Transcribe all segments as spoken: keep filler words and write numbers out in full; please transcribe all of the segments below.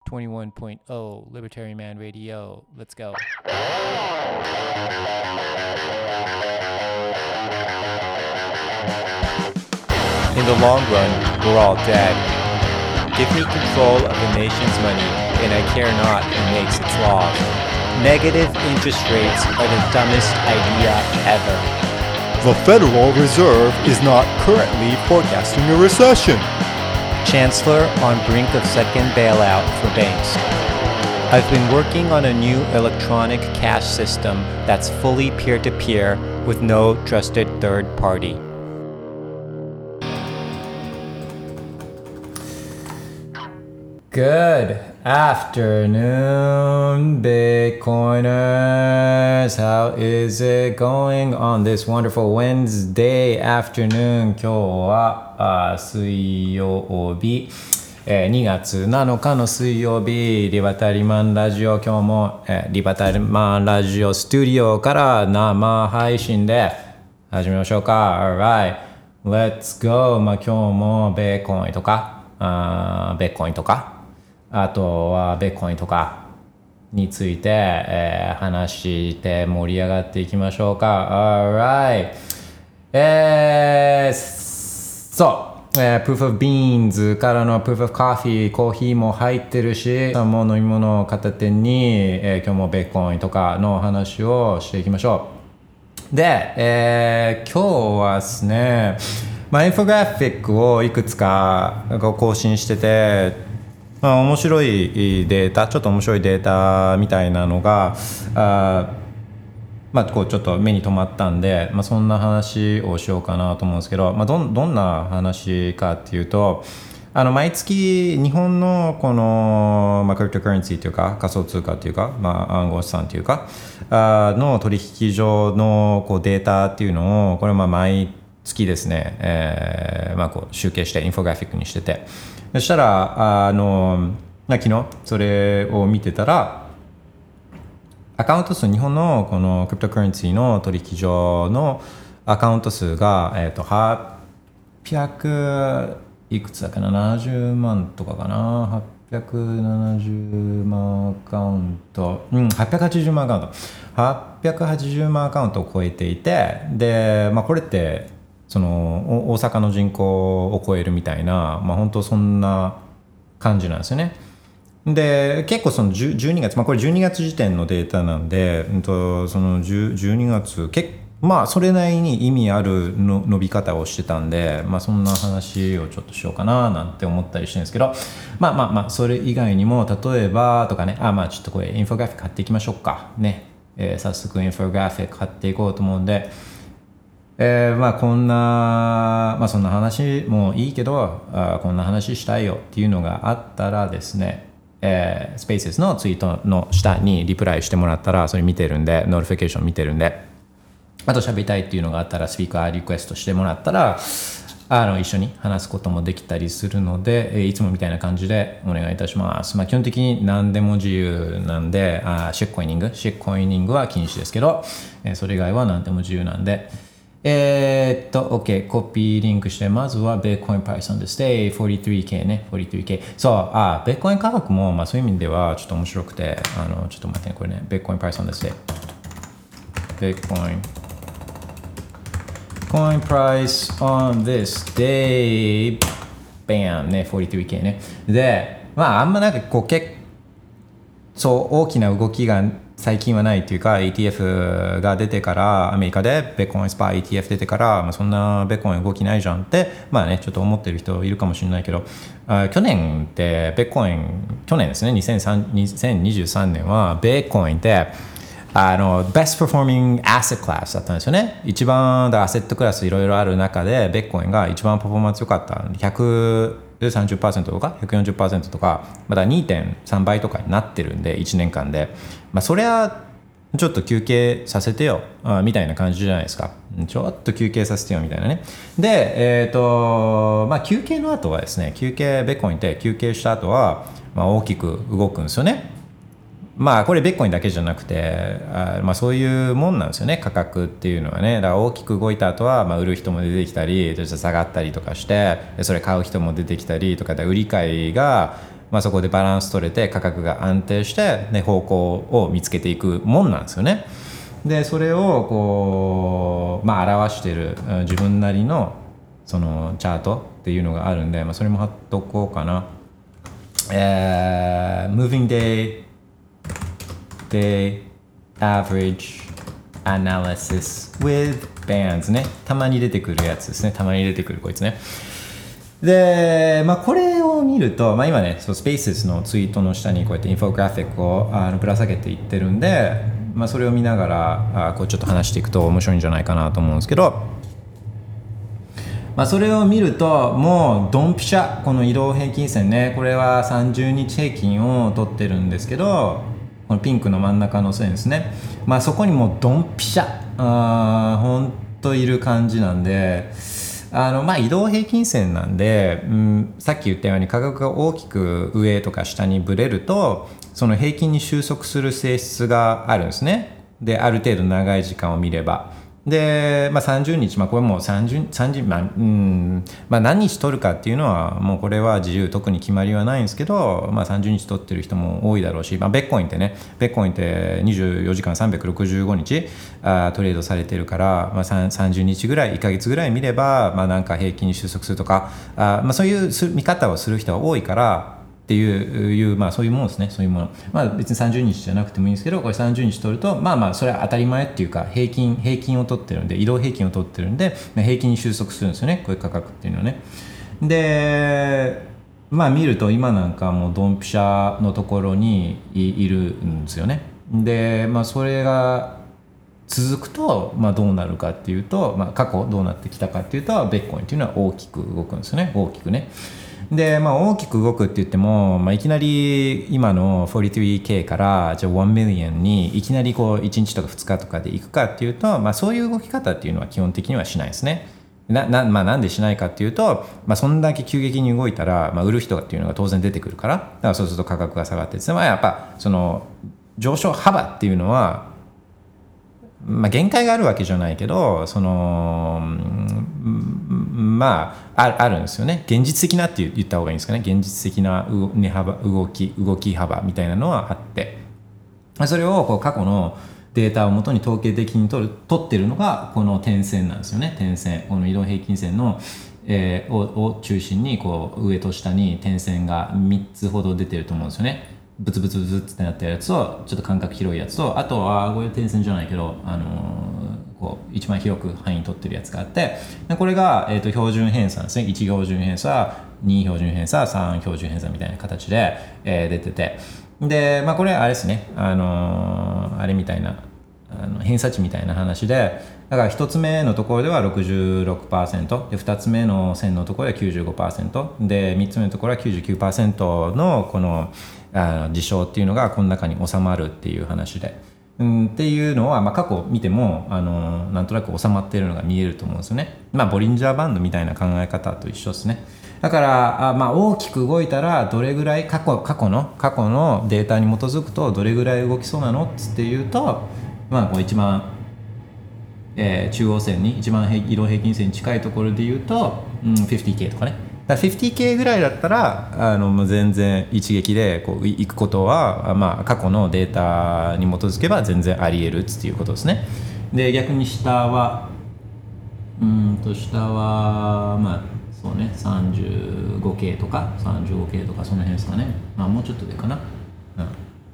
twenty-one point oh Libertarian Man Radio. Let's go. In the long run, we're all dead. Give me control of the nation's money, and I care not who makes its laws. Negative interest rates are the dumbest idea ever. The Federal Reserve is not currently forecasting a recession. Chancellor on brink of second bailout for banks. I've been working on a new electronic cash system that's fully peer-to-peer with no trusted third party. Good afternoon, Bitcoiners. How is it going on this wonderful Wednesday afternoon? 今日はあ水曜日、えー、にがつなのかの水曜日、リバタリマンラジオ、今日も、えー、リバタリマンラジオスタジオから生配信で始めましょうか。Alright, let's go. まあ今日もベーコンとか、あーベーコンとか。あとはベーコンとかについて、えー、話して盛り上がっていきましょうか。Alright。えー、そう、えー、Proof of Beans からの Proof of Coffee、コーヒーも入ってるし、もう飲み物を片手に、えー、今日もベーコンとかの話をしていきましょう。で、えー、今日はですね、まあ、インフォグラフィックをいくつか更新してて、まあ、面白いデータ、ちょっと面白いデータみたいなのが、あまあ、こうちょっと目に留まったんで、まあ、そんな話をしようかなと思うんですけど、まあ、どん、どんな話かっていうと、あの毎月日本のこの、まあ、クリプトカレンシーというか仮想通貨というか、まあ、暗号資産というかあの取引所のこうデータっていうのをこれまあ毎月ですね、えーまあ、こう集計してインフォグラフィックにしてて、そしたらあの昨日それを見てたらアカウント数、日本のこのクリプトカレンシーの取引所のアカウント数が、えー、とはっぴゃくいくつだかな、ななじゅうまんとかかな、はっぴゃくななじゅうまんアカウント、うん、はっぴゃくはちじゅうまんアカウント、はっぴゃくはちじゅうまんアカウントを超えていて、で、まあ、これってその大阪の人口を超えるみたいな、まあ、本当そんな感じなんですよね。で結構そのじゅうにがつ、まあ、これじゅうにがつ時点のデータなんで、うん、とそのじゅうにがつ結まあそれなりに意味あるの伸び方をしてたんで、まあ、そんな話をちょっとしようかななんて思ったりしてるんですけど、まあまあまあそれ以外にも例えばとかね、あまあちょっとこれインフォグラフィック貼っていきましょうかね、えー、早速インフォグラフィック貼っていこうと思うんで、えー、まあこんな、まあそんな話もいいけど、あこんな話したいよっていうのがあったらですね、えー、スペースのツイートの下にリプライしてもらったらそれ見てるんで、ノーティフィケーション見てるんで、あと喋りたいっていうのがあったらスピーカーリクエストしてもらったらあの一緒に話すこともできたりするので、いつもみたいな感じでお願いいたします。まあ基本的に何でも自由なんで、あシェッコイニング、シェッコイニングは禁止ですけど、それ以外は何でも自由なんで、えー、っと、OK、コピーリンクして、まずは Bitcoin Price on this day、よんじゅうさんケー ね、よんじゅうさんケー。そう、あ、Bitcoin 価格も、まあそういう意味ではちょっと面白くて、あの、ちょっと待ってね、これね、Bitcoin Price on this day。Bitcoin。Bitcoin Price on this day。バンね、よんじゅうさんケー ね。で、まああんまなんかこう結構、そう大きな動きが最近はないというか イーティーエフ が出てからアメリカでベーコンスパ イーティーエフ 出てから、まあ、そんなベーコン動きないじゃんってまあねちょっと思ってる人いるかもしれないけど、あ去年ってベーコン去年ですねにせんにじゅうさんねんはベーコンってあの Best Performing Asset Class だったんですよね。一番アセットクラスいろいろある中でベーコンが一番パフォーマンス良かったひゃくさんじゅっパーセント とか ひゃくよんじゅっパーセント とかまた にてんさん 倍とかになってるんでいちねんかんで、まあ、そりゃちょっと休憩させてよみたいな感じじゃないですか。ちょっと休憩させてよみたいなね。で、えっとまあ休憩の後はですね、休憩ベーコンって休憩した後はまあ大きく動くんですよね。まあこれベッコインだけじゃなくてあ、まあ、そういうもんなんですよね、価格っていうのはね。だから大きく動いた後はまあ売る人も出てきたり下がったりとかして、それ買う人も出てきたりとかで売り買いがまあ、そこでバランス取れて価格が安定して、ね、方向を見つけていくもんなんですよね。でそれをこう、まあ、表している自分なりのそのチャートっていうのがあるんで、まあ、それも貼っとこうかな。えー、Moving Day Day Average Analysis with Bands ね。たまに出てくるやつですね。たまに出てくるこいつね。で、まあ、これを見ると、まあ、今ね、そう Spaces のツイートの下にこうやってインフォグラフィックをあのぶら下げていってるんで、まあ、それを見ながらあこうちょっと話していくと面白いんじゃないかなと思うんですけど、まあ、それを見るともうドンピシャ、この移動平均線ね、これはさんじゅうにち平均を取ってるんですけど、このピンクの真ん中の線ですね、まあ、そこにもうドンピシャあほんといる感じなんで、あのまあ移動平均線なんで、うん、さっき言ったように価格が大きく上とか下にブレるとその平均に収束する性質があるんですね。である程度長い時間を見ればで、まあ、さんじゅうにち、まあ、これもうさんじゅう、さんじゅう、まあうんまあ、何日取るかっていうのはもうこれは自由、特に決まりはないんですけど、まあ、さんじゅうにち取ってる人も多いだろうし、まあ、ベッコインってね、ベッコインってにじゅうよじかんさんびゃくろくじゅうごにちあトレードされてるから、まあ、さんじゅうにちぐらいいっかげつぐらい見れば、まあ、なんか平均に収束するとかあ、まあ、そういう見方をする人が多いからっていういう、まあ、そういうものですね。そういうもの、まあ、別にさんじゅうにちじゃなくてもいいんですけど、これさんじゅうにち取るとまあまあそれは当たり前っていうか平均平均を取ってるんで、移動平均を取ってるんで平均に収束するんですよね、こういう価格っていうのはね。でまあ見ると今なんかもうドンピシャのところに い, いるんですよね。でまあそれが続くと、まあ、どうなるかっていうと、まあ、過去どうなってきたかっていうとベッコインっていうのは大きく動くんですよね、大きくね。で、まあ、大きく動くって言っても、まあ、いきなり今の よんじゅうさんケー からじゃあいちミリオンにいきなりこういちにちとかふつかとかでいくかっていうと、まあ、そういう動き方っていうのは基本的にはしないですね。な, な, まあ、なんでしないかっていうと、まあ、そんだけ急激に動いたら、まあ、売る人っていうのが当然出てくるから、だからそうすると価格が下がって、まあ、やっぱその上昇幅っていうのはまあ、限界があるわけじゃないけど、そのまあ あ, あるんですよね。現実的なって言った方がいいんですかね。現実的な値幅、動き動き幅みたいなのはあって、それをこう過去のデータをもとに統計的に取る取ってるのがこの点線なんですよね。点線、この移動平均線の、えー、を, を中心にこう上と下に点線がみっつほど出てると思うんですよね。ブツブツブツってなったやつとちょっと間隔広いやつと、あとはこういう点線じゃないけど、あのー、こう一番広く範囲取ってるやつがあって、これが、えー、と標準偏差ですね。いち標準偏差、に標準偏差、さん標準偏差みたいな形で、えー、出てて、で、まあ、これあれですね、あのー、あれみたいなあの偏差値みたいな話で、だからひとつめのところでは ろくじゅうろくパーセント で、ふたつめの線のところで きゅうじゅうごパーセント で、みっつめのところは きゅうじゅうきゅうパーセント のこのあの事象っていうのがこの中に収まるっていう話で、うん、っていうのは、まあ、過去見てもあのなんとなく収まっているのが見えると思うんですよね。まあボリンジャーバンドみたいな考え方と一緒ですね。だからあ、まあ、大きく動いたらどれぐらい過去、過去の過去のデータに基づくとどれぐらい動きそうなのっていうと、まあ、こう一番、えー、中央線に一番移動平均線に近いところで言うと、うん、ごじゅうケー とかね。だから ごじゅうケー ぐらいだったらあのもう全然一撃でこういくことは、まあ、過去のデータに基づけば全然あり得るっていうことですね。で逆に下はうんと下はまあそうね さんじゅうごケー とか さんじゅうごケー とかその辺ですかね。まあもうちょっとでかな、うん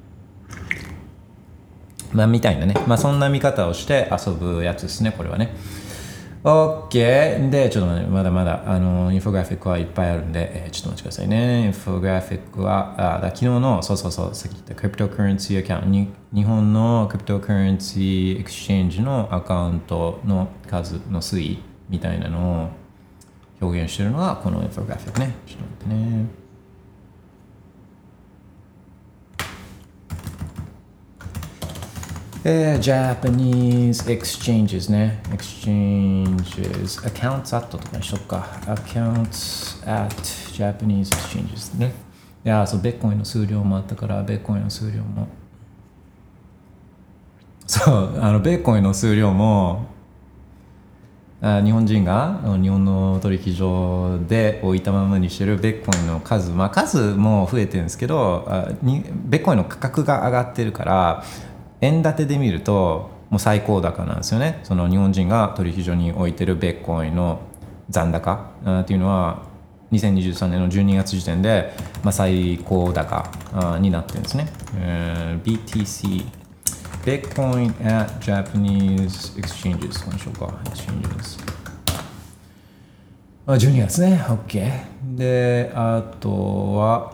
まあみたいなね、まあそんな見方をして遊ぶやつですね、これはね。OK で、ちょっと待って、まだまだあのインフォグラフィックはいっぱいあるんで、えー、ちょっと待ってくださいね。インフォグラフィックはあだ昨日のそうそうそうさっき言ったクリプトカレンシーアカウントに日本のクリプトカレンシーエクスチェンジのアカウントの数の推移みたいなのを表現してるのがこのインフォグラフィックね。ちょっと待ってね。えー、Japanese exchanges ね。exchanges accounts at とかにしとくか。accounts at Japanese exchanges ね。いや、そう、ベッコインの数量もあったから、ベッコインの数量も。そう、あの、ベッコインの数量も、 あ日本人が日本の取引所で置いたままにしてるベッコインの数、まあ、数も増えてるんですけど、あにベッコインの価格が上がってるから円建てで見るともう最高高なんですよね。その日本人が取引所に置いてるベッコインの残高あっていうのはにせんにじゅうさんねんのじゅうにがつ時点で、まあ、最高高あになってるんですね。えー、ビーティーシーBitcoin at Japanese exchanges こうでしょうか exchanges あじゅうにがつね OK であとは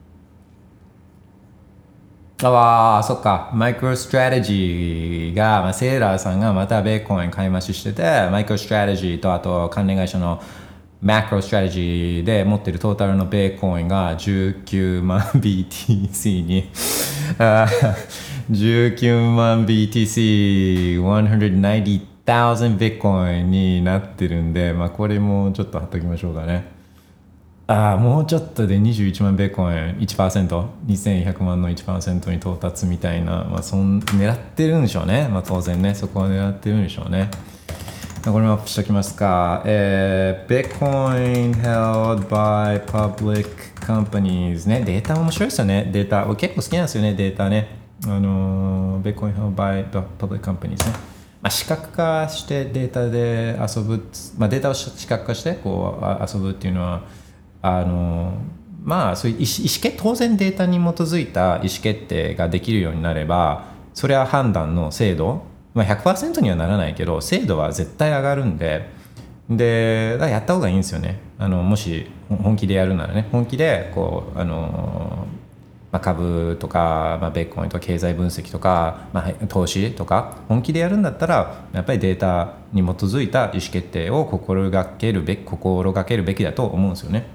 ああそっかマイクロストラテジーが、まあ、セーラーさんがまたベーコン買い増ししててマイクロストラテジーとあと関連会社のマクロストラテジーで持ってるトータルのベーコインがじゅうきゅうまん ビーティーシー にじゅうきゅうまん ビーティーシー ひゃくきゅうじゅうまんビットコインになってるんで、まあ、これもちょっと貼っておきましょうかね。ああもうちょっとでにじゅういちまんベーコイン いちパーセント にせんひゃくまんの いちパーセント に到達みたいな、まあ、そん狙ってるんでしょうね、まあ、当然ねそこは狙ってるんでしょうね。これもアップしておきますか。えー、Bitcoin held by public companies ね。データ面白いですよね。データ。俺結構好きなんですよね、データね。あのー、Bitcoin held by public companies ね。まあ、視覚化してデータで遊ぶ。まあ、データを視覚化してこう遊ぶっていうのは、あのー、まあ、そういう意思、意思決当然データに基づいた意思決定ができるようになれば、それは判断の精度、まあ、ひゃくパーセント にはならないけど精度は絶対上がるんで、でだからやった方がいいんですよね。あのもし本気でやるならね、本気でこうあの、まあ、株とか、まあ、ベッコインとか経済分析とか、まあ、投資とか本気でやるんだったらやっぱりデータに基づいた意思決定を心がけるべき心がけるべきだと思うんですよね。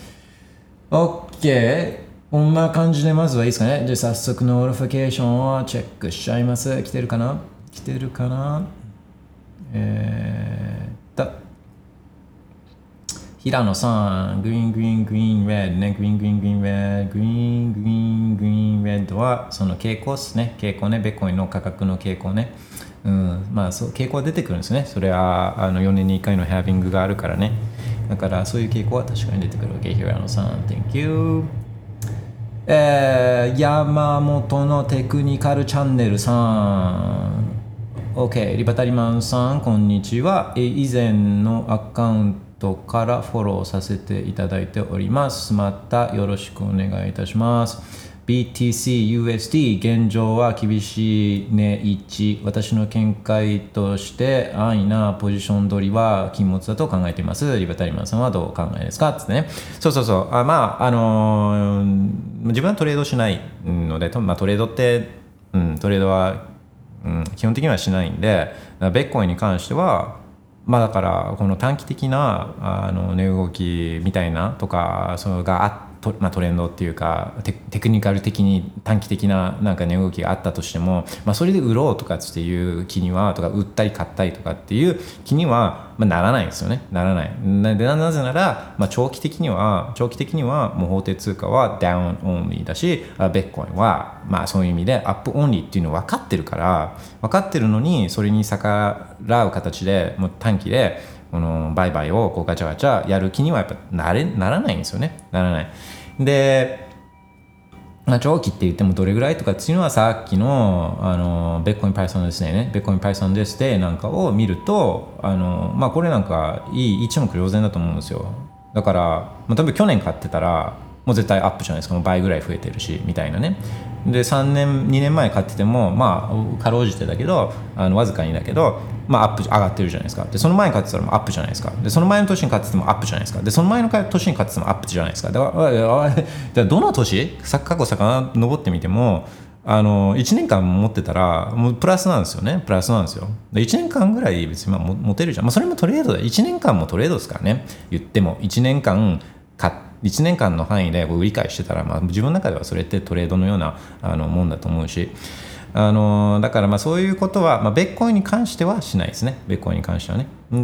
OK、こんな感じでまずはいいですかね。じゃあ早速ノーティフィケーションをチェックしちゃいます。来てるかな来てるかなえー、っと平野さん、グリーングリーングリーンレッドね、グリーングリーングリーンレッド、グリーングリーングリーンレッドはその傾向ですね、傾向ね、ベッコインの価格の傾向ね。うん、まあそう傾向は出てくるんですね。それはあのよねんにいっかいのハービングがあるからね。だからそういう傾向は確かに出てくるわけ。平野さん、Thank you。えー、山本のテクニカルチャンネルさん。OK、リバタリマンさん、こんにちは。以前のアカウントからフォローさせていただいております。またよろしくお願いいたします。ビーティーシーユーエスディー 現状は厳しい値位置。私の見解として安易なポジション取りは禁物だと考えています。リバタリマンさんはどうお考えですかつってね。そうそうそう。あまあ、あのー、自分はトレードしないので、まあ、トレードって、うん、トレードはうん、基本的にはしないんで、ベッコインに関してはまあだからこの短期的なあの値動きみたいなとかそれがあと、まあ、トレンドっていうか テ, テクニカル的に短期的ななんか値動きがあったとしても、まあ、それで売ろうとかっていう気にはとか売ったり買ったりとかっていう気には、まあ、ならないんですよね。ならない。な, でなぜなら、まあ、長期的には長期的にはもう法定通貨はダウンオンリーだし、ベッコインはまあそういう意味でアップオンリーっていうの分かってるから分かってるのにそれに逆らう形でもう短期でこの売買をこうガチャガチャやる気にはやっぱなれならないんですよね。ならない。で、まあ、長期って言ってもどれぐらいとかっていうのはさっきのあのベッコインパイソンですね。ベッコインパイソンですでなんかを見るとあのまあこれなんかいい一目瞭然だと思うんですよ。だから、まあ、多分去年買ってたらもう絶対アップじゃないですか。もう倍ぐらい増えてるしみたいなね。でさんねんにねんまえ買っててもまあかろうじてだけどあのわずかにだけどまあアップ上がってるじゃないですか。でその前に買ってたらもアップじゃないですか。でその前の年に買っててもアップじゃないですか。でその前の年に買っててもアップじゃないですか。だからどの年過去遡ってみてもあのいちねんかん持ってたらもうプラスなんですよね。プラスなんですよ。でいちねんかんぐらい別にまあ持てるじゃん。まあ、それもトレードだ。いちねんかんもトレードですからね。言ってもいちねんかん買っていちねんかんの範囲で売り買いしてたら、まあ、自分の中ではそれってトレードのようなあのもんだと思うし、あのだからまあそういうことは、まあ、ベッコインに関してはしないですね。ベッコインに関してはね。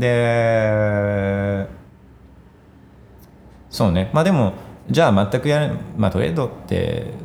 でそうね。まあでもじゃあ全くやる、まあ、トレードって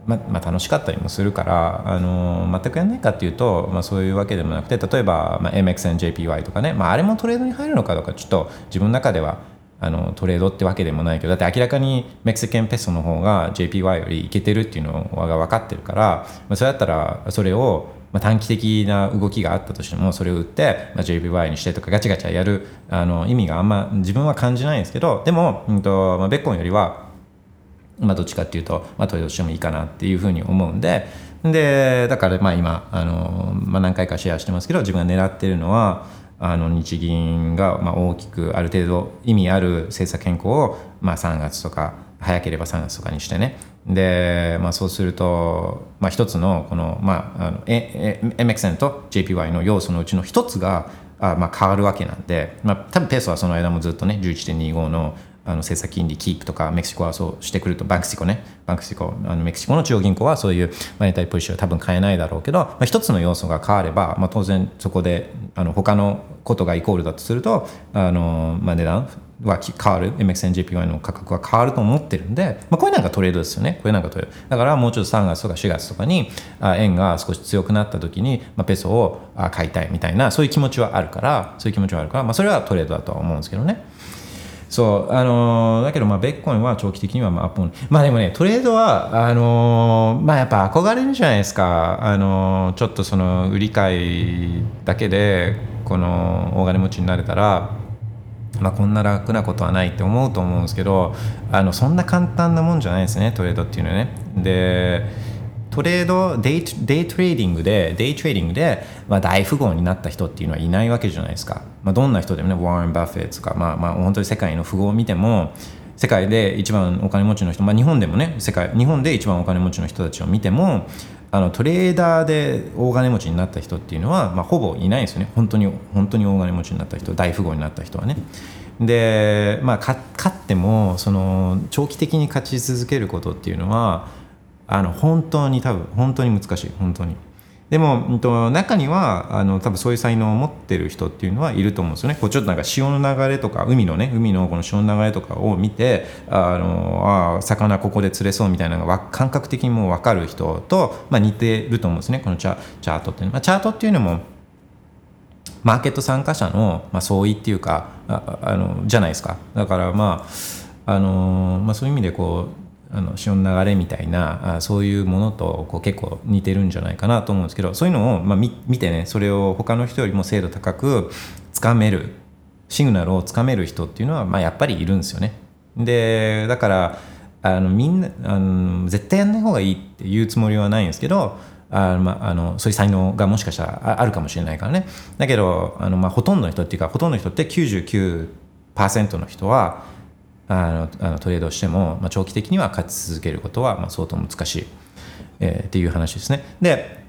ままあ、楽しかったりもするから、あの全くやんないかっていうと、まあ、そういうわけでもなくて、例えば、まあ、エムエックスエヌジェーピーワイ とかね、まあ、あれもトレードに入るのかどうかちょっと自分の中ではあのトレードってわけでもないけど、だって明らかにメキシカンペソの方が ジェーピーワイ よりいけてるっていうのが分かってるから、まあ、それだったらそれを、まあ、短期的な動きがあったとしてもそれを売って、まあ、ジェーピーワイ にしてとかガチガチやるあの意味があんま自分は感じないんですけど、でも、うんとまあ、ベッコンよりはまあ、どっちかっていうと、まあ、トレードしてもいいかなっていうふうに思うんで、でだからまあ今あの、まあ、何回かシェアしてますけど、自分が狙ってるのはあの日銀がまあ大きくある程度意味ある政策変更をまあさんがつとか早ければさんがつとかにしてね、で、まあ、そうすると、まあ、一つのこの、まあ、あの エムエックスエヌ と ジェーピーワイ の要素のうちの一つがあまあ変わるわけなんで、まあ、多分ペソはその間もずっとね じゅういちてんにじゅうご のあの政策金利キープとか、メキシコはそうしてくると、バンクシコね、バンクシコ、あのメキシコの中央銀行はそういうマネタリーポリシーは多分変えないだろうけど、まあ、一つの要素が変われば、まあ、当然そこであの他のことがイコールだとすると、あの、まあ、値段は変わる、エムエックスエヌジェーピーワイ の価格は変わると思ってるんで、まあ、これなんかトレードですよね。これなんかトレード。だからもうちょっとさんがつとかしがつとかにあ円が少し強くなった時に、まあ、ペソを買いたいみたいな、そういう気持ちはあるから、そういう気持ちはあるから、まあ、それはトレードだとは思うんですけどね。そうあのー、だけどまあベッコインは長期的にはまあアップもまあでもねトレードはあのー、まあやっぱ憧れるじゃないですか。あのー、ちょっとその売り買いだけでこの大金持ちになれたら、まあ、こんな楽なことはないって思うと思うんですけど、あのそんな簡単なもんじゃないですね、トレードっていうのはね。でトレードデイ、デイトレーディングでデイトレーディングで、まあ、大富豪になった人っていうのはいないわけじゃないですか。まあ、どんな人でもね、ウォーレン・バフェットとか、まあ、まあ本当に世界の富豪を見ても、世界で一番お金持ちの人、まあ、日本でもね、世界日本で一番お金持ちの人たちを見ても、あのトレーダーで大金持ちになった人っていうのは、まあ、ほぼいないんですよね。本当に本当に大金持ちになった人、大富豪になった人はね。で、まあ、勝ってもその長期的に勝ち続けることっていうのはあの本当に多分本当に難しい。本当に。でも、うん、と中にはあの多分そういう才能を持ってる人っていうのはいると思うんですよね。こうちょっとなんか潮の流れとか海のね海のこの潮の流れとかを見て、あのあ魚ここで釣れそうみたいなのが感覚的にもう分かる人と、まあ、似てると思うんですね、このチャ、チャートっていうのは、まあ、チャートっていうのもマーケット参加者の、まあ、相違っていうか あ, あのじゃないですか。だからまああの、まあ、そういう意味でこうあの潮の流れみたいなあそういうものとこう結構似てるんじゃないかなと思うんですけど、そういうのを、まあ、見, 見てね、それを他の人よりも精度高くつかめるシグナルをつかめる人っていうのは、まあ、やっぱりいるんですよね。でだからあのみんなあの絶対やんない方がいいっていうつもりはないんですけど、あまあ、あのそういう才能がもしかしたらあるかもしれないからね。だけどあの、まあ、ほとんどの人っていうかほとんどの人ってきゅうじゅうきゅうパーセント の人はあのあのトレードしても、まあ、長期的には勝ち続けることは、まあ、相当難しい、えー、っていう話ですね。で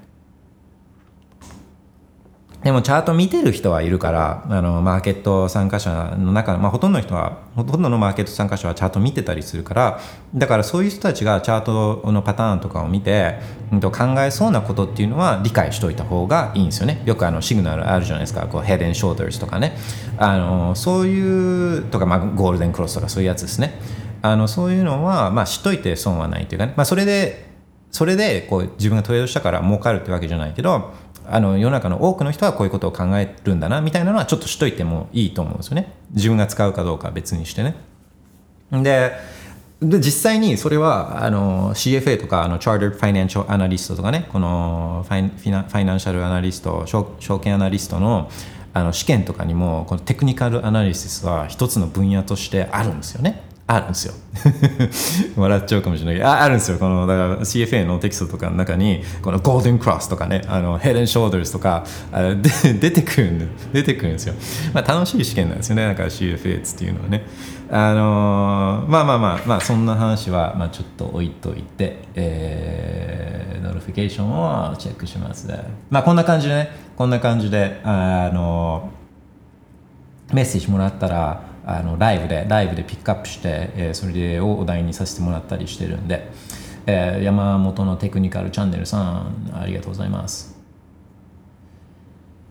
でもチャート見てる人はいるから、あのマーケット参加者の中、まあ、ほとんどの人はほとんどのマーケット参加者はチャート見てたりするから、だからそういう人たちがチャートのパターンとかを見て、うん、と考えそうなことっていうのは理解しといた方がいいんですよね。よくあのシグナルあるじゃないですか、こうヘッド&ショルダーズとかね、あのそういうとか、まあ、ゴールデンクロスとかそういうやつですね。あのそういうのは、まあ、知っといて損はないというかね、まあ、それでそれでこう自分がトレードしたから儲かるってわけじゃないけど、あの世の中の多くの人はこういうことを考えるんだなみたいなのはちょっとしといてもいいと思うんですよね。自分が使うかどうかは別にしてね。でで実際にそれはあの シーエフエー とかあの Chartered Financial Analyst とかね、このファイン、フィナ、ファイナンシャルアナリスト、証、証券アナリストのあの試験とかにもこのテクニカルアナリシスは一つの分野としてあるんですよね。あるんですよ笑っちゃうかもしれないけど あ, あるんですよ。このだから シーエフエー のテキストとかの中にこのゴールデンクロスとかね、あのヘッド&ショルダーズとかあで出てくるんで出てくるんですよ。まあ、楽しい試験なんですよね。だから シーエフエー っていうのはね、あのー、まあまあまあまあそんな話はまあちょっと置いといて、えー、ノリフィケーションをチェックしますね。まあこんな感じでね、こんな感じであのメッセージもらったらあのライブでライブでピックアップして、えー、それをお題にさせてもらったりしてるんで、えー、山本のテクニカルチャンネルさんありがとうございます。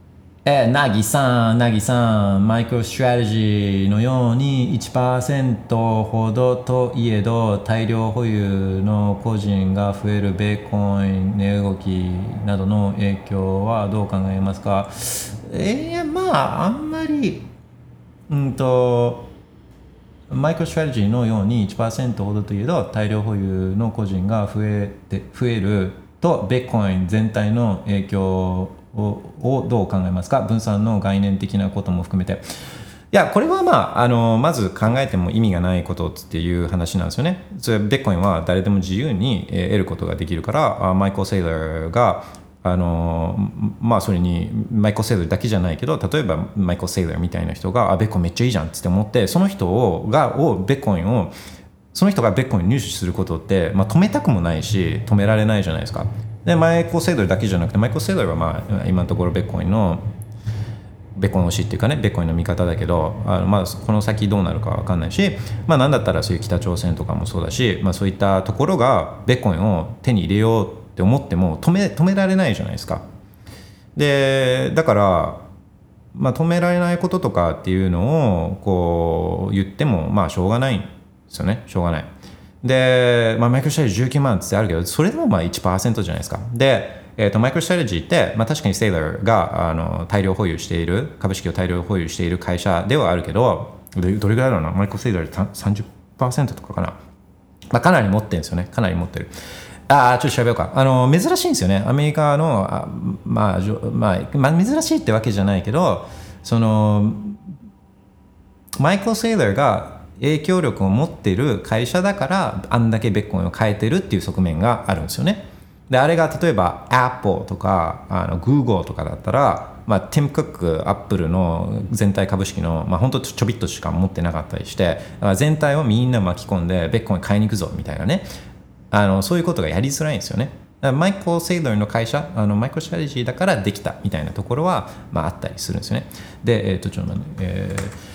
えー、なぎさん、なぎさん、マイクロストラテジーのように いちパーセント ほどといえど、大量保有の個人が増えるベーコイン値動きなどの影響はどう考えますか？えー、まあ、あんまり、うんと、マイクロストラテジーのように いちパーセント ほどといえど、大量保有の個人が増えて、増えると、ベーコイン全体の影響をどう考えますか？分散の概念的なことも含めて。いや、これはまあ、あのまず考えても意味がないことっていう話なんですよね。それベッコインは誰でも自由に得ることができるから、マイコー・セイラーがあのまあそれにマイコー・セイラーだけじゃないけど、例えばマイコー・セイラーみたいな人があベッコインめっちゃいいじゃんって思って、その人をがをベッコインをその人がベッコインを入手することって、まあ、止めたくもないし止められないじゃないですか。でマイコー・セイラーだけじゃなくて、マイコー・セイラーはまあ今のところベッコインのベッコイン推しっていうかね、ベッコインの味方だけど、あのまあこの先どうなるか分かんないし、まあなんだったらそういう北朝鮮とかもそうだし、まあそういったところがベッコインを手に入れようって思っても止め止められないじゃないですか。でだからまあ止められないこととかっていうのをこう言ってもまあしょうがないんですよね。しょうがない。で、まあ、マイクロストラテジーじゅうきゅうまんってあるけど、それでもまあ いちパーセント じゃないですか。で、えー、とマイクロストラテジーって、まあ、確かにセイラーがあの大量保有している、株式を大量保有している会社ではあるけど、どれぐらいだろうな、マイクロセイラーで さんじゅっパーセント とかかな。まあ、かなり持ってるんですよね。かなり持ってる。ああ、ちょっと調べようか。あの、珍しいんですよね。アメリカの、あまあ、まあ、まあ、珍しいってわけじゃないけど、その、マイクロセイラーが影響力を持っている会社だからあんだけベッコインを変えてるっていう側面があるんですよね。であれが例えば Apple とかあの Google とかだったら、まあ、ティム・クック、アップルの全体株式の、まあ、本当ちょびっとしか持ってなかったりして、だから全体をみんな巻き込んでベッコイン買いに行くぞみたいなね、あのそういうことがやりづらいんですよね。だからマイクロ・セイラーの会社、あのマイクロストラテジーだからできたみたいなところは、まあ、あったりするんですよね。で、えっ、ー、とちょっと待って、えー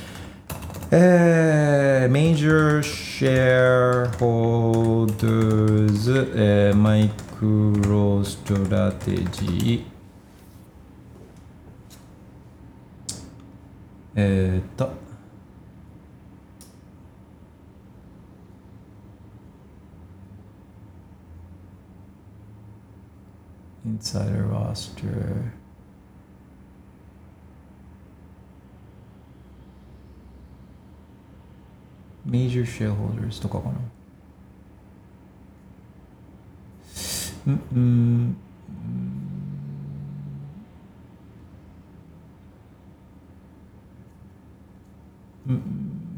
えー、Major Shareholders、えー、マイクロストラテジー、えー、っとInsider Roster Major Shareholders とかかな。うんうんうん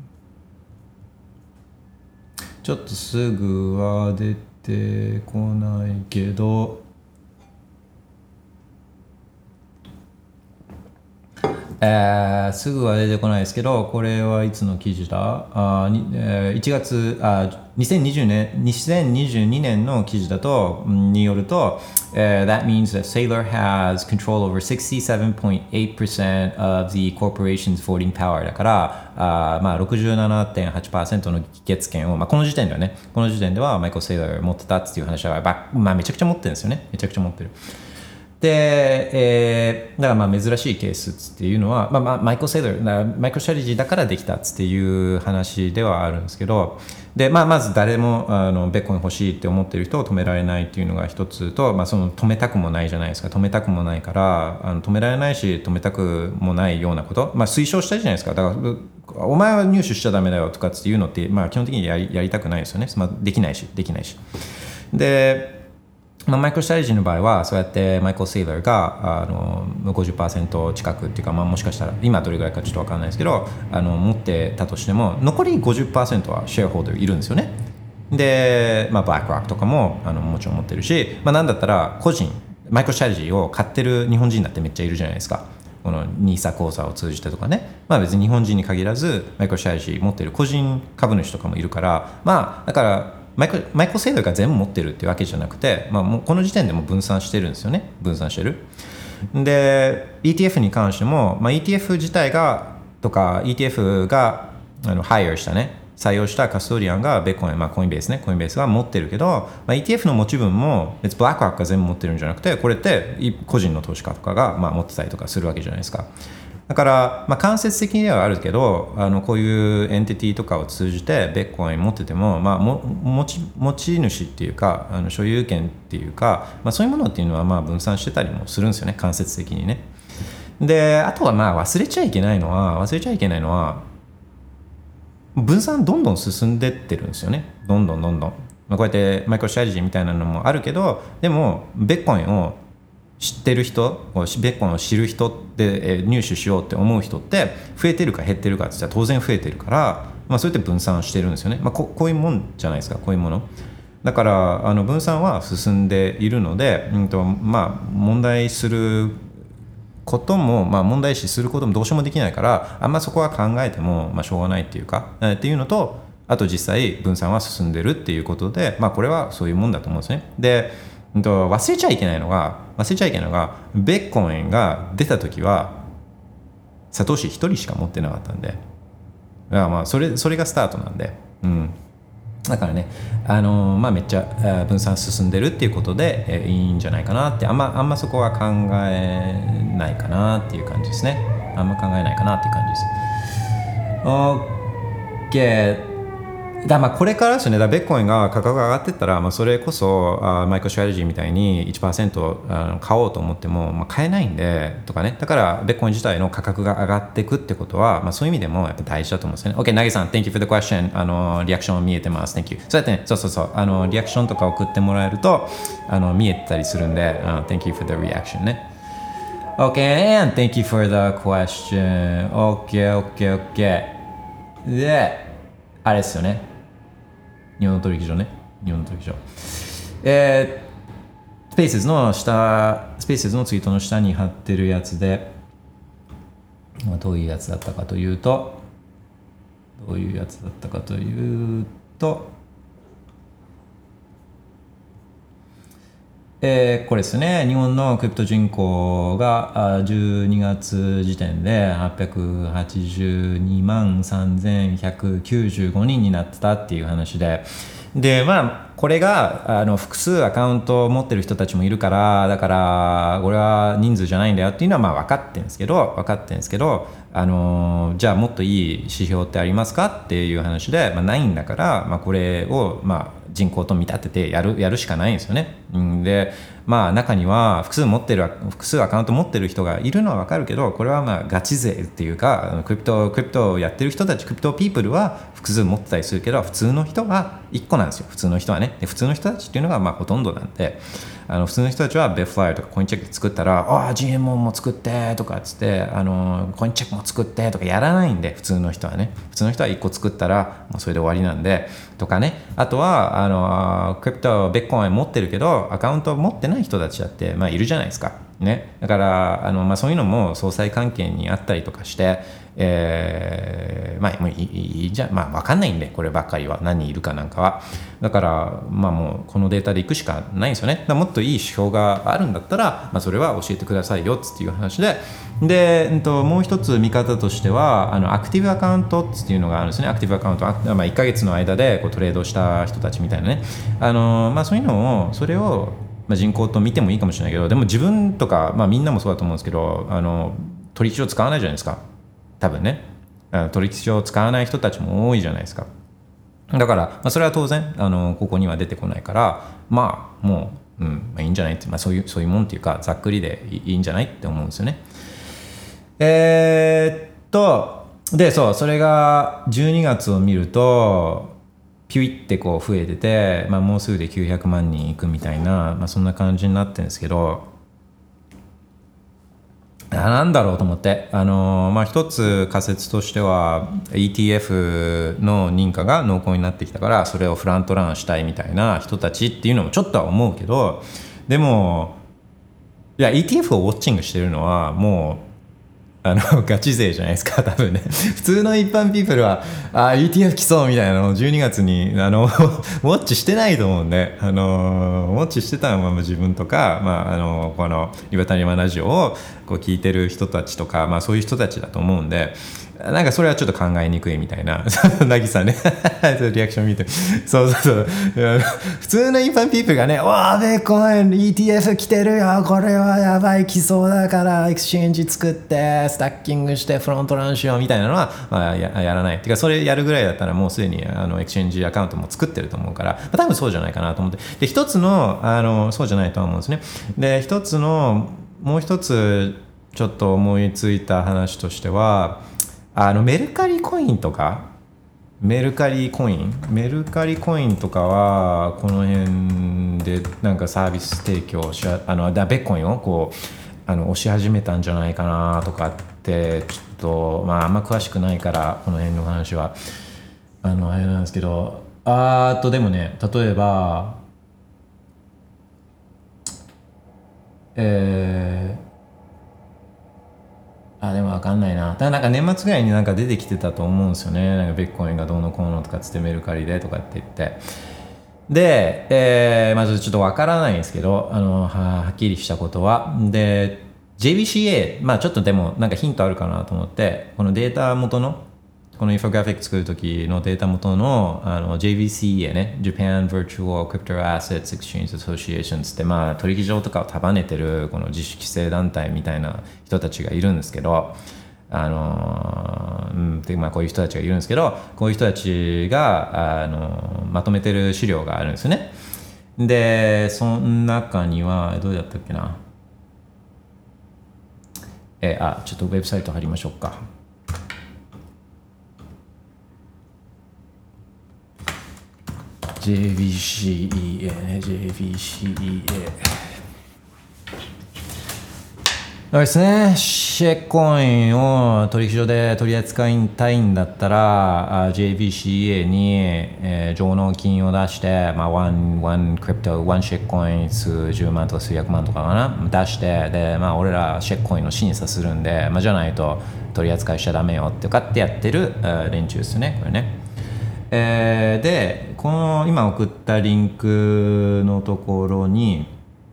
ちょっとすぐは出てこないけど、えー、すぐは出てこないですけど、これはいつの記事だ？あに、えー、いちがつあにせんにじゅうねんにせんにじゅうにねんの記事だとによると、uh, That means that Saylor has control over sixty-seven point eight percent of the corporation's voting power だから、あまあ ろくじゅうななてんはちパーセント の議決権を、まあ、この時点ではね、この時点ではマイケル・セイラー持ってたっていう話は、まあ、めちゃくちゃ持ってるんですよね。めちゃくちゃ持ってる。で、えー、だからまあ珍しいケースっていうのは、まあ、まあマイクロセイラー、マイクロストラテジーだからできたっていう話ではあるんですけど、で、まあ、まず誰もあのベッコイン欲しいって思ってる人を止められないっていうのが一つと、まあ、その止めたくもないじゃないですか。止めたくもないからあの止められないし止めたくもないようなこと、まあ、推奨したいじゃないですか。だからお前は入手しちゃダメだよとかっていうのって、まあ、基本的にやり、やりたくないですよね。まあ、できないしできないしでまあ、マイクロストラテジーの場合はそうやってマイクロ・セイラーがあの ごじゅっパーセント 近くっていうか、まあ、もしかしたら今どれぐらいかちょっと分からないですけどあの持ってたとしても残り ごじゅっパーセント はシェアホルダーいるんですよね。で、まあ、ブラックロックとかもあのもちろん持ってるし、まあ、なんだったら個人マイクロストラテジーを買ってる日本人だってめっちゃいるじゃないですか。このニーサ口座を通じてとかね、まあ、別に日本人に限らずマイクロストラテジー持ってる個人株主とかもいるから、まあだからマイクロ、マイクロセイラーが全部持ってるっていうわけじゃなくて、まあ、もうこの時点でも分散してるんですよね。分散してる。で イーティーエフ に関しても、まあ、イーティーエフ 自体がとか イーティーエフ があのハイヤーしたね採用したカストリアンがベッコイン、まあ、コインベースねコインベースが持ってるけど、まあ、イーティーエフ の持ち分も別にブラックロックが全部持ってるんじゃなくてこれって個人の投資家とかがまあ持ってたりとかするわけじゃないですか。だから、まあ、間接的にはあるけどあのこういうエンティティとかを通じてベッコイン持ってても、まあ、も持ち持ち主っていうかあの所有権っていうか、まあ、そういうものっていうのはまあ分散してたりもするんですよね間接的にね。であとはまあ忘れちゃいけないのは忘れちゃいけないのは分散どんどん進んでってるんですよね。どんどんどんどん、まあ、こうやってマイクロストラテジーみたいなのもあるけどでもベッコインを知ってる人ベッコインを知る人で入手しようって思う人って増えてるか減ってるかって言ったら当然増えてるから、まあ、そうやって分散してるんですよね、まあ、こ, こういうもんじゃないですかこういうものだからあの分散は進んでいるので、うんとまあ、問題することも、まあ、問題視することもどうしようもできないからあんまそこは考えても、まあ、しょうがないっていうか、えー、っていうのとあと実際分散は進んでるっていうことで、まあ、これはそういうもんだと思うんですね。で、うんと、忘れちゃいけないのが忘れちゃいけないのがベッコインが出た時はサトシ一人しか持ってなかったんでだからまあそれ、それがスタートなんで、うん、だからね、あのーまあ、めっちゃ分散進んでるっていうことで、えー、いいんじゃないかなってあんま、あんまそこは考えないかなっていう感じですね。あんま考えないかなっていう感じです。OKだまあこれからですね、だベッコインが価格が上がっていったら、まあ、それこそあマイクロストラテジーみたいに いちパーセント あの買おうと思っても、まあ、買えないんでとかね、だからベッコイン自体の価格が上がっていくってことは、まあ、そういう意味でもやっぱ大事だと思うんですよね。OK、ナギさん Thank you for the question あのリアクション見えてます Thank you そうやってね、そうそうそうあのリアクションとか送ってもらえるとあの見えたりするんで、uh, Thank you for the reaction ね。OK and thank you for the question OK OK OK であれですよね、日本の取引所ね。日本の取引所。えー、スペースの下、スペースのツイートの下に貼ってるやつで、まあ、どういうやつだったかというと、どういうやつだったかというと、えー、これですね、日本のクリプト人口がじゅうにがつ時点ではっぴゃくはちじゅうにまんさんぜんひゃくきゅうじゅうごにんになってたっていう話で、でまあこれがあの複数アカウントを持ってる人たちもいるから、だからこれは人数じゃないんだよっていうのはまあ分かってるんですけど分かってるんですけどあのじゃあもっといい指標ってありますかっていう話で、まあ、ないんだから、まあ、これをまあ人口と見立ててやるやるしかないんですよね。でまあ中には複数持ってる複数アカウント持ってる人がいるのは分かるけど、これはまあガチ勢っていうかクリプトクリプトをやってる人たちクリプトピープルは複数持ってたりするけど、普通の人はいっこなんですよ。普通の人はね。で普通の人たちっていうのがまあほとんどなんで、あの普通の人たちはベッフライとかコインチェック作ったらああ ジーエムオー も作ってとかっつってあのコインチェックも作ってとかやらないんで、普通の人はね普通の人はいっこ作ったらもうそれで終わりなんでとかね。あとはあのクリプトベッコイン持ってるけどアカウントを持ってない人たちだってまあいるじゃないですかね。だからあの、まあ、そういうのも相殺関係にあったりとかして、えー、まあもういいいいじゃん、まあ分かんないんでこればっかりは何人いるかなんかは。だからまあもうこのデータでいくしかないんですよね。だからもっといい指標があるんだったら、まあ、それは教えてくださいよっていう話で、で、うん、ともう一つ見方としてはあのアクティブアカウントっていうのがあるんですね。アクティブアカウント、まあ、いっかげつの間でこうトレードした人たちみたいなね、あの、まあ、そういうのをそれをまあ人口と見てもいいかもしれないけど、でも自分とか、まあ、みんなもそうだと思うんですけど、あの取引所使わないじゃないですか多分ね。取引所を使わない人たちも多いじゃないですか。だから、まあ、それは当然あのここには出てこないから、まあもう、うんまあ、いいんじゃないって、まあ、そういうそういうもんっていうかざっくりでいいんじゃないって思うんですよね。えー、っとでそうそれがじゅうにがつを見るとピュイってこう増えてて、まあ、もうすぐできゅうひゃくまんにんいくみたいな、まあ、そんな感じになってるんですけど、なんだろうと思って、あのーまあ、一つ仮説としては イーティーエフ の認可が濃厚になってきたからそれをフラントランしたいみたいな人たちっていうのもちょっとは思うけど、でもいや イーティーエフ をウォッチングしてるのはもうあのガチ勢じゃないですか多分ね。普通の一般ピープルはあ イーティーエフ 来そうみたいなのをじゅうにがつにあのウォッチしてないと思うんで、あのウォッチしてたのは自分とか、まあ、あのこのリバタリアンラジオをこう聞いてる人たちとか、まあ、そういう人たちだと思うんで、 なんかそれはちょっと考えにくいみたいななぎさんねリアクション見てそうそうそう普通の一般ピープルがねわあベーコン イーティーエフ 来てるよこれはやばい来そうだからエクスチェンジ作ってスタッキングしてフロントランしようみたいなのは、まあ、や, やらないてかそれやるぐらいだったらもうすでにあのエクスチェンジアカウントも作ってると思うから、まあ、多分そうじゃないかなと思ってで一つの、あのそうじゃないと思うんですねで一つのもう一つちょっと思いついた話としてはあのメルカリコインとかメルカリコインメルカリコインとかはこの辺でなんかサービス提供しあのベッコインをこうあの押し始めたんじゃないかなとかってちょっとまああんま詳しくないからこの辺の話はあのあれなんですけどあーとでもね例えばえーあでも分かんないな。ただなんか年末ぐらいになんか出てきてたと思うんですよね。なんかベッコインがどうのこうのとかつってメルカリでとかって言って。で、えー、まずちょっと分からないんですけど、あのははっきりしたことは。で、ジェイビーシーエー、まあちょっとでもなんかヒントあるかなと思って、このデータ元のこのインフォグラフィック作るときのデータ元の、あの ジェイビーシーイーエー ね、Japan Virtual Crypto Assets Exchange Association って、まあ、取引所とかを束ねてるこの自主規制団体みたいな人たちがいるんですけど、あのうんでまあ、こういう人たちがいるんですけど、こういう人たちが、あのまとめてる資料があるんですよね。で、その中には、どうだったっけな。えあ、ちょっとウェブサイト貼りましょうか。ジェイビーシーイーエー ね、ジェイビーシーイーエー。そうですね、シェコインを取引所で取り扱いたいんだったら、ジェイビーシーイーエー に、えー、上納金を出して、まあ、ワン、ワンクリプト、ワンシェコイン数十万とか数百万とかかな、出して、で、まあ、俺らシェコインの審査するんで、まあ、じゃないと取り扱いしちゃダメよってかってやってる連中ですね、これね。えー、でこの今送ったリンクのところに、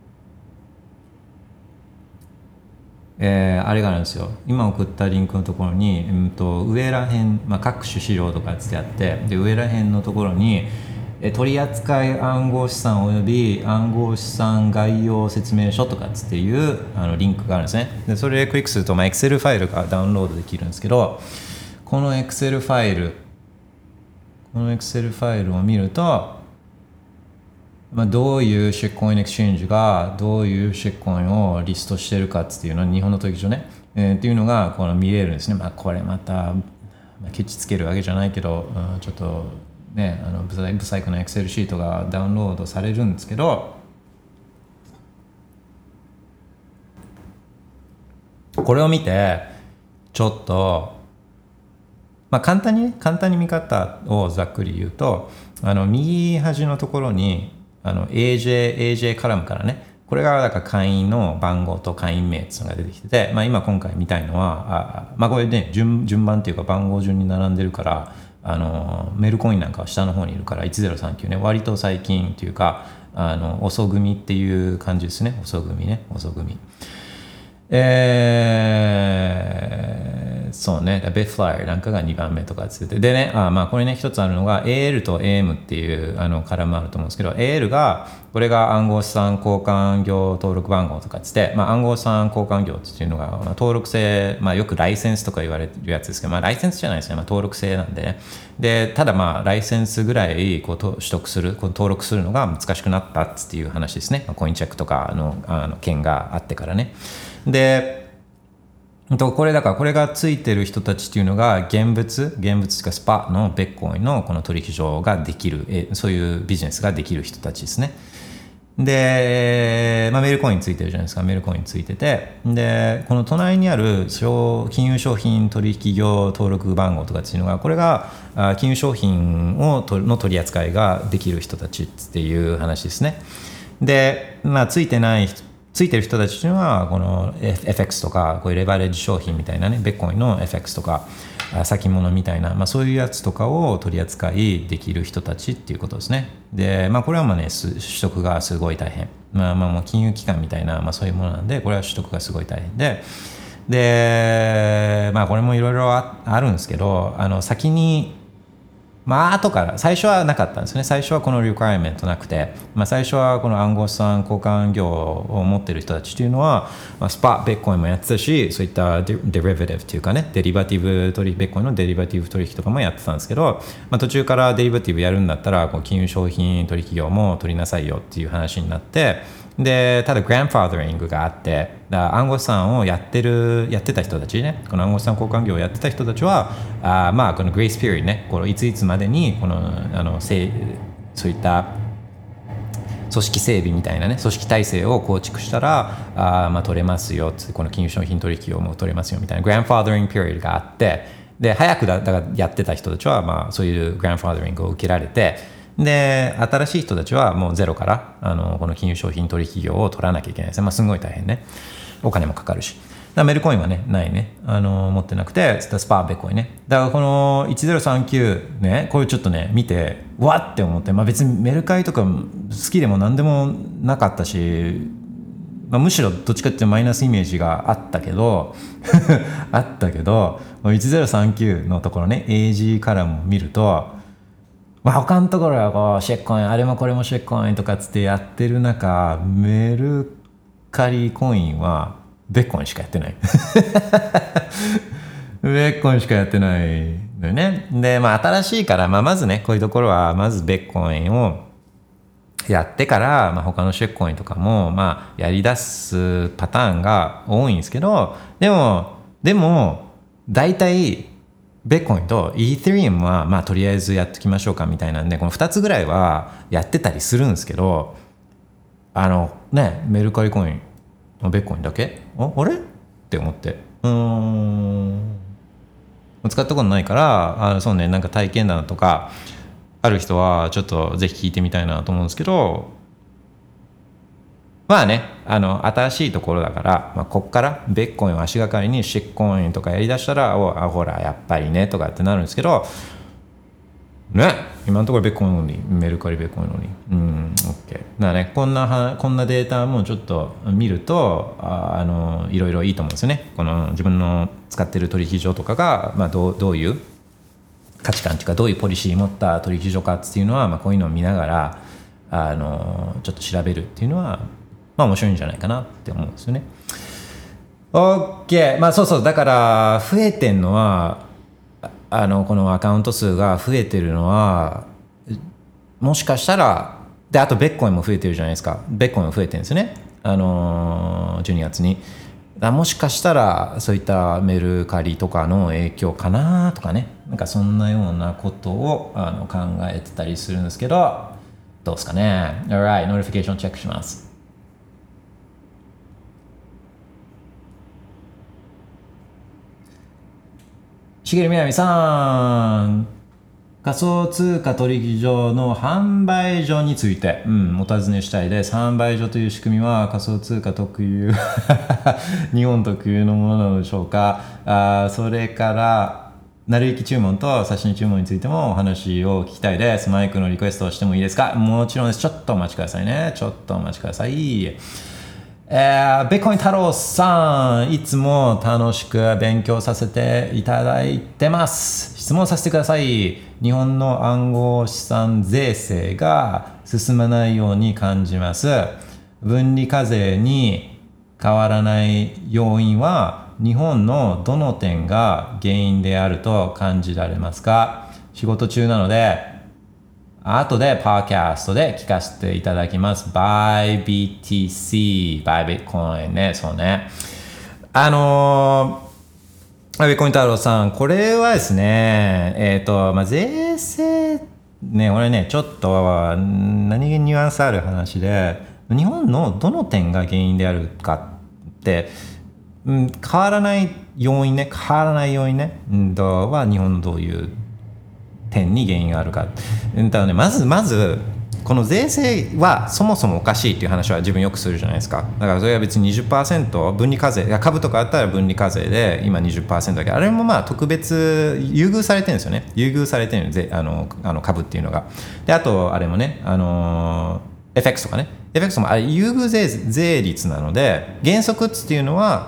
えー、あれがあるんですよ。今送ったリンクのところに、うん、と上らへん、まあ、各種資料とかつってあってで上らへんのところにえ取扱暗号資産および暗号資産概要説明書とかっていうあのリンクがあるんですね。でそれでクリックすると、まあ、Excel ファイルがダウンロードできるんですけどこの Excel ファイルこの Excel ファイルを見ると、まあ、どういうシェックコインエクスチェンジがどういうシェックコインをリストしてるかっていうのは日本の取引所ね、えー、っていうのがこの見れるんですね。まあ、これまた、まあ、ケチつけるわけじゃないけど、うん、ちょっとねあのブサイブサイクの Excel シートがダウンロードされるんですけどこれを見てちょっとまあ、簡単にね簡単に見方をざっくり言うとあの右端のところにあの エージェー, エージェー カラムからねこれがだから会員の番号と会員名っていうのが出てきてて、まあ、今今回見たいのはあ、まあ、これね 順, 順番っていうか番号順に並んでるからあのメルコインなんかは下の方にいるからいちぜろさんきゅうね割と最近っていうかあの遅組っていう感じですね遅組ね遅組えー、そうね、ベッフライなんかがにばんめとかつってて、でね、あまあこれね、一つあるのが エーエル と エーエム っていうあのカラムあると思うんですけど、エーエル が、これが暗号資産交換業登録番号とかつって、まあ、暗号資産交換業っていうのが、まあ、登録制、まあ、よくライセンスとか言われるやつですけど、まあ、ライセンスじゃないですね、まあ、登録制なんでね。で、ただまあ、ライセンスぐらいこう取得する、こう登録するのが難しくなったっていう話ですね。まあ、コインチェックとかのあの件があってからね。で、これだからこれがついてる人たちっていうのが現物現物というかスパのベッコインのこの取引所ができるえそういうビジネスができる人たちですね。で、まあ、メールコインついてるじゃないですか。メールコインついててでこの隣にある金融商品取引業登録番号とかっていうのがこれが金融商品をの取り扱いができる人たちっていう話ですね。で、まあ、ついてない人ついてる人たちというのはこの エフエックス とかこういうレバレッジ商品みたいなねベッコインの エフエックス とか先物みたいな、まあ、そういうやつとかを取り扱いできる人たちっていうことですね。で、まあ、これはまあね取得がすごい大変、まあ、まあもう金融機関みたいな、まあ、そういうものなんでこれは取得がすごい大変ででまあこれもいろいろあるんですけど、あの先にまあ後から最初はなかったんですね。最初はこのリクワイアメントなくて、まあ、最初はこの暗号資産交換業を持ってる人たちというのは、まあ、スパビットコインもやってたし、そういったデリバティブというかね、デリバティブ取引、ビットコインのデリバティブ取引とかもやってたんですけど、まあ、途中からデリバティブやるんだったらこう金融商品取引業も取りなさいよっていう話になって、でただグランファーザリングがあって、だから暗号資産をやってるやってた人たちね、この暗号資産交換業をやってた人たちはあまあこのグレースピリオドね、このいついつまでにこのあのせそういった組織整備みたいなね、組織体制を構築したらあまあ取れますよ、この金融商品取引業も取れますよみたいなグランファーザリングピリオドがあって、で早くだだからやってた人たちはまあそういうグランファーザリングを受けられて、で新しい人たちはもうゼロからあのこの金融商品取引業を取らなきゃいけないですね。まあ、すごい大変ね、お金もかかるし、だからメルコインはねないね、あの持ってなくてスパーベコインね、だからこのいちぜろさんきゅうね、これちょっとね見てわって思って、まあ、別にメルカリとか好きでも何でもなかったし、まあ、むしろどっちかっていうとマイナスイメージがあったけどあったけどいちぜろさんきゅうのところね エージー カラムを見ると、まあ、他のところはこうシェッコインあれもこれもシェッコインとかつってやってる中、メルカリコインはベッコインしかやってないベッコインしかやってないのよね。でまあ新しいから、まあ、まずねこういうところはまずベッコインをやってから、まあ、他のシェッコインとかもまあやり出すパターンが多いんですけど、でもでも大体ベッコインとイーサリアムはまあとりあえずやっておきましょうかみたいなんで、このふたつぐらいはやってたりするんですけど、あのねメルカリコインベッコインだけ あ, あれって思って、うーん使ったことないから、あそうね、なんか体験談とかある人はちょっとぜひ聞いてみたいなと思うんですけど、まあね、あの新しいところだから、まあ、こっからベッコインを足がかりにシェッコインとかやりだしたら、おあほらやっぱりねとかってなるんですけどね、今のところベッコインのにメルカリベッコインのにうん OK だからね、こんなこんなデータもちょっと見ると あ, あのいろいろいいと思うんですよね。この自分の使ってる取引所とかが、まあ、ど, うどういう価値観というかどういうポリシー持った取引所かっていうのは、まあ、こういうのを見ながらあのちょっと調べるっていうのはまあ面白いんじゃないかなって思うんですよね。 OK、 まあそうそう、だから増えてんのはあのこのアカウント数が増えてるのはもしかしたらで、あとベッコインも増えてるじゃないですか。ベッコインも増えてるんですよね、あのじゅうにがつに。だもしかしたらそういったメルカリとかの影響かなとかね、なんかそんなようなことをあの考えてたりするんですけど、どうですかね。 Alright、 ノーティフィケーションチェックします。しげるみなみさん、仮想通貨取引所の販売所について、うん、お尋ねしたいです。販売所という仕組みは仮想通貨特有日本特有のものなのでしょうか。あそれから成り行き注文と差し値注文についてもお話を聞きたいです。マイクのリクエストをしてもいいですか。もちろんです。ちょっとお待ちくださいね。ちょっとお待ちください。えー、ベッコイン太郎さん、いつも楽しく勉強させていただいてます。質問させてください。日本の暗号資産税制が進まないように感じます。分離課税に変わらない要因は日本のどの点が原因であると感じられますか。仕事中なので後でパーキャストで聞かせていただきます。Buy ビーティーシー、Buy Bitcoin ね、そうね。あのー、ビッコイン太郎さん、これはですね、えっと、まあ、税制、ね、俺ね、ちょっと何気にニュアンスある話で、日本のどの点が原因であるかって、うん、変わらない要因ね、変わらない要因ね、うん、とは日本のどういう点に原因があるか。だからね、まずまずこの税制はそもそもおかしいっていう話は自分よくするじゃないですか。だからそれは別に にじゅっパーセント 分離課税、株とかあったら分離課税で今 にじゅっパーセント だけど、あれもまあ特別優遇されてるんですよね。優遇されてるんで、あのあの株っていうのが。であとあれもね、あの エフエックス とかね、エフエックス もあれ優遇税税率なので、原則っていうのは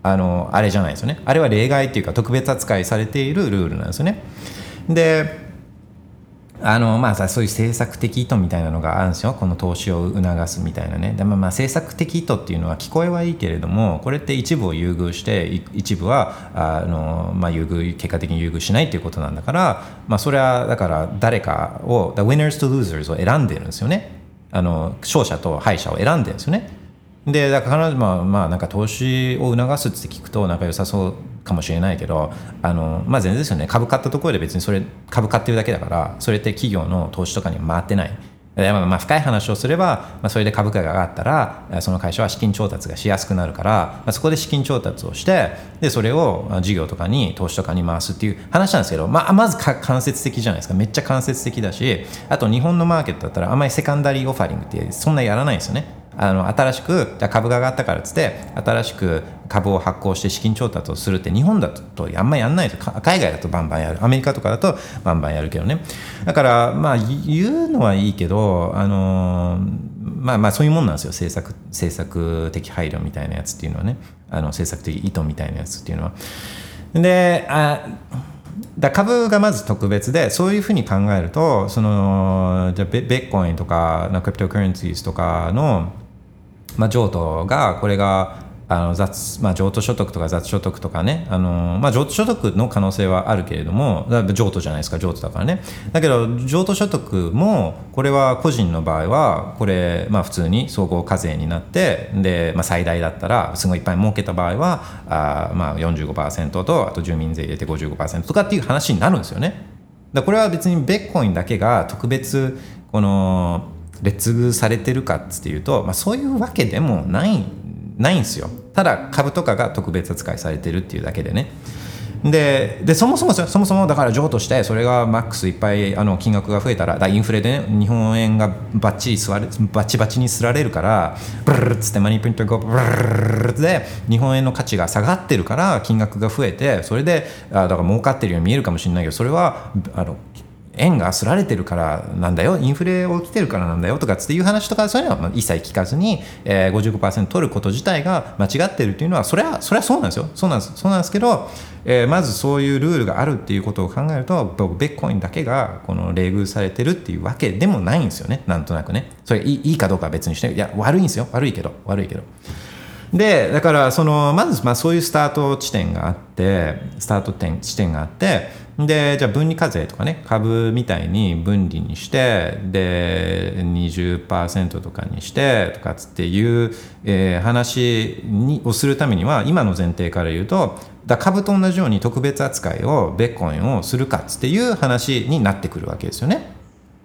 あのあれじゃないですよね。あれは例外っていうか特別扱いされているルールなんですよね。であのまあさそういう政策的意図みたいなのがあるんですよ。この投資を促すみたいなね。で、まあ、まあ政策的意図っていうのは聞こえはいいけれども、これって一部を優遇して一部はあの、まあ、優遇結果的に優遇しないっていうことなんだから、まあ、それはだから誰かを The winners to losers を選んでるんですよね。あの勝者と敗者を選んでるんですよね。でだからまあまあなんか投資を促すって聞くとなんか良さそうかもしれないけど、あのまあ全然ですよね。株買ったところで別にそれ株買ってるだけだから、それって企業の投資とかに回ってない。でまあまあ深い話をすれば、まあ、それで株価が上がったらその会社は資金調達がしやすくなるから、まあ、そこで資金調達をしてでそれを事業とかに投資とかに回すっていう話なんですけど、まあ、まず間接的じゃないですか。めっちゃ間接的だし、あと日本のマーケットだったらあんまりセカンダリーオファリングってそんなやらないんですよね。あの新しくじゃ株が上がったからっつって新しく株を発行して資金調達をするって日本だとあんまりやんないです。海外だとバンバンやる、アメリカとかだとバンバンやるけどね。だからまあ言うのはいいけど、あのまあまあそういうもんなんですよ。政策政策的配慮みたいなやつっていうのはね、あの政策的意図みたいなやつっていうのは。であだ株がまず特別で、そういうふうに考えると、そのじゃビットコインとかクリプトカレンシーとかのまあ、譲渡がこれがあの雑、まあ、譲渡所得とか雑所得とかね、あの、まあ、譲渡所得の可能性はあるけれども、譲渡じゃないですか、譲渡だからね。だけど譲渡所得もこれは個人の場合はこれ、まあ、普通に総合課税になってで、まあ、最大だったらすごいいっぱい儲けた場合はあ、まあ、よんじゅうごパーセント とあと住民税入れて ごじゅうごパーセント とかっていう話になるんですよね。だこれは別にビットコインだけが特別この劣遇されてるかっていうと、まあ、そういうわけでもないないんですよ。ただ株とかが特別扱いされてるっていうだけでね。で, でそもそもそもそもだから譲渡してそれがマックスいっぱいあの金額が増えたらだインフレで、ね、日本円がバッチリ座れバチバチにすられるからブルルッつってマニープリントがブルルッで日本円の価値が下がってるから金額が増えてそれであだから儲かってるように見えるかもしれないけどそれはあの円がすられてるからなんだよインフレ起きてるからなんだよとかっていう話とかそういうのは一切聞かずに、えー、ごじゅうごパーセント 取ること自体が間違ってるっていうのはそれはそれはそうなんですよそうなんですそうなんですけど、えー、まずそういうルールがあるっていうことを考えるとビットコインだけがこの冷遇されてるっていうわけでもないんですよね。なんとなくねそれいい、いいかどうかは別にしていや悪いんですよ悪いけど悪いけどでだからそのまずまあそういうスタート地点があってスタート点地点があってでじゃあ分離課税とかね株みたいに分離にしてで にじゅっパーセント とかにしてとかつっていう、えー、話にをするためには今の前提から言うとだ株と同じように特別扱いをビットコインをするかつっていう話になってくるわけですよね。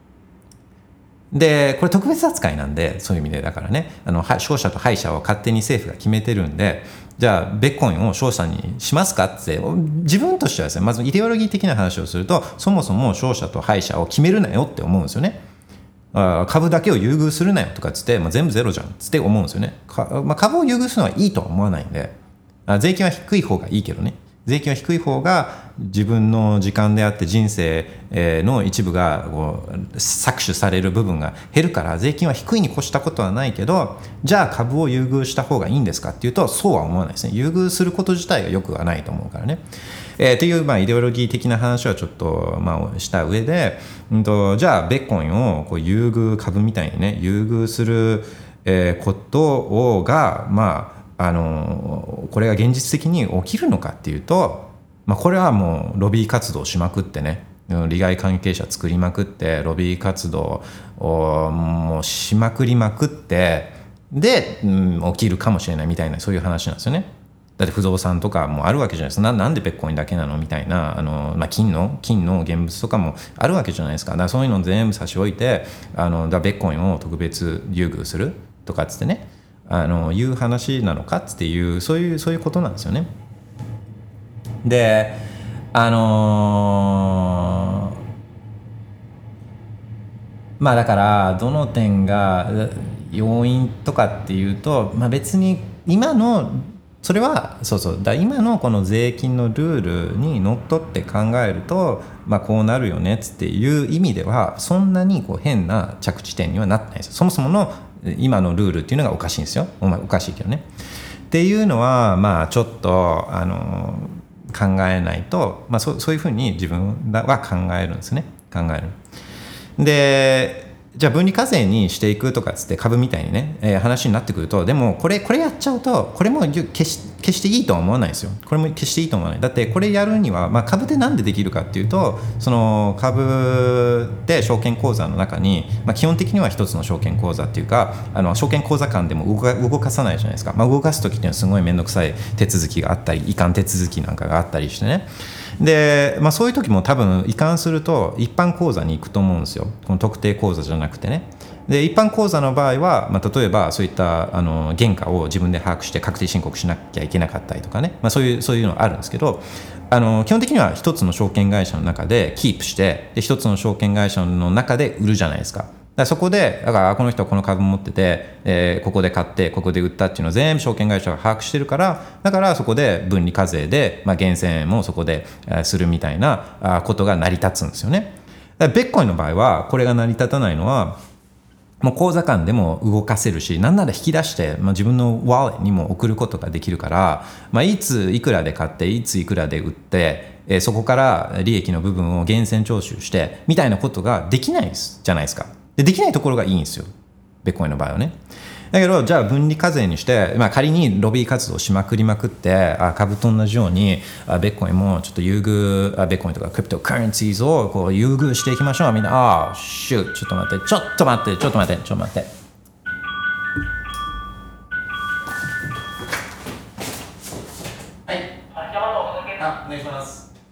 でこれ特別扱いなんでそういう意味でだからねあの勝者と敗者を勝手に政府が決めてるんでじゃあビットコインを勝者にしますかって自分としてはですねまずイデオロギー的な話をするとそもそも勝者と敗者を決めるなよって思うんですよね。あ株だけを優遇するなよとかっつって、まあ、全部ゼロじゃんっつって思うんですよね。か、まあ、株を優遇するのはいいとは思わないんであ税金は低い方がいいけどね税金は低い方が自分の時間であって人生の一部がこう搾取される部分が減るから税金は低いに越したことはないけどじゃあ株を優遇した方がいいんですかっていうとそうは思わないですね。優遇すること自体がよくはないと思うからね。えー、というまあイデオロギー的な話はちょっとまあした上で、うんと、じゃあビットコインをこう優遇株みたいにね優遇する、えー、ことをがまああのこれが現実的に起きるのかっていうと、まあ、これはもうロビー活動しまくってね利害関係者作りまくってロビー活動をもうしまくりまくってで、うん、起きるかもしれないみたいなそういう話なんですよね。だって不動産とかもあるわけじゃないですか。 な, なんでビットコインだけなのみたいなあの、まあ、金の金の現物とかもあるわけじゃないですか。だからそういうのを全部差し置いてあのだビットコインを特別優遇するとかっつってねあのいう話なのかっていうそういうそういうことなんですよね。であのー、まあだからどの点が要因とかっていうと、まあ、別に今のそれはそうそうだ今のこの税金のルールにのっとって考えると、まあ、こうなるよねっていう意味ではそんなにこう変な着地点にはなってないですよ。そもそもの今のルールっていうのがおかしいんですよ。おかしいけどね。 っていうのはまあちょっとあの考えないと、まあ、そ, そういうふうに自分は考えるんですね。考える。でじゃあ分離課税にしていくとかっつって株みたいにね、えー、話になってくると、でもこれこれやっちゃうとこれも決し決していいとは思わないですよ。これも決していいと思わない。だってこれやるには、まあ、株ってなんでできるかっていうと、その株で証券口座の中に、まあ、基本的には一つの証券口座っていうか、あの証券口座間でも動か、動かさないじゃないですか。まあ、動かす時っていうのはすごい面倒くさい手続きがあったり、移管手続きなんかがあったりしてね。で、まあ、そういう時も多分移管すると一般口座に行くと思うんですよ。この特定口座じゃなくてね。で一般口座の場合は、まあ、例えばそういったあの原価を自分で把握して確定申告しなきゃいけなかったりとかね、まあ、そういう、そういうのあるんですけど、あの基本的には一つの証券会社の中でキープして、で一つの証券会社の中で売るじゃないですか。だからそこでだからこの人はこの株持ってて、えー、ここで買ってここで売ったっていうのを全部証券会社が把握してるから、だからそこで分離課税で、まあ、源泉もそこで、えー、するみたいなことが成り立つんですよね。だからベッコインの場合はこれが成り立たないのは、もう口座間でも動かせるし、なんなら引き出して、まあ、自分のワーレットにも送ることができるから、まあ、いついくらで買っていついくらで売って、えー、そこから利益の部分を源泉徴収してみたいなことができないじゃないですか。で、できないところがいいんですよ、ベッコインの場合はね。だけどじゃあ分離課税にして、まあ、仮にロビー活動しまくりまくって、あ株と同じようにあベッコインもちょっと優遇、あベッコインとかクリプトカレンシーズをこう優遇していきましょう。みんなあシューちょっと待ってちょっと待ってちょっと待ってちょっと待ってはい、あお願いします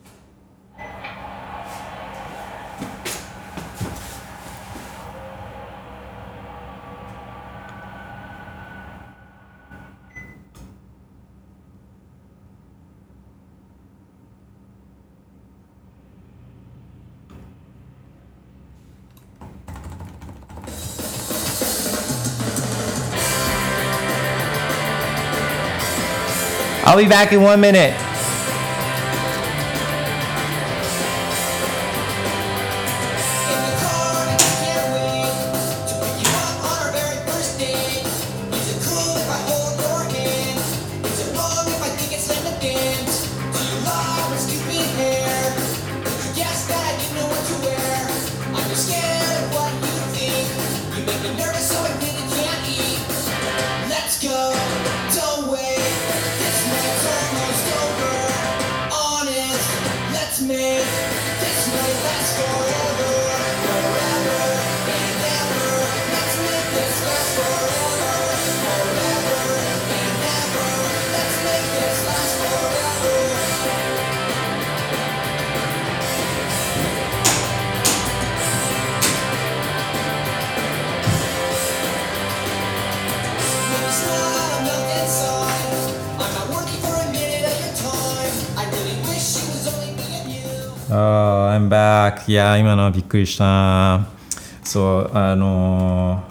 。I'll be back in one minute. Oh, I'm back. いや今のはびっくりした。そうあの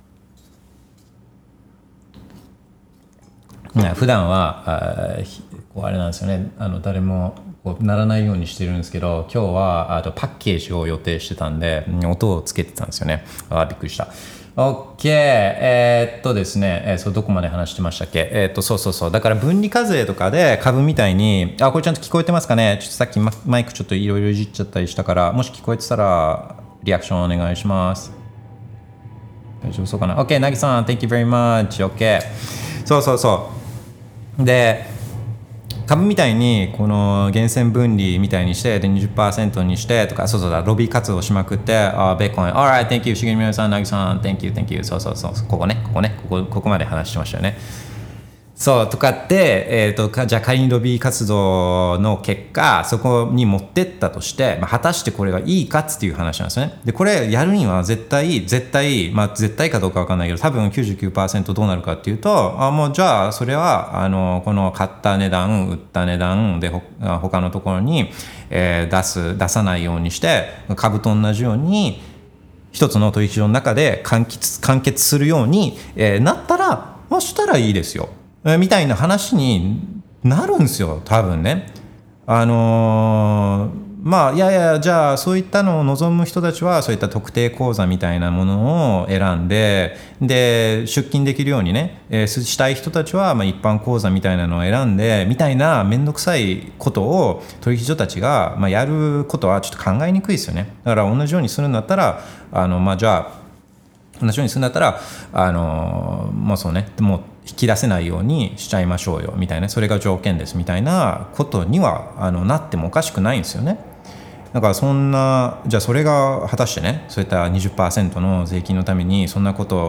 ー、普段はあこうあれなんですよね、あの誰もこうならないようにしてるんですけど、今日はあとパッケージを予定してたんで音をつけてたんですよね。あびっくりした。OK、えー、っとですね、えー、そうどこまで話してましたっけ。えー、っとそうそうそう、だから分離課税とかで株みたいに、あこれちゃんと聞こえてますかね。ちょっとさっきマイクちょっといろいろいじっちゃったりしたから、もし聞こえてたらリアクションお願いします。大丈夫そうかな。 OK なぎさん Thank you very much。 OK そうそうそうで株みたいにこの源泉分離みたいにしてで にじゅっパーセント にしてとか、そうそうだロビー活動しまくって、あベッコイン Alright thank you しげみのさんなぎさん Thank you thank you そうそうそうここねここねここここまで話してましたよね。そうとかって、えー、とじゃあ仮にロビー活動の結果そこに持ってったとして、まあ、果たしてこれがいいかっていう話なんですね。でこれやるには絶対絶対まあ絶対かどうか分かんないけど多分 きゅうじゅうきゅうパーセント どうなるかっていうと、あもうじゃあそれはあのこの買った値段売った値段でほ他のところに、えー、出す出さないようにして株と同じように一つの取引所の中で完結完結するように、えー、なったらまあしたらいいですよみたいな話になるんですよ多分ね。あのー、 まあいやいやじゃあそういったのを望む人たちはそういった特定口座みたいなものを選んでで出金できるようにね、えー、したい人たちはまあ一般口座みたいなのを選んでみたいな面倒くさいことを取引所たちがまあやることはちょっと考えにくいですよね。だから同じようにするんだったらあのまあじゃあ同じようにするんだったらあのもうそうねもう引き出せないようにしちゃいましょうよみたいなそれが条件ですみたいなことにはあのなってもおかしくないんですよね。だからそんなじゃあそれが果たしてねそういった にじゅっパーセント の税金のためにそんなこと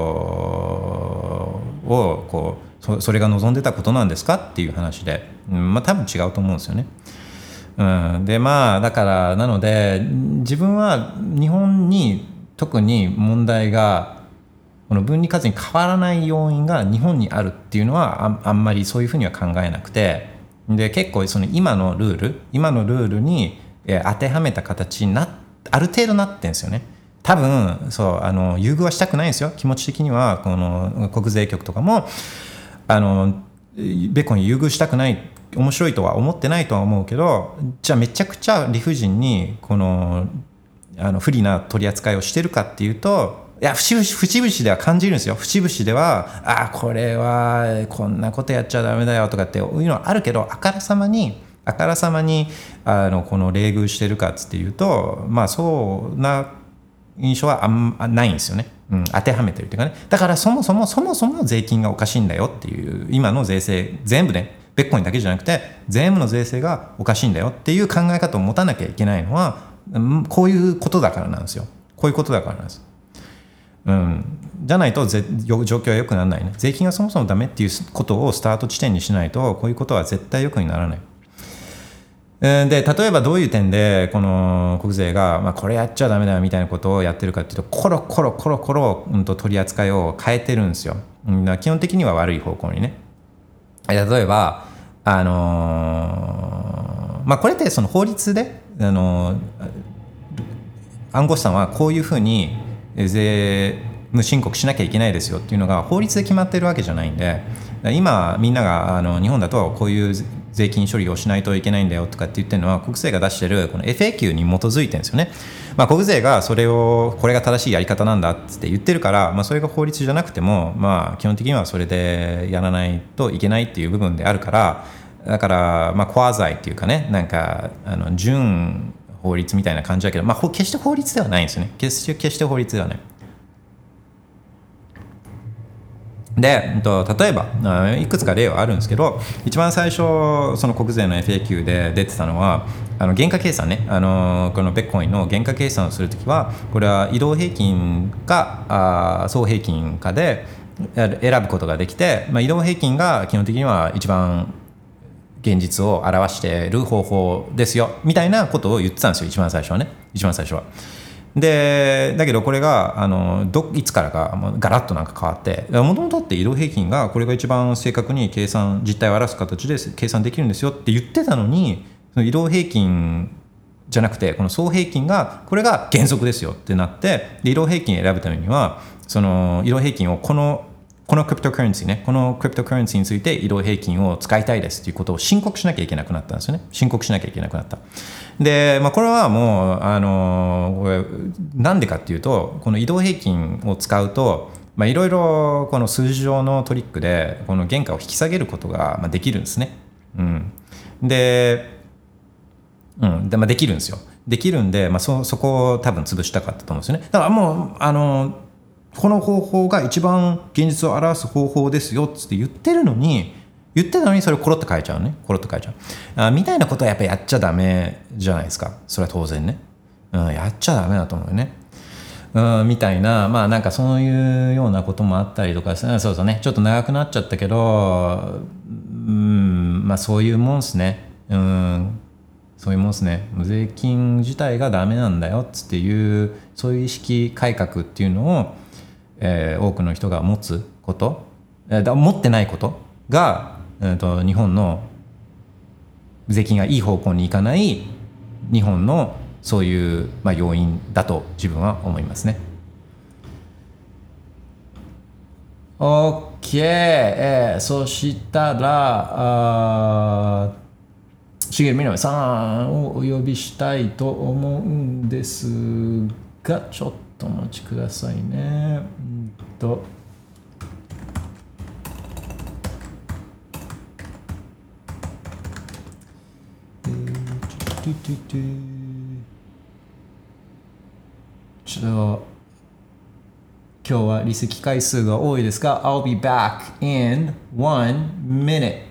をこう そ, それが望んでたことなんですかっていう話で、うん、まあ多分違うと思うんですよね。うん、でまあだからなので自分は日本に特に問題がこの分離課税に変わらない要因が日本にあるっていうのは あ, あんまりそういうふうには考えなくてで結構その今のルール今のルールに当てはめた形になある程度なってんですよね。多分そうあの優遇はしたくないんですよ気持ち的には。この国税局とかもあのベコンに優遇したくない面白いとは思ってないとは思うけどじゃあめちゃくちゃ理不尽にこのあの不利な取り扱いをしてるかっていうといや節々節々では感じるんですよ。節々ではあこれはこんなことやっちゃダメだよとかっていうのはあるけどあからさまにあからさまにあのこの冷遇してるかっつっていうとまあそうな印象はあんまないんですよね、うん、当てはめてるっていうかね。だからそもそもそもそも税金がおかしいんだよっていう今の税制全部ねベッコインだけじゃなくて全部の税制がおかしいんだよっていう考え方を持たなきゃいけないのは、うん、こういうことだからなんですよ。こういうことだからなんです。うん、じゃないとぜ状況は良くならないね。税金がそもそもダメっていうことをスタート地点にしないとこういうことは絶対良くにならない。で例えばどういう点でこの国税が、まあ、これやっちゃダメだよみたいなことをやってるかっていうとコロコロコロコロ、うん、と取り扱いを変えてるんですよ。うん、基本的には悪い方向にね。例えばあのー、まあこれってその法律であのー、暗号資産はこういうふうに税務申告しなきゃいけないですよっていうのが法律で決まってるわけじゃないんで今みんながあの日本だとこういう税金処理をしないといけないんだよとかって言ってるのは国税が出してるこの エフエーキュー に基づいてるんですよね。まあ、国税がそれをこれが正しいやり方なんだって言ってるから、まあ、それが法律じゃなくても、まあ、基本的にはそれでやらないといけないっていう部分であるからだからまあコア罪っていうかねなんかあの準法律みたいな感じだけど、まあ、決して法律ではないんですよね。決して決して法律ではない。で例えばいくつか例はあるんですけど一番最初その国税の エフエーキュー で出てたのはあの原価計算ねあのこのベッコインの原価計算をするときはこれは移動平均かあ総平均かで選ぶことができて、まあ、移動平均が基本的には一番現実を表している方法ですよみたいなことを言ってたんですよ一番最初はね一番最初は。でだけどこれがあのどいつからかガラッとなんか変わってもともとって移動平均がこれが一番正確に計算実態を表す形で計算できるんですよって言ってたのにその移動平均じゃなくてこの総平均がこれが原則ですよってなってで移動平均を選ぶためにはその移動平均をこのこのクリプトカレンシーねこのクリプトカレンシーについて移動平均を使いたいですっていうことを申告しなきゃいけなくなったんですよね。申告しなきゃいけなくなった。で、まあ、これはもうあのこれなんでかっていうとこの移動平均を使うといろいろこの数字上のトリックでこの原価を引き下げることができるんですね。うん、で,、うんでまあ、できるんですよ。できるんで、まあ、そ, そこを多分潰したかったと思うんですよね。だからもうあのこの方法が一番現実を表す方法ですよって言ってるのに言ってたのにそれをコロッと変えちゃうねコロッと変えちゃうあみたいなことはやっぱりやっちゃダメじゃないですか。それは当然ね、うん、やっちゃダメだと思うよね、うん、みたいなまあなんかそういうようなこともあったりとかそうそうねちょっと長くなっちゃったけどうんまあそういうもんですね。うんそういうもんですね。税金自体がダメなんだよっていうそういう意識改革っていうのをえー、多くの人が持つこと、えー、だ持ってないことが、えー、と日本の税金がいい方向に行かない日本のそういう、まあ、要因だと自分は思いますね。OK、えー、そしたらあしげるみなみさんをお呼びしたいと思うんですが、ちょっとお待ちくださいね。うんとえー、ちょっとちょっと今日は離席回数が多いですが、I'll be back in one minute.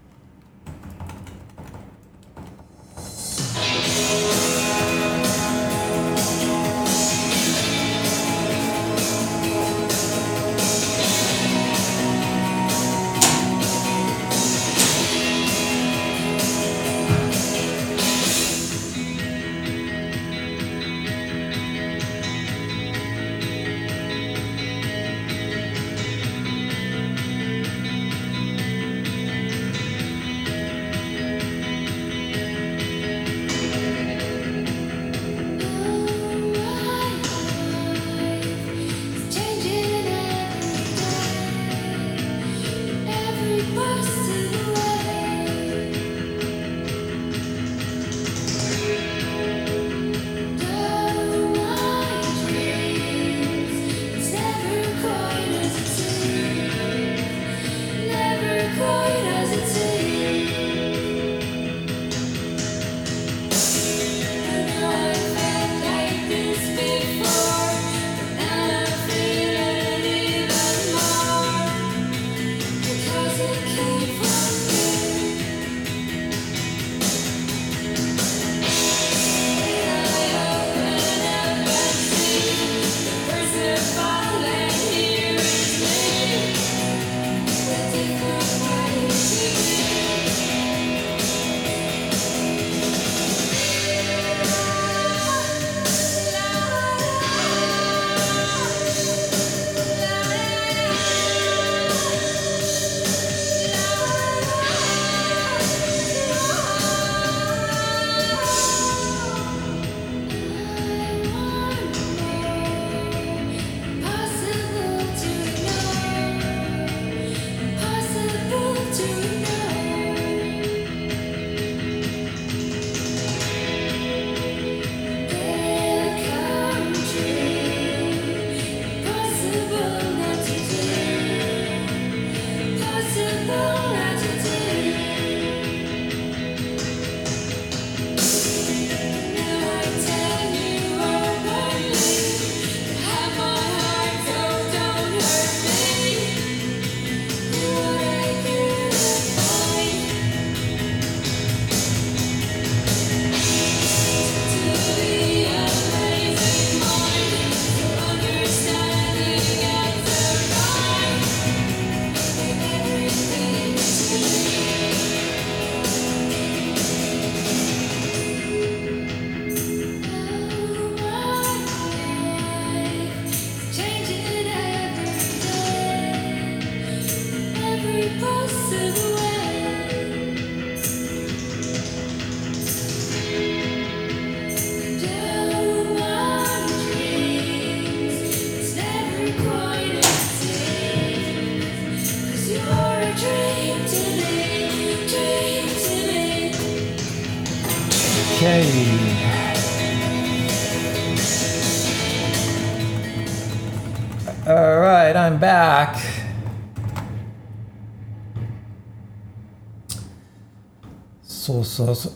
Okay. All right, I'm back. そうそうそう。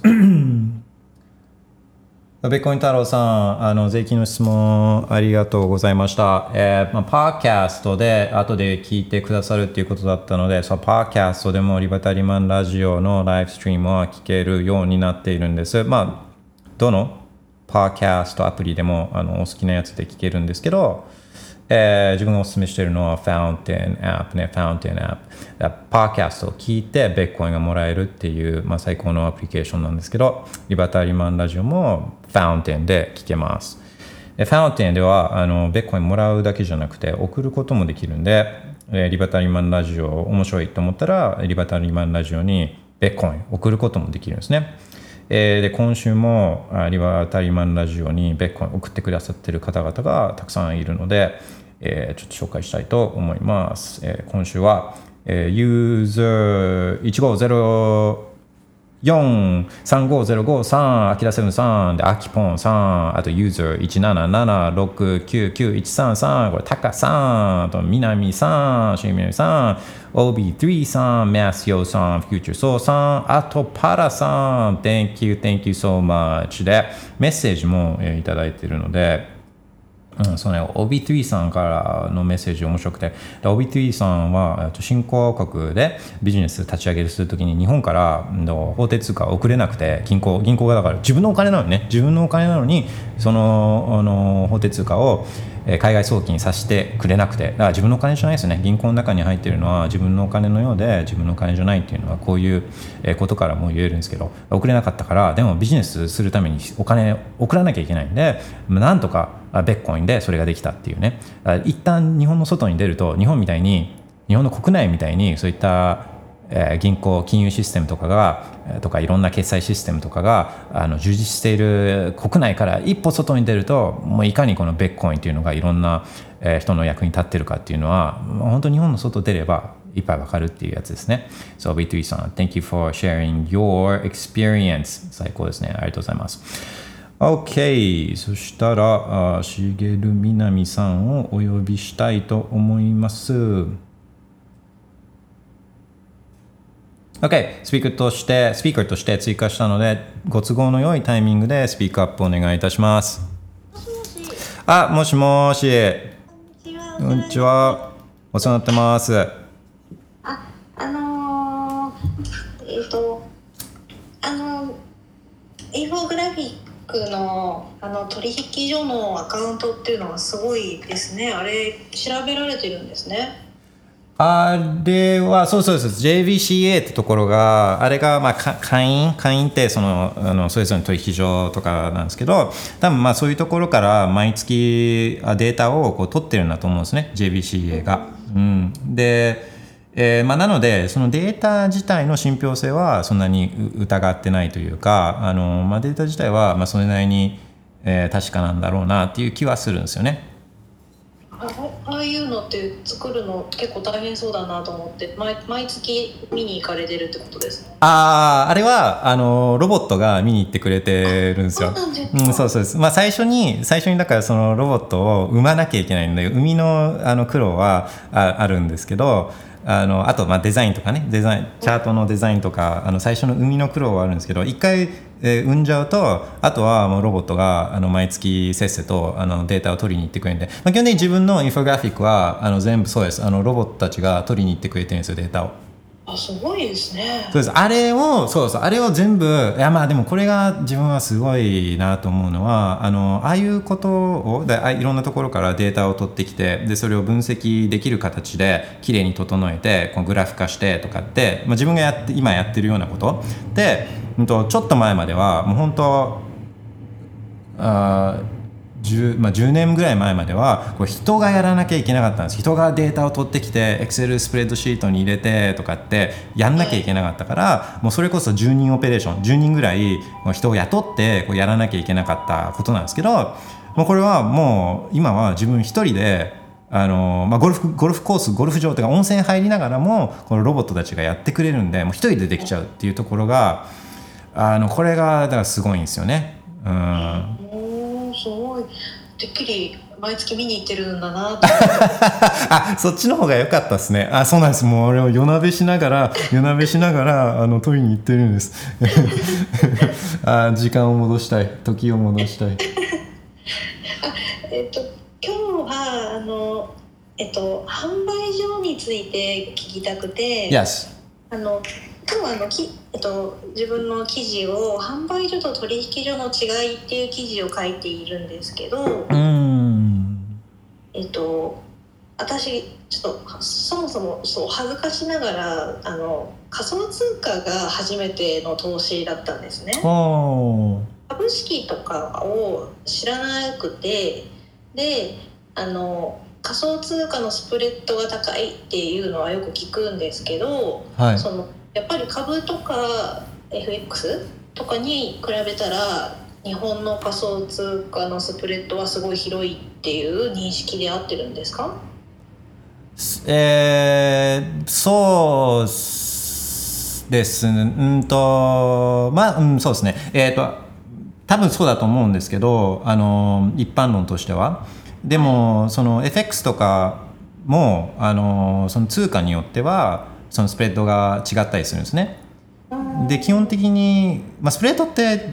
ベッコイン太郎さん、あの税金の質問ありがとうございました。えーまあ、パーキャストで後で聞いてくださるっていうことだったので、そのパーキャストでもリバタリマンラジオのライブストリームは聞けるようになっているんです。まあ、どのパーキャストアプリでもあのお好きなやつで聞けるんですけど、えー、自分がお勧めしているのは Fountain App ね、Fountain App。パーキャストを聞いてベッコインがもらえるっていう、まあ、最高のアプリケーションなんですけど、リバタリマンラジオも Fountain で聞けます。Fountain ではあのベッコインもらうだけじゃなくて送ることもできるんで、えー、リバタリマンラジオ面白いと思ったらリバタリマンラジオにベッコイン送ることもできるんですね。えー、で今週もリバタリマンラジオにベッコイン送ってくださっている方々がたくさんいるので、えー、ちょっと紹介したいと思います。えー、今週は、えー、ユーザーいちごゼロよんさんごゼロごさんアキラセブンさんでアキポンさんあとユーザーいちななななろくきゅうきゅういちさんさんこれタカさんあとミナミさんシュウミナミさん オービースリー さんマスヨさんフューチャーソーさんあとパラさん Thank you thank you so much でメッセージもいただいているのでうん、そうね、オービースリー さんからのメッセージ面白くて オービースリー さんは新興国でビジネス立ち上げするときに日本から法定通貨を送れなくて銀行銀行がだから自分のお金なのにね自分のお金なのにそのあの法定通貨を海外送金させてくれなくてだから自分のお金じゃないですね銀行の中に入っているのは自分のお金のようで自分のお金じゃないっていうのはこういうことからも言えるんですけど送れなかったからでもビジネスするためにお金送らなきゃいけないんでなんとかベッコインでそれができたっていうね一旦日本の外に出ると日本みたいに日本の国内みたいにそういった銀行金融システムとかがとかいろんな決済システムとかがあの充実している国内から一歩外に出るともういかにこのベッコインというのがいろんな人の役に立ってるかっていうのは本当に日本の外出ればいっぱいわかるっていうやつですね。So オービースリー さん Thank you for sharing your experience 最高ですねありがとうございます。OK そしたらしげるみなみさんをお呼びしたいと思います。OK スピーカーとしてスピーカーとして追加したのでご都合の良いタイミングでスピークアップお願いいたします。 もしもしあもしもしこんにちはこんにちはお世話になってます。 ああのー、えっ、ー、とあのインフォグラフィックのあの取引所のアカウントっていうのはすごいですね。あれ調べられてるんですね。 あれはそうそうです ジェイビーシーエー ってところがあれがまあ会員会員ってそのあのそれぞれの取引所とかなんですけど多分まあそういうところから毎月データをこう取ってるんだと思うんですね ジェイビーシーエー が、うん、で、えーまあ、なのでそのデータ自体の信憑性はそんなに疑ってないというかあの、まあ、データ自体はまあそれなりに、えー、確かなんだろうなっていう気はするんですよね。 あ, ああいうのって作るの結構大変そうだなと思って 毎, 毎月見に行かれてるってことですね。 あああれはあのロボットが見に行ってくれてるんですよ。 そうなんですか。 うん、そうそうです。まあ最初に最初にだからそのロボットを生まなきゃいけないので生みのあの苦労は あ, あるんですけどあのあとまあデザインとかねデザインチャートのデザインとかあの最初の生みの苦労はあるんですけど一回えー、産んじゃうとあとはもうロボットがあの毎月せっせとあのデータを取りに行ってくれるんで、まあ、基本的に自分のインフォグラフィックはあの全部そうですあのロボットたちが取りに行ってくれてるんですよデータを。 あすごいですね。 そうですあれをそうそうあれを全部いやまあでもこれが自分はすごいなと思うのはあのああいうことをであいろんなところからデータを取ってきてでそれを分析できる形できれいに整えてこうグラフ化してとかって、まあ、自分がやって今やってるようなことで、うん、とちょっと前まではもう本当あ 10, まあ、じゅうねんぐらい前まではこれ人がやらなきゃいけなかったんです。人がデータを取ってきて Excel スプレッドシートに入れてとかってやんなきゃいけなかったからもうそれこそじゅうにんオペレーションじゅうにんぐらい人を雇ってこうやらなきゃいけなかったことなんですけどもうこれはもう今は自分一人であの、まあ、ゴルフ、ゴルフコースゴルフ場とか温泉入りながらもこのロボットたちがやってくれるんでもう一人でできちゃうっていうところがあのこれがだからすごいんですよね。うんおすごいてっきり毎月見に行ってるんだなとあそっちの方が良かったですね。あそうなんですもう俺を夜なべしながら夜なべしながらあの取りに行ってるんですあ時間を戻したい時を戻したいあえっと今日はあのえっと販売所について聞きたくて Yes あの今日はあのき、えっと、自分の記事を販売所と取引所の違いっていう記事を書いているんですけど、 うーんえっと私ちょっとそもそもそう恥ずかしながらあの仮想通貨が初めての投資だったんですね。株式とかを知らなくてであの仮想通貨のスプレッドが高いっていうのはよく聞くんですけど、 はい、 そのやっぱり株とか エフエックス とかに比べたら日本の仮想通貨のスプレッドはすごい広いっていう認識で合ってるんですか？ えー、そうですうんとまあ、うん、そうですねえっ、ー、と多分そうだと思うんですけどあの一般論としてはでもその エフエックス とかもあのその通貨によってはそのスプレッドが違ったりするんですね。で基本的に、まあ、スプレッドって、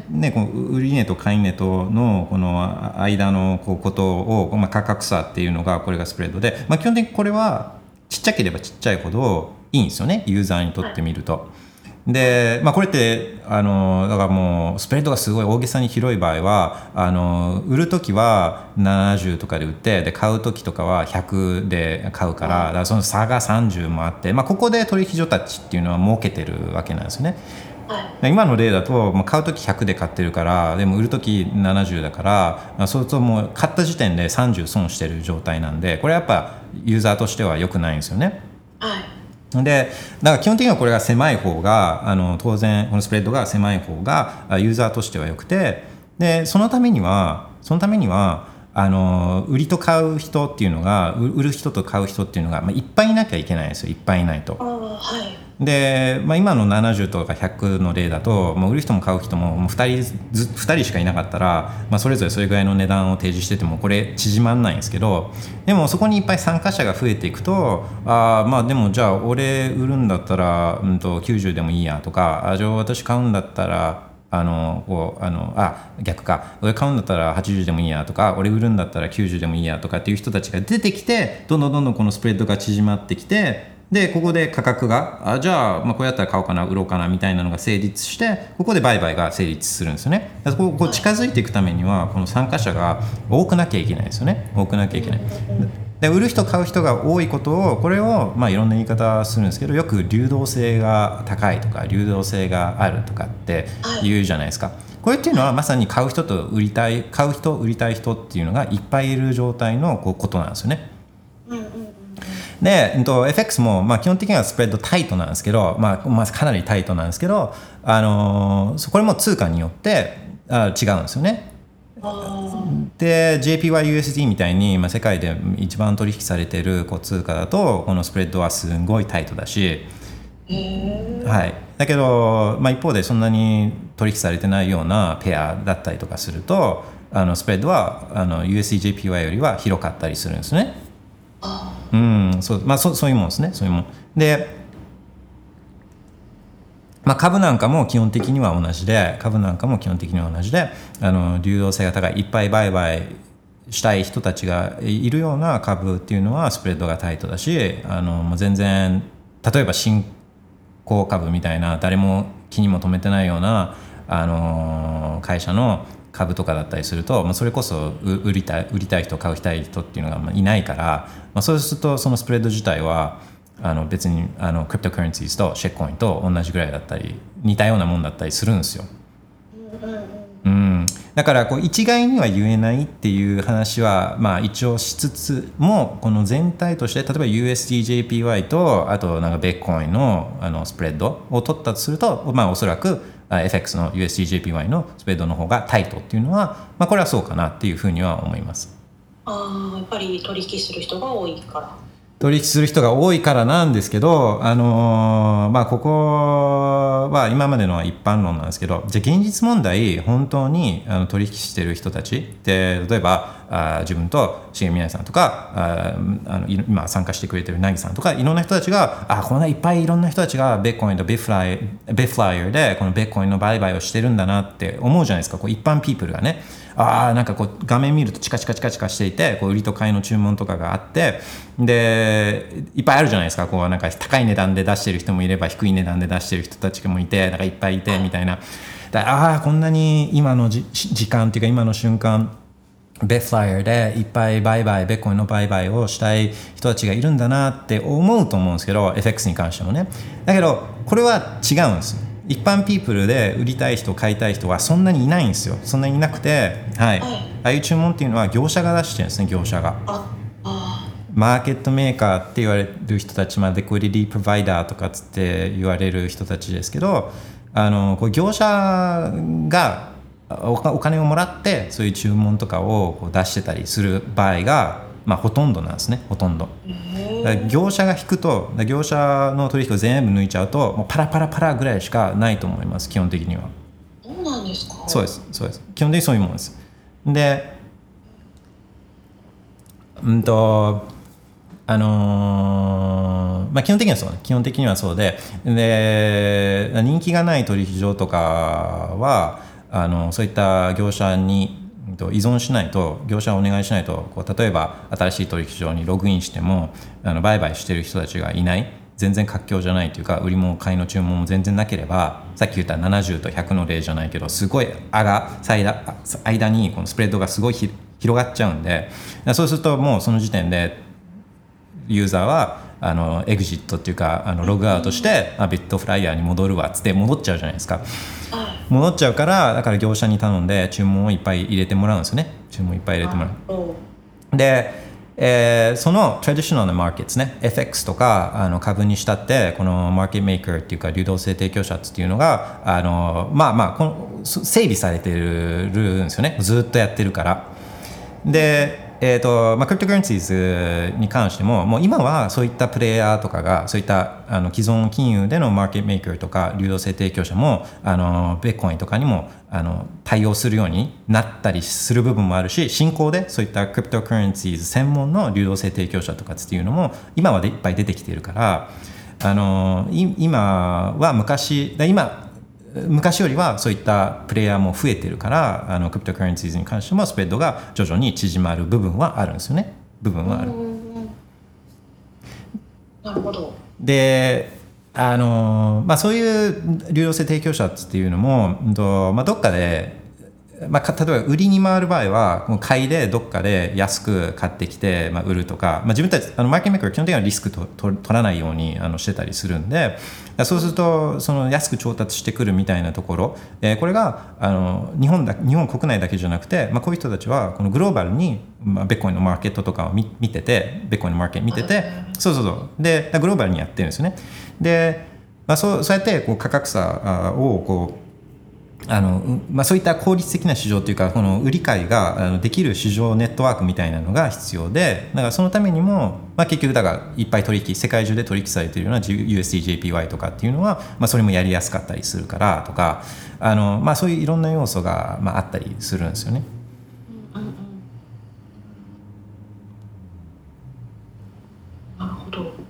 ね、この売値と買い値とのこの間のこうことを、まあ、価格差っていうのがこれがスプレッドで、まあ、基本的にこれはちっちゃければちっちゃいほどいいんですよねユーザーにとってみると。で、まあ、これってあのだからもうスプレッドがすごい大げさに広い場合はあの売るときはななじゅうとかで売ってで買うときとかはひゃくで買うから、だからその差がさんじゅうもあって、まあ、ここで取引所たちっていうのは儲けてるわけなんですよね。今の例だと、まあ、買うときひゃくで買ってるからでも売るときななじゅうだから、まあ、そうするともう買った時点でさんじゅう損してる状態なんでこれはやっぱユーザーとしては良くないんですよね。はいでだから基本的にはこれが狭い方があの当然このスプレッドが狭い方がユーザーとしては良くてでそのためにはそのためにはあの売りと買う人っていうのが売る人と買う人っていうのが、まあ、いっぱいいなきゃいけないんですよいっぱいいないと。はいでまあ、今のななじゅうとかひゃくの例だともう売る人も買う人ももうふたりずふたりしかいなかったら、まあ、それぞれそれぐらいの値段を提示しててもこれ縮まんないんですけどでもそこにいっぱい参加者が増えていくとあまあでもじゃあ俺売るんだったら、うん、ときゅうじゅうでもいいやとかあじゃあ私買うんだったらあのこうあのあ逆か俺買うんだったらはちじゅうでもいいやとか俺売るんだったらきゅうじゅうでもいいやとかっていう人たちが出てきてどんどんどんどんこのスプレッドが縮まってきてでここで価格があじゃあ、まあ、これやったら買おうかな売ろうかなみたいなのが成立してここで売買が成立するんですよね。だからこうこう近づいていくためにはこの参加者が多くなきゃいけないですよね多くなきゃいけないで売る人買う人が多いことをこれを、まあ、いろんな言い方するんですけどよく流動性が高いとか流動性があるとかって言うじゃないですか。これっていうのはまさに買う人と売りたい買う人売りたい人っていうのがいっぱいいる状態のこうことなんですよね。で、えっと、エフエックス も、まあ、基本的にはスプレッドタイトなんですけど、まあまあ、かなりタイトなんですけど、あのー、これも通貨によってあ違うんですよね。で ジェーピーワイユーエスディー みたいに、まあ、世界で一番取引されているこう通貨だとこのスプレッドはすごいタイトだし、はい、だけど、まあ、一方でそんなに取引されてないようなペアだったりとかするとあのスプレッドはあの ユーエスディージェーピーワイ よりは広かったりするんですね。うん、そうまあ、そ, そういうもんですねそういうもんで、まあ、株なんかも基本的には同じで株なんかも基本的には同じであの流動性が高いいっぱい売買したい人たちがいるような株っていうのはスプレッドがタイトだしあのもう全然例えば新興株みたいな誰も気にも留めてないようなあの会社の株とかだったりすると、まあ、それこそ売りたい、売りたい人買うたい人っていうのがまあいないから、まあ、そうするとそのスプレッド自体はあの別にあのクリプトカレンシーとシェックコインと同じぐらいだったり似たようなもんだったりするんですよ。うん、だからこう一概には言えないっていう話はまあ一応しつつもこの全体として例えば ユーエスディージェーピーワイ とあとなんかベッコインのあのスプレッドを取ったとするとまあおそらくエフエックス の ユーエスディージェーピーワイ のスプレッドの方がタイトっていうのは、まあ、これはそうかなっていうふうには思います。 ああ、やっぱり取引する人が多いから。 取引する人が多いからなんですけど、あのーまあ、ここは今までのは一般論なんですけどじゃあ現実問題本当にあの取引してる人たちで例えばあ自分と重宮さんとかああの今参加してくれてるなぎさんとかいろんな人たちがあこんないっぱいいろんな人たちがベッコインとビッフライビッフライヤーでこのベッコインの売買をしてるんだなって思うじゃないですか。こう一般ピープルがねあなんかこう画面見るとチカチカチカチカしていてこう売りと買いの注文とかがあってでいっぱいあるじゃないですか。こうなんか高い値段で出してる人もいれば低い値段で出してる人たちもいてなんかいっぱいいてみたいなだああこんなに今のじ時間っていうか今の瞬間ベッフライヤーでいっぱい売買ベッコインの売買をしたい人たちがいるんだなって思うと思うんですけど エフエックス に関してもねだけどこれは違うんです。一般ピープルで売りたい人買いたい人はそんなにいないんですよ。そんなにいなくて、はい、ああいう注文っていうのは業者が出してるんですね。業者がああマーケットメーカーって言われる人たちまでリクイディティプロバイダーとかつって言われる人たちですけどあのこう業者がお金をもらってそういう注文とかをこう出してたりする場合が、まあ、ほとんどなんですねほとんど。 だから業者が引くと、業者の取引を全部抜いちゃうともうパラパラパラぐらいしかないと思います、基本的には。 そうなんですか。 そうですそうです、基本的にそういうものです。でうんとあのーまあ、基本的にはそう基本的にはそうで、で人気がない取引所とかはあのそういった業者に依存しないと、業者をお願いしないと、こう例えば新しい取引所にログインしてもあの売買してる人たちがいない、全然活況じゃないというか、売りも買いの注文も全然なければ、さっき言ったななじゅうとひゃくの例じゃないけど、すごい間間にこのスプレッドがすごい広がっちゃうんで、そうするともうその時点でユーザーはあのエグジットっていうか、あのログアウトして、あビットフライヤーに戻るわっつって戻っちゃうじゃないですか。戻っちゃうから、だから業者に頼んで注文をいっぱい入れてもらうんですよね。注文いっぱい入れてもらう。で、えー、そのトラディショナルなマーケットですね、 エフエックス とかあの株にしたって、このマーケットメーカーっていうか流動性提供者っていうのがあのまあまあこの整備されてるんですよね、ずっとやってるから。でえーとまあ、クリプトカレンシーズに関しても、もう今はそういったプレイヤーとかが、そういったあの既存金融でのマーケットメーカーとか流動性提供者もあのビットコインとかにもあの対応するようになったりする部分もあるし、新興でそういったクリプトカレンシーズ専門の流動性提供者とかっていうのも今はでいっぱい出てきているから、あの今は昔だ今昔よりはそういったプレイヤーも増えてるから、あのクリプトカレンシーズに関してもスプレッドが徐々に縮まる部分はあるんですよね。部分はある。 なるほど。 で、あのまあそういう流動性提供者っていうのも、ど、まあ、どっかで、まあ、例えば売りに回る場合は買いでどっかで安く買ってきて、まあ、売るとか、まあ、自分たちあのマーケットメーカーは基本的にはリスクと取らないようにあのしてたりするんで、そうするとその安く調達してくるみたいなところ、えー、これがあの日本だ日本国内だけじゃなくて、まあ、こういう人たちはこのグローバルに、まあ、ビットコインのマーケットとかを 見, 見ててビットコインのマーケット見てて、そうそうそうでグローバルにやってるんですよね。で、まあ、そう, そうやってこう価格差をこうあのまあ、そういった効率的な市場というか、この売り買いができる市場ネットワークみたいなのが必要で、だからそのためにも、まあ、結局だからいっぱい取引世界中で取引されているような ユーエスディージェーピーワイ とかっていうのは、まあ、それもやりやすかったりするからとか、あの、まあ、そういういろんな要素が、まあ、あったりするんですよね。 うんうんうん、なるほど。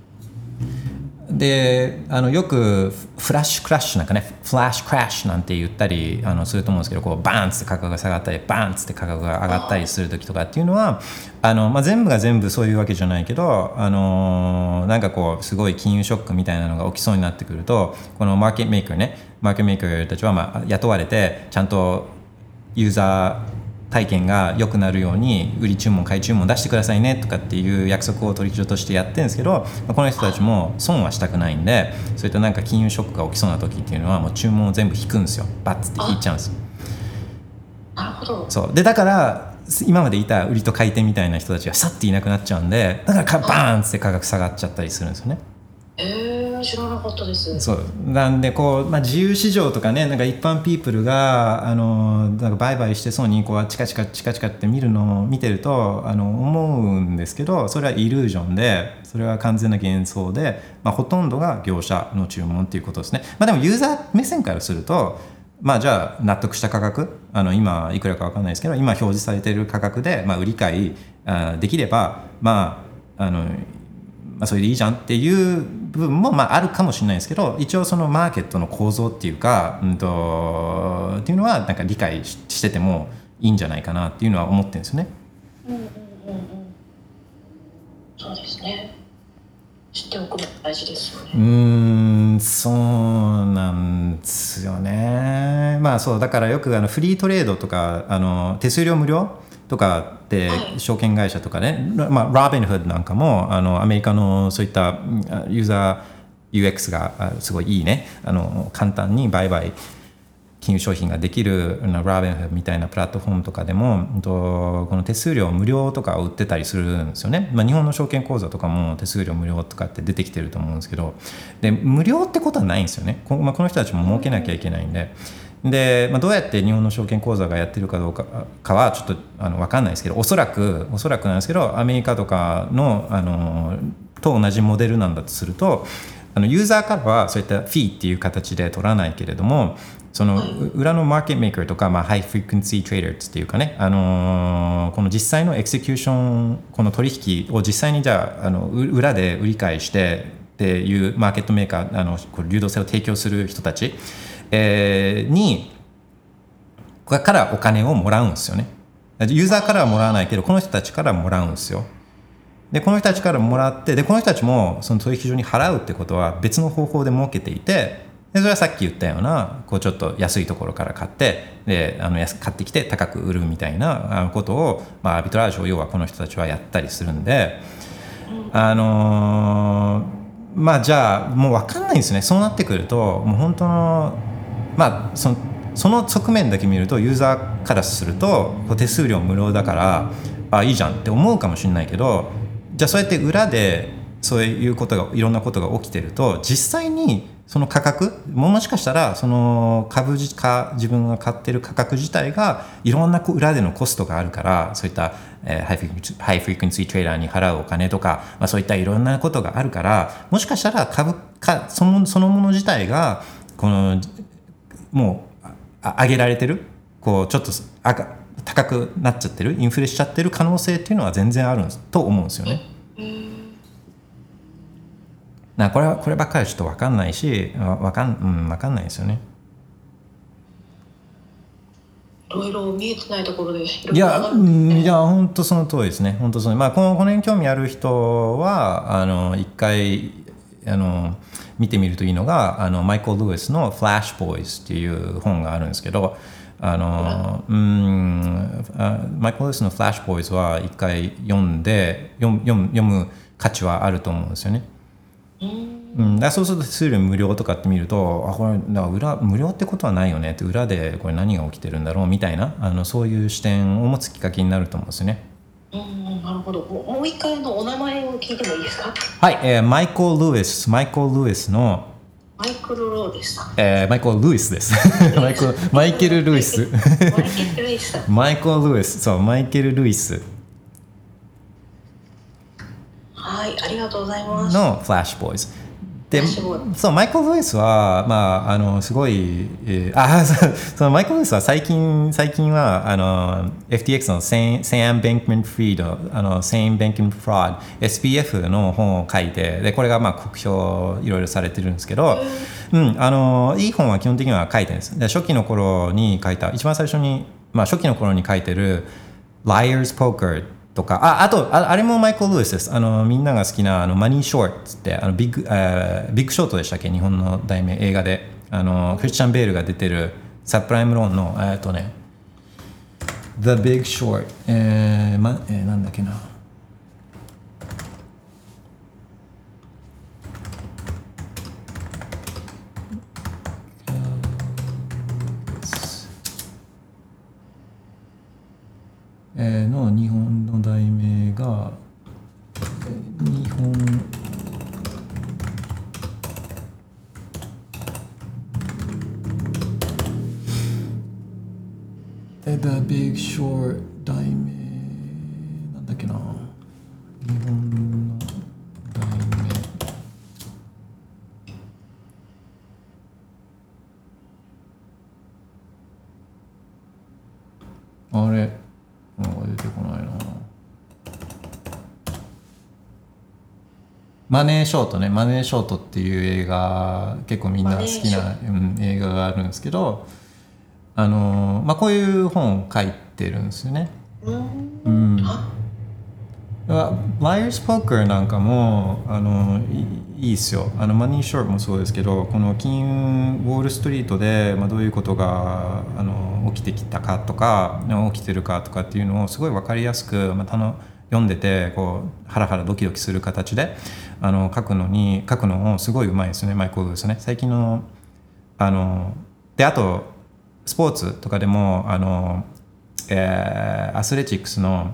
であのよくフラッシュクラッシュなんかね、フラッシュクラッシュなんて言ったりあのすると思うんですけど、こうバーンって価格が下がったりバーンって価格が上がったりする時とかっていうのは、あの、まあ、全部が全部そういうわけじゃないけど、あのなんかこうすごい金融ショックみたいなのが起きそうになってくると、このマーケットメーカーねマーケットメーカーたちはまあ雇われて、ちゃんとユーザー体験が良くなるように売り注文買い注文出してくださいねとかっていう約束を取引所としてやってるんですけど、この人たちも損はしたくないんで、そういったなんか金融ショックが起きそうな時っていうのはもう注文を全部引くんですよ。バッツって引いちゃうんですよ。 なるほど。 そうでだから今までいた売りと買い手みたいな人たちがさっていなくなっちゃうんで、だからバーンって価格下がっちゃったりするんですよね。 えー、知らなかったです。 そうなんでこう、まあ、自由市場とかね、なんか一般ピープルがあのなんか売買してそうにこうチカチカチカチカって見るのを見てるとあの思うんですけど、それはイリュージョンで、それは完全な幻想で、まあ、ほとんどが業者の注文っていうことですね。まあ、でもユーザー目線からすると、まあ、じゃあ納得した価格、あの今いくらか分かんないですけど、今表示されている価格で、まあ、売り買いあできれば、まああのまあ、それでいいじゃんっていう部分もまああるかもしれないですけど、一応そのマーケットの構造っていうか、うんとっていうのはなんか理解しててもいいんじゃないかなっていうのは思ってるんですよね。 うんうんうんうん、そうですね。知っておくの大事ですよね。 うーん、そうなんですよね。まあそうだからよくあのフリートレードとかあの手数料無料とかって証券会社とかね、まあ、ラビンフッドなんかもあのアメリカのそういったユーザー ユーエックス がすごいいいね、あの簡単に売買金融商品ができるラビンフッドみたいなプラットフォームとかでもこの手数料無料とかを売ってたりするんですよね。まあ、日本の証券口座とかも手数料無料とかって出てきてると思うんですけど、で無料ってことはないんですよね。こ、まあ、この人たちも儲けなきゃいけないんで。でまあ、どうやって日本の証券口座がやってるかどうかかはちょっとあの分かんないですけど、おそらくおそらくなんですけど、アメリカとかの、あのと同じモデルなんだとすると、あのユーザーからはそういったフィーっていう形で取らないけれども、その裏のマーケットメーカーとか、まあ、ハイフリクエンシートレーダーっていうかね、あのー、この実際のエクセキューション、この取引を実際にじゃあ、あの裏で売り買いしてっていうマーケットメーカー、あのこれ流動性を提供する人たち、えー、にからお金をもらうんですよね。ユーザーからはもらわないけど、この人たちからもらうんですよ。でこの人たちからもらって、でこの人たちもその取引所に払うってことは別の方法で儲けていて、でそれはさっき言ったようなこうちょっと安いところから買ってであの安買ってきて高く売るみたいなことを、まあ、アービトラージを要はこの人たちはやったりするんで、あのー、まあじゃあもう分かんないんですね。そうなってくるともう本当のまあそのその側面だけ見るとユーザーからすると手数料無料だからあいいじゃんって思うかもしれないけど、じゃあそうやって裏でそういうことがいろんなことが起きてると実際にその価格ももしかしたらその株か自分が買ってる価格自体がいろんな裏でのコストがあるから、そういった、えー、ハイフリクエンシー、ハイフリクエンシートレーダーに払うお金とか、まあ、そういったいろんなことがあるから、もしかしたら株価その、そのもの自体がこのもう上げられてる、こうちょっと高くなっちゃってる、インフレしちゃってる可能性っていうのは全然あると思うんですよね。なこれはこればっかりちょっと分かんないし、分かん、うん、分かんないですよね。 いろいろ見えてないところでいや、いや本当その通りですね。本当その、まあこのこの辺興味ある人はあの一回あの見てみるといいのが、あのマイケル・ルイスのフラッシュボーイズっていう本があるんですけど、あのうんマイケル・ルイスのフラッシュボーイズは一回読んで読む、読む、読む価値はあると思うんですよね。うん、だそうすると手数料無料とかって見ると、あこれだから裏無料ってことはないよねって、裏でこれ何が起きてるんだろうみたいな、あのそういう視点を持つきっかけになると思うんですよね。 うん、なるほど。もう一回のお名前を聞いてもいいですか？ はい、えー、マイケル・ルイスマイケル・ルイスのマイケル・ローでした。 えー、マイケル・ルイスですマイケル・マイケル・ルイスマイケル・ルイスマイケル・ルイスそうマイケル・ルイスはい、ありがとうございますのフラッシュボーイズで、そうマイケル・ルイスは、まあ、あのすごい、えー、あそのマイケル・ルイスは最近最近はあの エフティーエックス のセイン・ベンクマン・フリードあのセイン・ベンクマン・フロード エスピーエフ の本を書いて、でこれがまあ酷評いろいろされてるんですけど、うん、あのいい本は基本的には書いてるんです。で初期の頃に書いた一番最初に、まあ、初期の頃に書いてる Liar's Pokerとか、あ、あと あ, あれもマイケル・ルイスです。あのみんなが好きなあのマニー・ショートつってあのビッグ、えー、ビッグショートでしたっけ、日本の題名映画であのクリスチャン・ベールが出てるサブプライムローンのえっとね The Big Short、えーまえー、なんだっけなえー、の日本の題名が日本The Big Short 題名なんだっけな、日本の題名あれ出てこないな。マネーショートね、マネーショートっていう映画結構みんな好きな、うん、映画があるんですけど、あのまあこういう本を書いてるんですよね。うん。Liar's Poker なんかもあのいいですよ。あのマニーショートもそうですけど、この金融ウォールストリートで、まあ、どういうことがあの起きてきたかとか起きてるかとかっていうのをすごい分かりやすく、まあ、の読んでてこうハラハラドキドキする形であの書くのに書くのをすごいうまいですね、マイケルですね。最近のあのであとスポーツとかでもあの、えー、アスレチックスの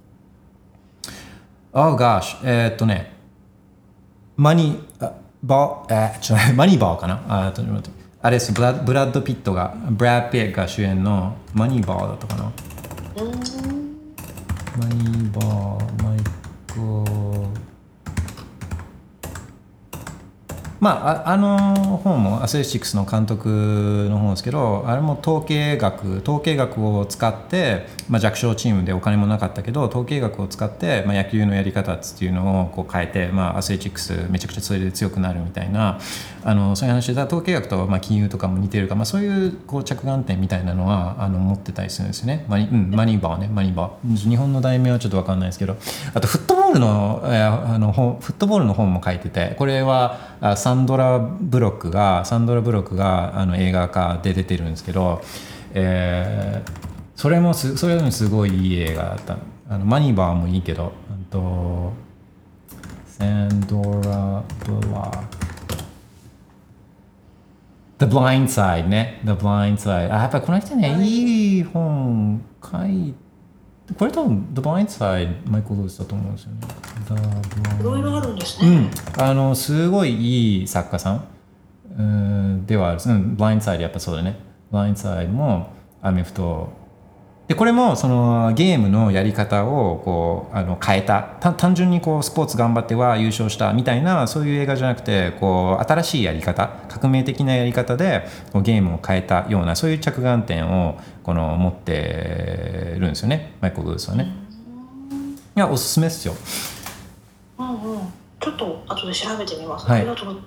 Oh gosh えー、っとねマニーバー、えー、ちょマニーバーかな、あとあれです、ブラブラッド・ピットがブラッド・ピットが主演のマニーバーだったかな。マニーバーマイクまあ、あ, あの本もアスレチックスの監督の本ですけど、あれも統計学統計学を使って、まあ、弱小チームでお金もなかったけど統計学を使って、まあ、野球のやり方っていうのをこう変えて、まあ、アスレチックスめちゃくちゃそれで強くなるみたいな、あのそういう話で統計学とまあ金融とかも似てるか、まあ、そういうこう着眼点みたいなのはあの持ってたりするんですよね。マニ、うん、マニバーね、マニバー。日本の題名はちょっと分かんないですけど、あとフットボールの、えー、あの本フットボールの本も書いてて、これはサンドラ・ブロックがサンドラ・ブロックがあの映画化で出てるんですけど、えー、それもすそれもすごいいい映画だった。あのマニバーもいいけど、あとサンドラ・ブロックThe Blind Side ね The Blind Side。 あ、やっぱりこの人ね、はい、いい本書いて、これ多分 The Blind Side マイク・ルースだと思うんですよね。 いろいろあるんですね。 うん、あのすごいいい作家さん、うん、ではある。うん、Blind Side やっぱそうだね。Blind Side もアメフトで、これもそのゲームのやり方をこうあの変えた、単純にこうスポーツ頑張っては優勝したみたいなそういう映画じゃなくて、こう新しいやり方、革命的なやり方でこうゲームを変えたような、そういう着眼点をこの持ってるんですよね、マイケル・ルースはね。いや、おすすめですよ。 うんうん、ちょっと後で調べてみます。はい、ありがとう。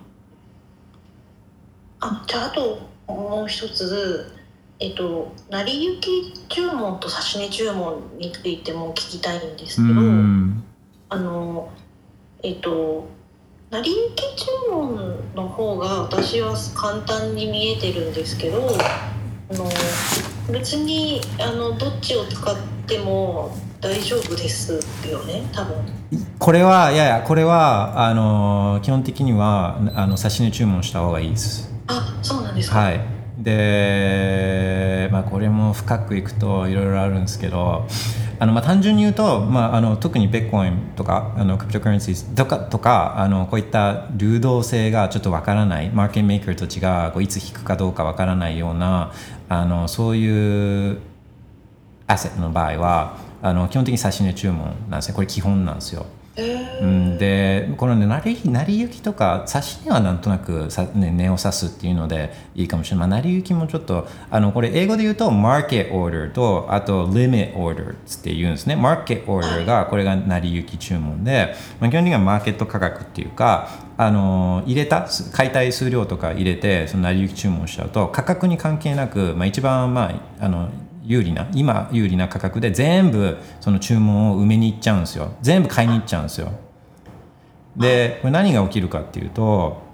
あ、じゃああともう一つ、えっと、成り行き注文と指値注文についても聞きたいんですけど、あの、えっと、成り行き注文の方が私は簡単に見えてるんですけど、あの別にあのどっちを使っても大丈夫ですよね、多分。 これはいやいやこれはあの基本的にはあの指値注文した方がいいです。 あ、そうなんですか。 はい。で、まあ、これも深くいくといろいろあるんですけど、あのまあ単純に言うと、まあ、あの特にビットコインとかあのクリプトカレンシーとかとかあのこういった流動性がちょっとわからない、マーケットメーカーたちがこういつ引くかどうかわからないようなあのそういうアセットの場合はあの基本的に指値注文なんですね。これ基本なんですよ。うん、でこのね、成り成り行きとか指値はなんとなくさ、ね、値を指すっていうのでいいかもしれない。まあ、成り行きもちょっとあのこれ英語で言うとマーケットオーダーとあとリミットオーダーって言うんですね。マーケットオーダーがこれが成り行き注文で、まあ、基本的にはマーケット価格っていうかあの入れた買いたい数量とか入れてその成り行き注文しちゃうと価格に関係なく、まあ、一番まああの有利な今有利な価格で全部その注文を埋めに行っちゃうんですよ。全部買いに行っちゃうんですよ。でこれ何が起きるかっていうと、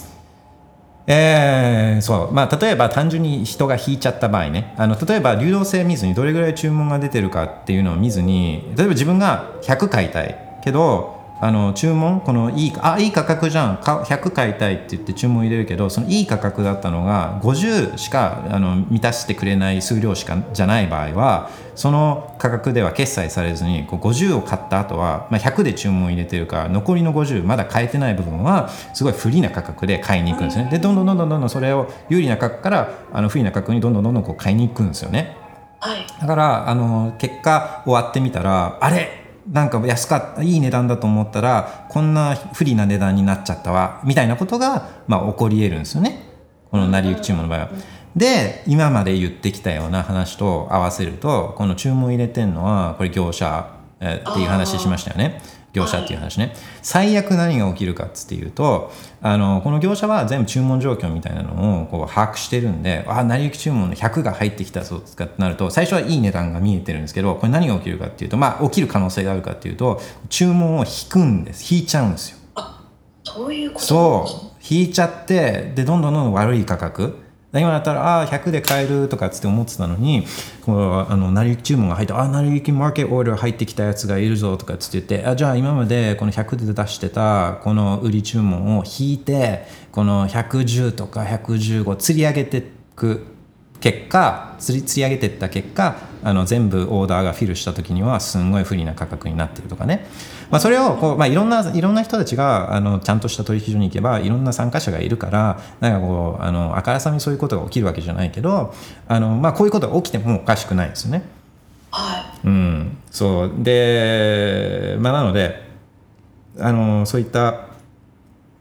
えーそうまあ、例えば単純に人が引いちゃった場合ね、あの例えば流動性見ずにどれぐらい注文が出てるかっていうのを見ずに、例えば自分がひゃく買いたいけどあの注文このいいあいい価格じゃんひゃく買いたいって言って注文入れるけど、そのいい価格だったのがごじゅうしかあの満たしてくれない数量しかじゃない場合は、その価格では決済されずにこうごじゅうを買った後は、まあ、ひゃくで注文入れてるから残りのごじゅうまだ買えてない部分はすごい不利な価格で買いに行くんですね。でどんどんどんどんどんどんそれを有利な価格からあの不利な価格にどんどんどんどんこう買いに行くんですよね。 はい、 だからあの結果終わってみたらあれなんか安かったいい値段だと思ったらこんな不利な値段になっちゃったわみたいなことが、まあ、起こり得るんですよね、この成り行き注文の場合は。で今まで言ってきたような話と合わせると、この注文入れてるのはこれ業者、えー、っていう話しましたよね。業者っていう話ね、はい、最悪何が起きるかっていうと、あのこの業者は全部注文状況みたいなのをこう把握してるんで、あ成り行き注文のひゃくが入ってきたぞってなると最初はいい値段が見えてるんですけど、これ何が起きるかっていうと、まあ起きる可能性があるかっていうと注文を引くんです。引いちゃうんですよ。 あ、そういうことそう引いちゃって、でどんどんどんどん悪い価格、今だったらあひゃくで買えるとかつって思ってたのに、こうあの成り行き注文が入ってあ成り行きマーケットオーダー入ってきたやつがいるぞとかつって言って、あじゃあ今までこのひゃくで出してたこの売り注文を引いてこのひゃくじゅうとかひゃくじゅうご釣り上げていく結果、釣り釣り上げていった結果あの全部オーダーがフィルした時にはすんごい不利な価格になってるとかね、まあ、それをこう、まあ、いろんないろんな人たちがあのちゃんとした取引所に行けばいろんな参加者がいるから、なんかこうあのあからさまにそういうことが起きるわけじゃないけど、あの、まあ、こういうことが起きてもおかしくないですよね。 はい、 うん、そうで、まあ、なのであのそういった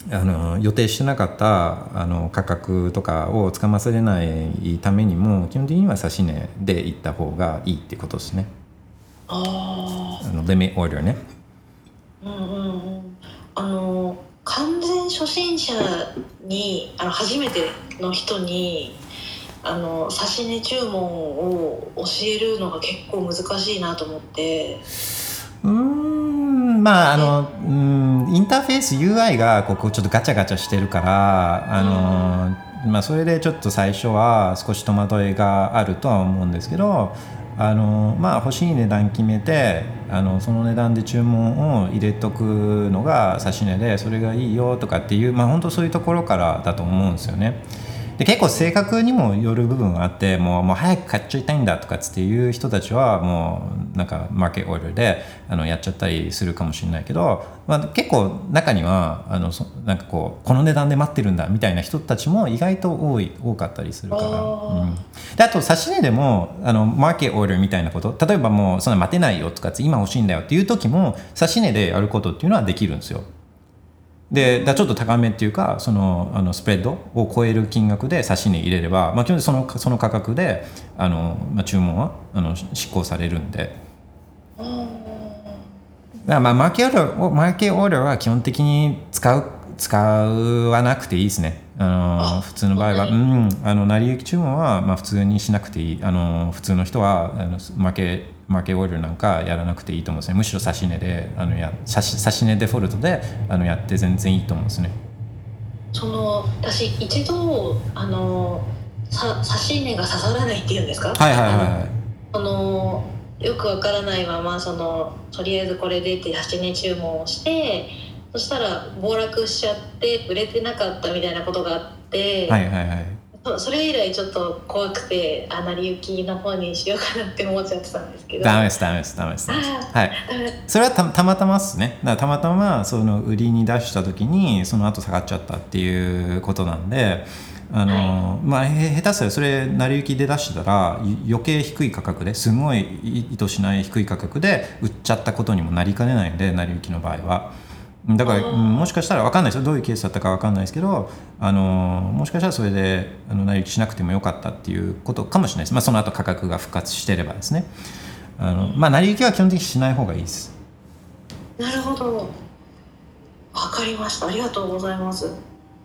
あの予定してなかったあの価格とかをつかませれないためにも基本的には指値で行った方がいいってことですね。 ああのリミットオーダーね。 うんうんうん。あの完全初心者にあの初めての人にあの指値注文を教えるのが結構難しいなと思って。 うーんまああのうんインターフェース ユーアイ がここちょっとガチャガチャしてるからあの、うんまあ、それでちょっと最初は少し戸惑いがあるとは思うんですけどあのまあ欲しい値段決めてあのその値段で注文を入れとくのが指値でそれがいいよとかっていうまあ本当そういうところからだと思うんですよね。で結構性格にもよる部分があってもう、もう早く買っちゃいたいんだとかっていう人たちはもうなんかマーケットオーダーであのやっちゃったりするかもしれないけど、まあ、結構中にはあのそなんかこうこの値段で待ってるんだみたいな人たちも意外と多い多かったりするから、うん、であと指値でもあのマーケットオーダーみたいなこと例えばもうそんな待てないよとか今欲しいんだよっていう時も指値でやることっていうのはできるんですよ。でだちょっと高めっていうかそのあのスプレッドを超える金額で指値入れれば、まあ、基本的にそのその価格であの、まあ、注文はあの執行されるんで、だからまあマーケットオーダー、マーケットオーダーは基本的に使う使わなくていいですね。あの普通の場合は、うん、あの成り行き注文はまあ普通にしなくていい。あの普通の人はあのマーケマーケオーダーなんかやらなくていいと思うんですね。むしろ指値であのや指値デフォルトであのやって全然いいと思うんですね。 その私一度あのさ指値が刺さらないっていうんですか。 はいはいはいはい。 あのよくわからないままそのとりあえずこれでって指値注文をしてそしたら暴落しちゃって売れてなかったみたいなことがあって、 はいはいはい、 それ以来ちょっと怖くてあ成り行きの方にしようかなって思っちゃってたんですけど。 ダメですダメですダメですダメです。はい。それは た, たまたまですね。だからたまたまその売りに出した時にその後下がっちゃったっていうことなんで。あのはい、まあ下手すらそれ成り行きで出してたら余計低い価格ですごい意図しない低い価格で売っちゃったことにもなりかねないので成り行きの場合はだから、うん、もしかしたら分かんないですよどういうケースだったか分かんないですけどあのもしかしたらそれであの成り行きしなくてもよかったっていうことかもしれないです、まあ、その後価格が復活してればですねあの、まあ、成り行きは基本的にしない方がいいです。 なるほど分かりましたありがとうございます。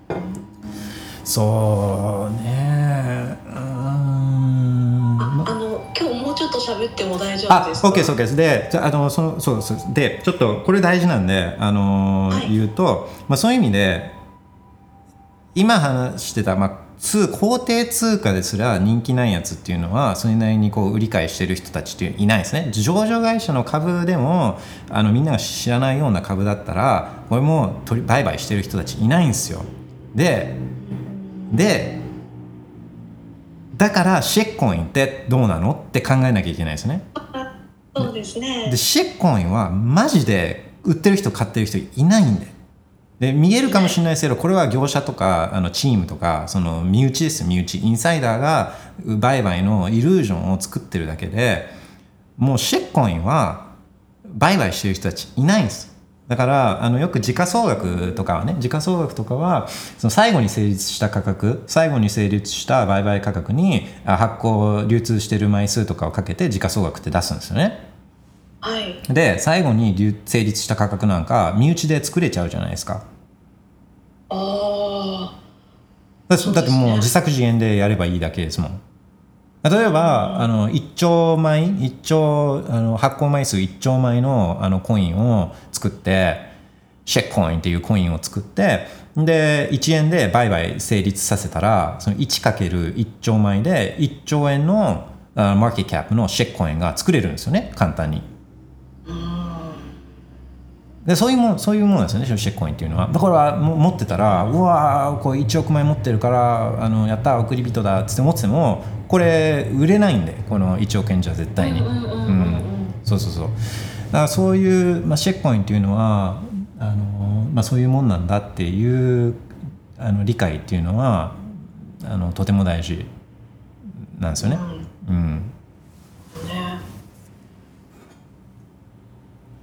そうねうーんああの今日もうちょっと喋っても大丈夫ですか。 あ、OK です OK です。で、じゃあのそのそうそうでちょっとこれ大事なんであのーはい、言うと、まあそういう意味で今話してたまあ通法定通貨ですら人気ないやつっていうのはそれなりにこう売り買いしてる人たちっていないですね。上場会社の株でもあのみんなが知らないような株だったらこれも取り売買してる人たちいないんですよ。で。でだからシェッコインってどうなのって考えなきゃいけないですね。 そうですね。 でシェッコインはマジで売ってる人買ってる人いないんでで見えるかもしれないですけどこれは業者とかあのチームとかその身内です身内インサイダーが売買のイリュージョンを作ってるだけでもうシェッコインは売買してる人たちいないんです。だからあのよく時価総額とかはね時価総額とかはその最後に成立した価格最後に成立した売買価格に発行流通してる枚数とかをかけて時価総額って出すんですよね。 はい、 で最後に成立した価格なんか身内で作れちゃうじゃないですか。 あだ, だってもう自作自演でやればいいだけですもん。例えば、うん、あのいっちょうまいいっ兆あの発行枚数いっちょうまいのあのコインを作ってシェッコインっていうコインを作ってでいちえんで売買成立させたらその いちかけるいち 兆枚でいっちょうえんのあマーケットキャップのシェッコインが作れるんですよね簡単に。でそういうもんそういうものですよねシェッコインっていうのは。だから持ってたらうわーこれいちおくまい持ってるからあのやったー送り人だって思っててもこれ売れないんでこのいちおくえんじゃ絶対に。そうそうそう。だからそういう、まあ、シェッコインっていうのはあの、まあ、そういうもんなんだっていうあの理解っていうのはあのとても大事なんですよね。うん。 ね。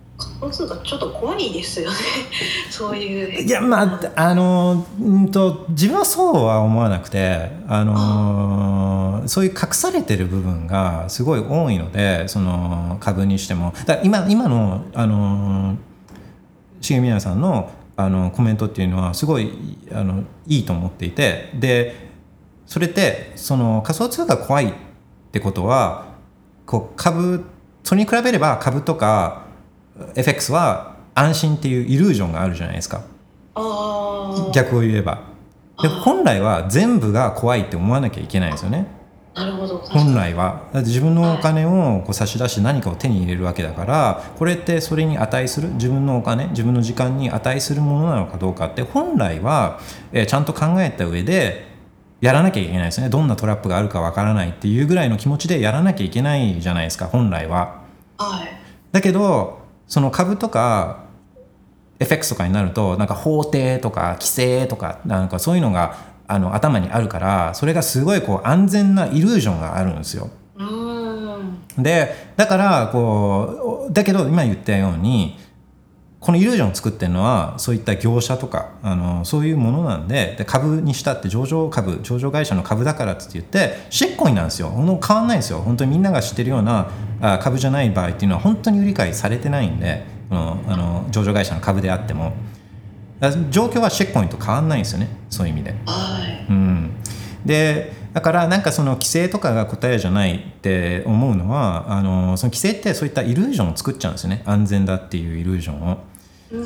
仮想通貨ちょっと怖いですよねそういう。 いやまああのうんと自分はそうは思わなくて、あのー、そういう隠されてる部分がすごい多いので、その株にしてもだ今今のあのー、重宮さんのあのコメントっていうのはすごいあのいいと思っていて、でそれってその仮想通貨怖いってことはこう株それに比べれば株とか エフエックス は安心っていうイリュージョンがあるじゃないですか。 あ逆を言えばで本来は全部が怖いって思わなきゃいけないですよね。 なるほど。 本来はだって自分のお金をこう差し出して何かを手に入れるわけだから、これってそれに値する自分のお金自分の時間に値するものなのかどうかって本来は、えー、ちゃんと考えた上でやらなきゃいけないですね。どんなトラップがあるかわからないっていうぐらいの気持ちでやらなきゃいけないじゃないですか本来は。 はい。 だけどその株とか エフエックス とかになるとなんか法廷とか規制とかなんかそういうのがあの頭にあるから、それがすごいこう安全なイリュージョンがあるんですよ。 うーんでだからこうだけど今言ったようにこのイリュージョンを作ってるのはそういった業者とかあのそういうものなんで、で株にしたって上場株上場会社の株だからって言ってシェッコインなんですよ。変わんないんですよ。本当にみんなが知ってるようなあ株じゃない場合っていうのは本当に理解されてないんで、このあの上場会社の株であっても状況はシェッコインと変わんないんですよね、そういう意味で。 はい、 うん、でだからなんかその規制とかが答えじゃないって思うのはあのその規制ってそういったイリュージョンを作っちゃうんですよね、安全だっていうイリュージョンを。うん、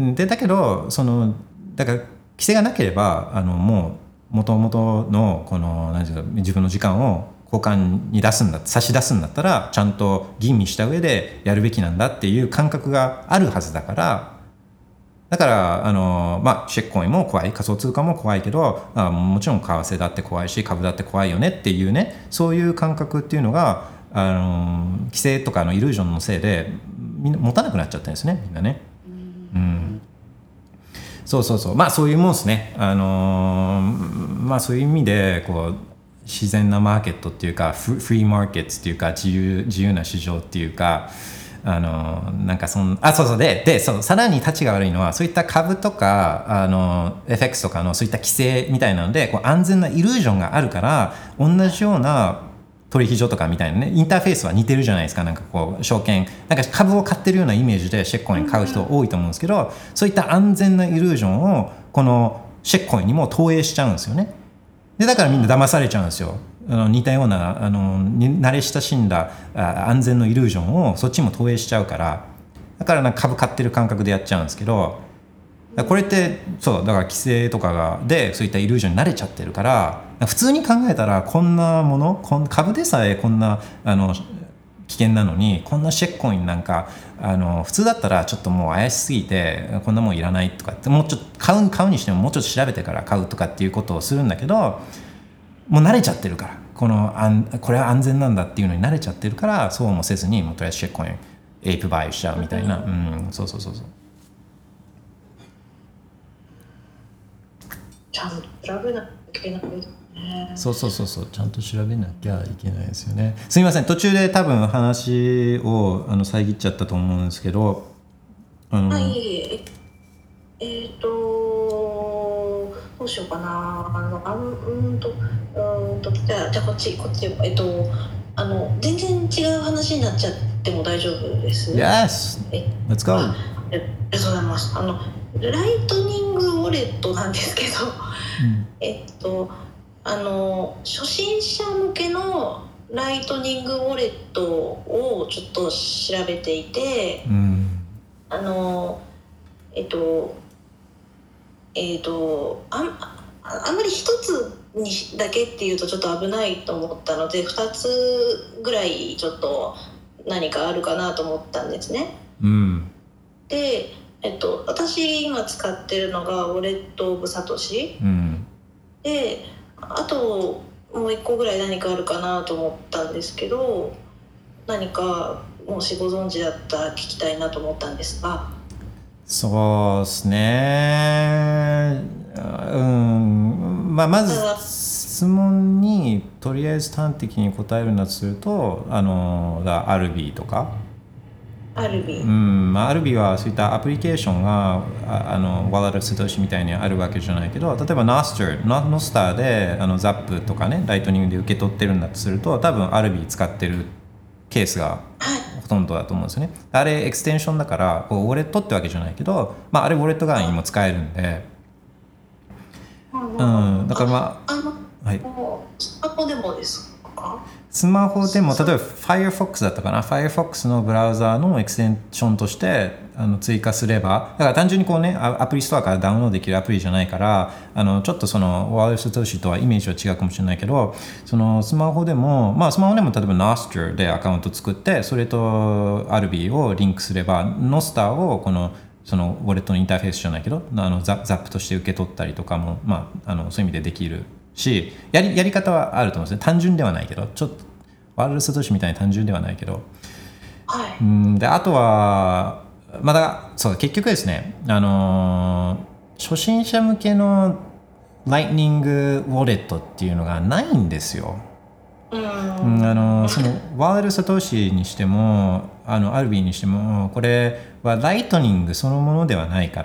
でだけどそのだから規制がなければあのもう元々のこの何て言うか自分の時間を交換に出すんだ差し出すんだったらちゃんと吟味した上でやるべきなんだっていう感覚があるはずだから、だからあの、まあ、シェッコインも怖い仮想通貨も怖いけどあもちろん為替だって怖いし株だって怖いよねっていうね、そういう感覚っていうのがあの規制とかのイリュージョンのせいでみんな持たなくなっちゃったんですね、みんなね。うん、そうそうそう、まあそういうもんですね。あのー、まあそういう意味でこう自然なマーケットっていうかフリーマーケットっていうか自由自由な市場っていうか、あのー、なんかそんあそうそうででそうさらに立ちが悪いのはそういった株とかあの エフエックス とかのそういった規制みたいなのでこう安全なイリュージョンがあるから同じような取引所とかみたいなねインターフェースは似てるじゃないですか。なんかこう証券なんか株を買ってるようなイメージでシェッコイン買う人多いと思うんですけど、そういった安全なイリュージョンをこのシェッコインにも投影しちゃうんですよね。でだからみんな騙されちゃうんですよ。あの似たようなあの慣れ親しんだあ安全のイリュージョンをそっちも投影しちゃうから、だからなんか株買ってる感覚でやっちゃうんですけど、これってそうだから規制とかがでそういったイリュージョンに慣れちゃってるから、普通に考えたらこんなものこん株でさえこんなあの危険なのにこんなシェッコインなんかあの普通だったらちょっともう怪しすぎてこんなもんいらないとかってもうちょっと買う買うにしてももうちょっと調べてから買うとかっていうことをするんだけど、もう慣れちゃってるからこのあんこれは安全なんだっていうのに慣れちゃってるからそうもせずにもうとりあえずシェッコインエイプバイしちゃうみたいな、うん、そうそうそうそう。 ちゃんと調べなきゃいけないですね。 そうそうそうそう、ちゃんと調べなきゃいけないですよね。すみません、途中で多分話をあの遮っちゃったと思うんですけど、あの、 はい、ええっ、ー、とどうしようかな、あのあのうんとうんとじゃあじゃあこっちこっちえっとあの全然違う話になっちゃっても大丈夫です。 Yes, let's go. ありがとうございます。あのライトニングウォレットなんですけど、うん、えっとあの初心者向けのライトニングウォレットをちょっと調べていて、うん、あのえっとえっとあんあんまり一つにだけっていうとちょっと危ないと思ったので二つぐらいちょっと何かあるかなと思ったんですね。うん、でえっと、私今使ってるのがウォレットオブサトシ、うん、であともう一個ぐらい何かあるかなと思ったんですけど、何かもしご存知だったら聞きたいなと思ったんですが。 そうですね、うん、まあ、まず質問にとりあえず端的に答えるんだとするとあのアルビーとかアルビー、 うんまあ、アルビーはそういったアプリケーションがああのワールドストシみたいにあるわけじゃないけど、例えばノスター、ノスターであのザップとかねライトニングで受け取ってるんだとすると、多分アルビー使ってるケースがほとんどだと思うんですよね。あれエクステンションだからこうウォレットってわけじゃないけど、まあ、あれウォレット側にも使えるんで、うん、だからまあ、 あの、 はい、 スマホでもですか？ スマホでも例えば Firefox だったかな、 Firefox のブラウザーのエクステンションとしてあの追加すれば、だから単純にこうねアプリストアからダウンロードできるアプリじゃないから、あのちょっとそのワールド投資とはイメージは違うかもしれないけど、そのスマホでもまあスマホでも例えば Nostr でアカウント作ってそれと アルビー をリンクすれば Nostr をこのそのウォレットのインターフェースじゃないけどあの ザ, ザップとして受け取ったりとかも、まあ、あのそういう意味でできるし、や り, やり方はあると思うんですね。単純ではないけど、ちょっとワールド投資みたいに単純ではないけど、 はい、 うんであとはまだそう結局ですね、あのー、初心者向けのライトニングウォレットっていうのがないんですよ。 うん、 あのそのワールドサトシにしてもあのアルビーにしてもこれはライトニングそのものではないから、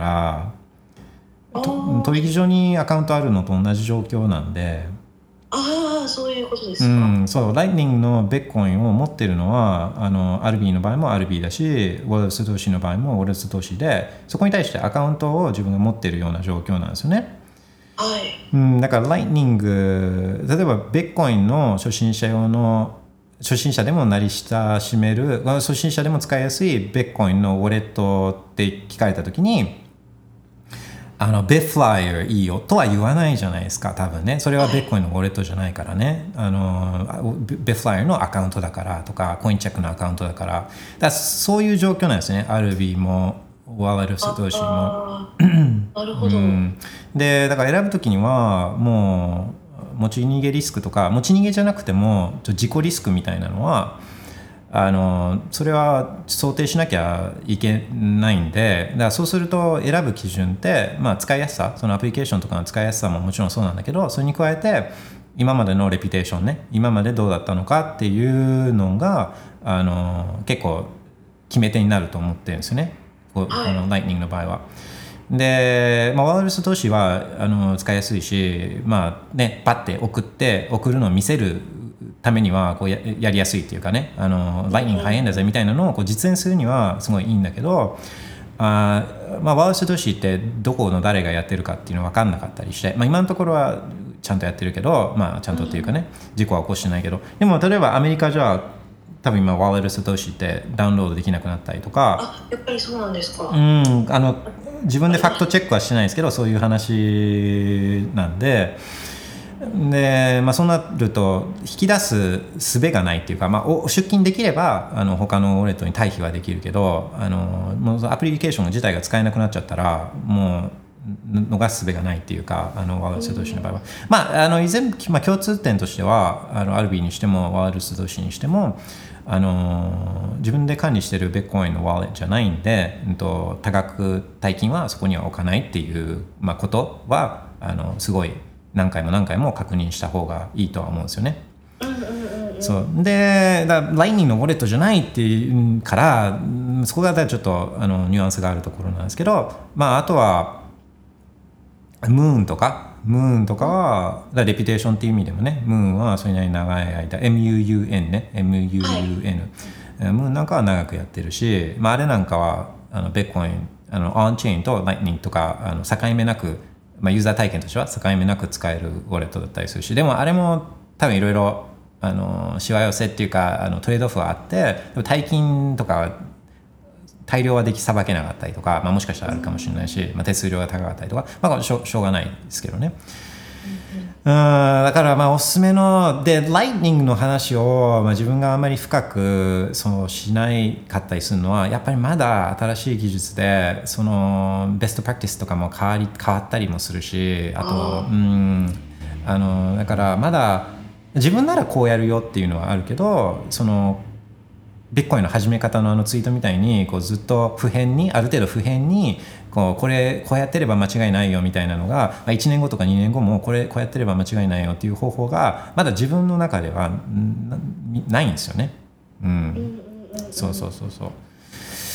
取引所にアカウントあるのと同じ状況なんで。 ああ、そういうことですか。 うん、そう、ライトニングのベッコインを持ってるのはあのアルビーの場合もアルビーだし、ウォールドサトシの場合もウォールドサトシで、そこに対してアカウントを自分が持ってるような状況なんですよね。 はい、 うん、だからライトニング、例えばベッコインの初心者用の初心者でも慣れ親しめる、初心者でも使いやすいベッコインのウォレットって聞かれたときに、あのベフライヤーいいよとは言わないじゃないですか、多分ね。それはベッコインのウォレットじゃないからね、あのベフライヤーのアカウントだからとかコインチェックのアカウントだから、だからそういう状況なんですね。アルビーもワールドサトシも。 なるほど、うん、 でだから選ぶときにはもう持ち逃げリスクとか、持ち逃げじゃなくても自己リスクみたいなのはあのそれは想定しなきゃいけないんで、だからそうすると選ぶ基準って、まあ、使いやすさ、そのアプリケーションとかの使いやすさももちろんそうなんだけど、それに加えて今までのレピュテーションね、今までどうだったのかっていうのがあの結構決め手になると思ってるんですよね、このライトニングの場合は。で、まあ、ワールドサトシはあの使いやすいし、まあね、パッて送って送るのを見せるためにはこう や, やりやすいっていうかね、あのライトニングハイエンだぜみたいなのをこう実演するにはすごいいいんだけど、あ、まあ、ワールドサトシってどこの誰がやってるかっていうの分かんなかったりして、まあ、今のところはちゃんとやってるけど、まあ、ちゃんとっていうかね、事故は起こしてないけど、でも例えばアメリカじゃ多分今ワールドサトシってダウンロードできなくなったりとか。 あ、やっぱりそうなんですか。 うん、あの自分でファクトチェックはしてないですけど、そういう話なんで、で、まあ、そうなると引き出す術がないっていうか、まあ、出金できればあの他のウォレットに退避はできるけど、あのもうアプリケーション自体が使えなくなっちゃったらもう逃す術がないっていうか、あのワールドサトシの場合は、まあ、あの依然、まあ、共通点としてはあのアルビーにしてもワールドサトシにしてもあの自分で管理しているベッコインのワーレットじゃないんで、うん、と多額大金はそこには置かないっていう、まあ、ことはあのすごい何回も何回も確認した方がいいとは思うんですよね。そうでだライトニングのウォレットじゃないっていうからそこがちょっとあのニュアンスがあるところなんですけど、まあ、あとはムーンとかムーンとかはレピュテーションっていう意味でもね、ムーンはそれなりに長い間 エムユーユーエヌ ね エムユーユーエヌ、はい、ムーンなんかは長くやってるし、まあ、あれなんかはあのベッコインあのオンチェーンとライトニングとかあの境目なく、まあ、ユーザー体験としては境目なく使えるウォレットだったりするし、でもあれも多分いろいろあのしわ寄せっていうかあのトレードオフはあって、大金とか大量はできさばけなかったりとか、まあ、もしかしたらあるかもしれないし、まあ、手数料が高かったりとか、まあ、しょ、しょうがないですけどね。うん、だからまあおすすめのでライトニングの話を、まあ、自分があまり深くそのしないかったりするのはやっぱりまだ新しい技術でそのベストプラクティスとかも変わり変わったりもするし、あとうんあのだからまだ自分ならこうやるよっていうのはあるけど、そのビットコインの始め方のあのツイートみたいにこうずっと普遍にある程度普遍にこうこれこうやってれば間違いないよみたいなのがいちねんごとかにねんごもこれこうやってれば間違いないよっていう方法がまだ自分の中ではないんですよね。うん、そうそうそうそう。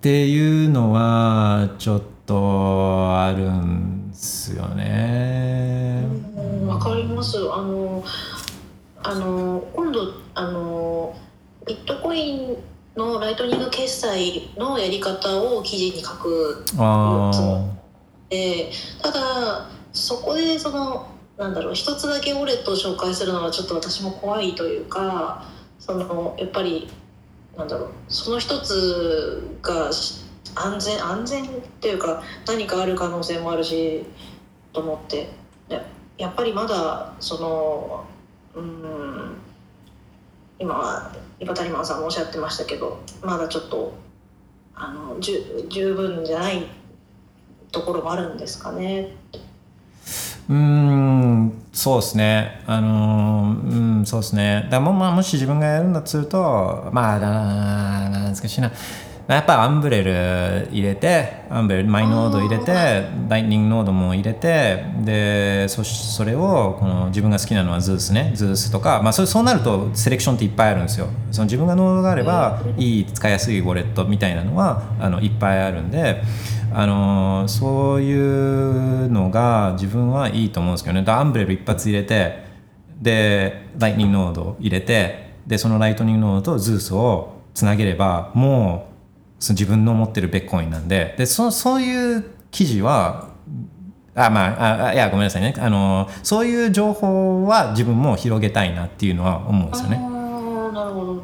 っていうのはちょっとあるんですよね。 わかります。あのあの今度あのビットコインのライトニング決済のやり方を記事に書くつもりで、ただそこでそのなんだろう一つだけウォレットを紹介するのはちょっと私も怖いというか、そのやっぱりなんだろうその一つが安全安全っていうか何かある可能性もあるしと思って、やっぱりまだそのうん今はイバタリマンさんもおっしゃってましたけど、まだちょっとあのじゅ十分じゃないところもあるんですかね。 うーんそうですね。あのうんそうですね。だもまあもし自分がやるんだとすると、まあ難しいな。やっぱアンブレル入れて、アンブレルマイノード入れて、ライトニングノードも入れて、で そ, それをこの自分が好きなのはズースね、ズースとか、まあそそうなるとセレクションっていっぱいあるんですよ。その自分がノードがあればいい使いやすいウォレットみたいなのはあのいっぱいあるんで。あのそういうのが自分はいいと思うんですけどね。アンブレル一発入れて、でライトニングノード入れて、でそのライトニングノードとズースをつなげればもうその自分の持ってるベッコインなんで、で そ, そういう記事はあまああいやごめんなさいね、あのそういう情報は自分も広げたいなっていうのは思うんですよね。 なるほど。 うん、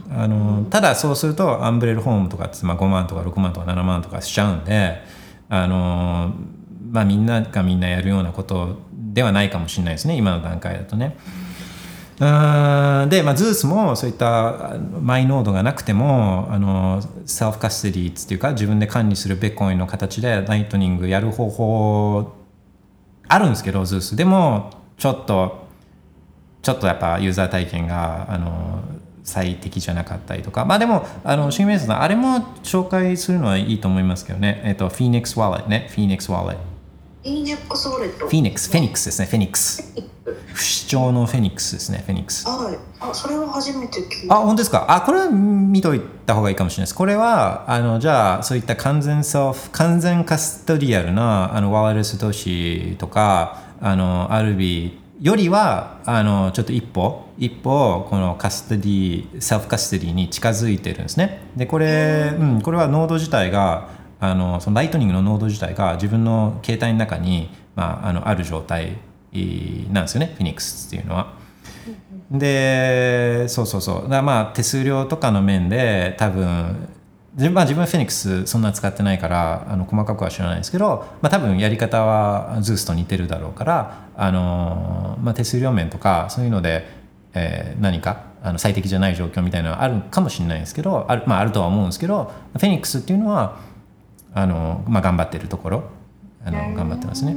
あのただそうするとアンブレルホームとかって、まあ、ごまんとかろくまんとかななまんとかしちゃうんで、あの、まあ、みんながみんなやるようなことではないかもしれないですね、今の段階だとね。あで、まあ、ズースもそういったマイノードがなくてもあのセルフカステディっていうか自分で管理するベッコインの形でライトニングやる方法あるんですけど、ズースでもちょっとちょっとやっぱユーザー体験があの最適じゃなかったりとか、まあでもあのシンメイスのあれも紹介するのはいいと思いますけどね。えっとフィニックスワレットね、フィニックスワレット。 フィニックスワレット。 フィニックス、フェニックスですね、フェニックス。不死鳥のフェニックスですね、フェニックス。 はい。あ、それは初めて聞いた。 あ、本当ですか。あ、これは見といた方がいいかもしれないです。これはあのじゃあそういった完全セルフ、完全カストディアルなあのワーレス投資とかあの アールビーよりはあのちょっと一歩一歩このカストディセルフカストディに近づいてるんですね。でこれ、うん、これはノード自体があのそのライトニングのノード自体が自分の携帯の中に、まあ、あのある状態なんですよね、フィニックスっていうのは。でそうそうそうだからまあ手数料とかの面で多分自分は自分はフェニックスそんな使ってないからあの細かくは知らないですけど、まあ、多分やり方はズースと似てるだろうからあの、まあ、手数料面とかそういうので、えー、何かあの最適じゃない状況みたいなのはあるかもしれないんですけど、ある、まあ、あるとは思うんですけど、フェニックスっていうのはあの、まあ、頑張ってるところあの頑張ってますね。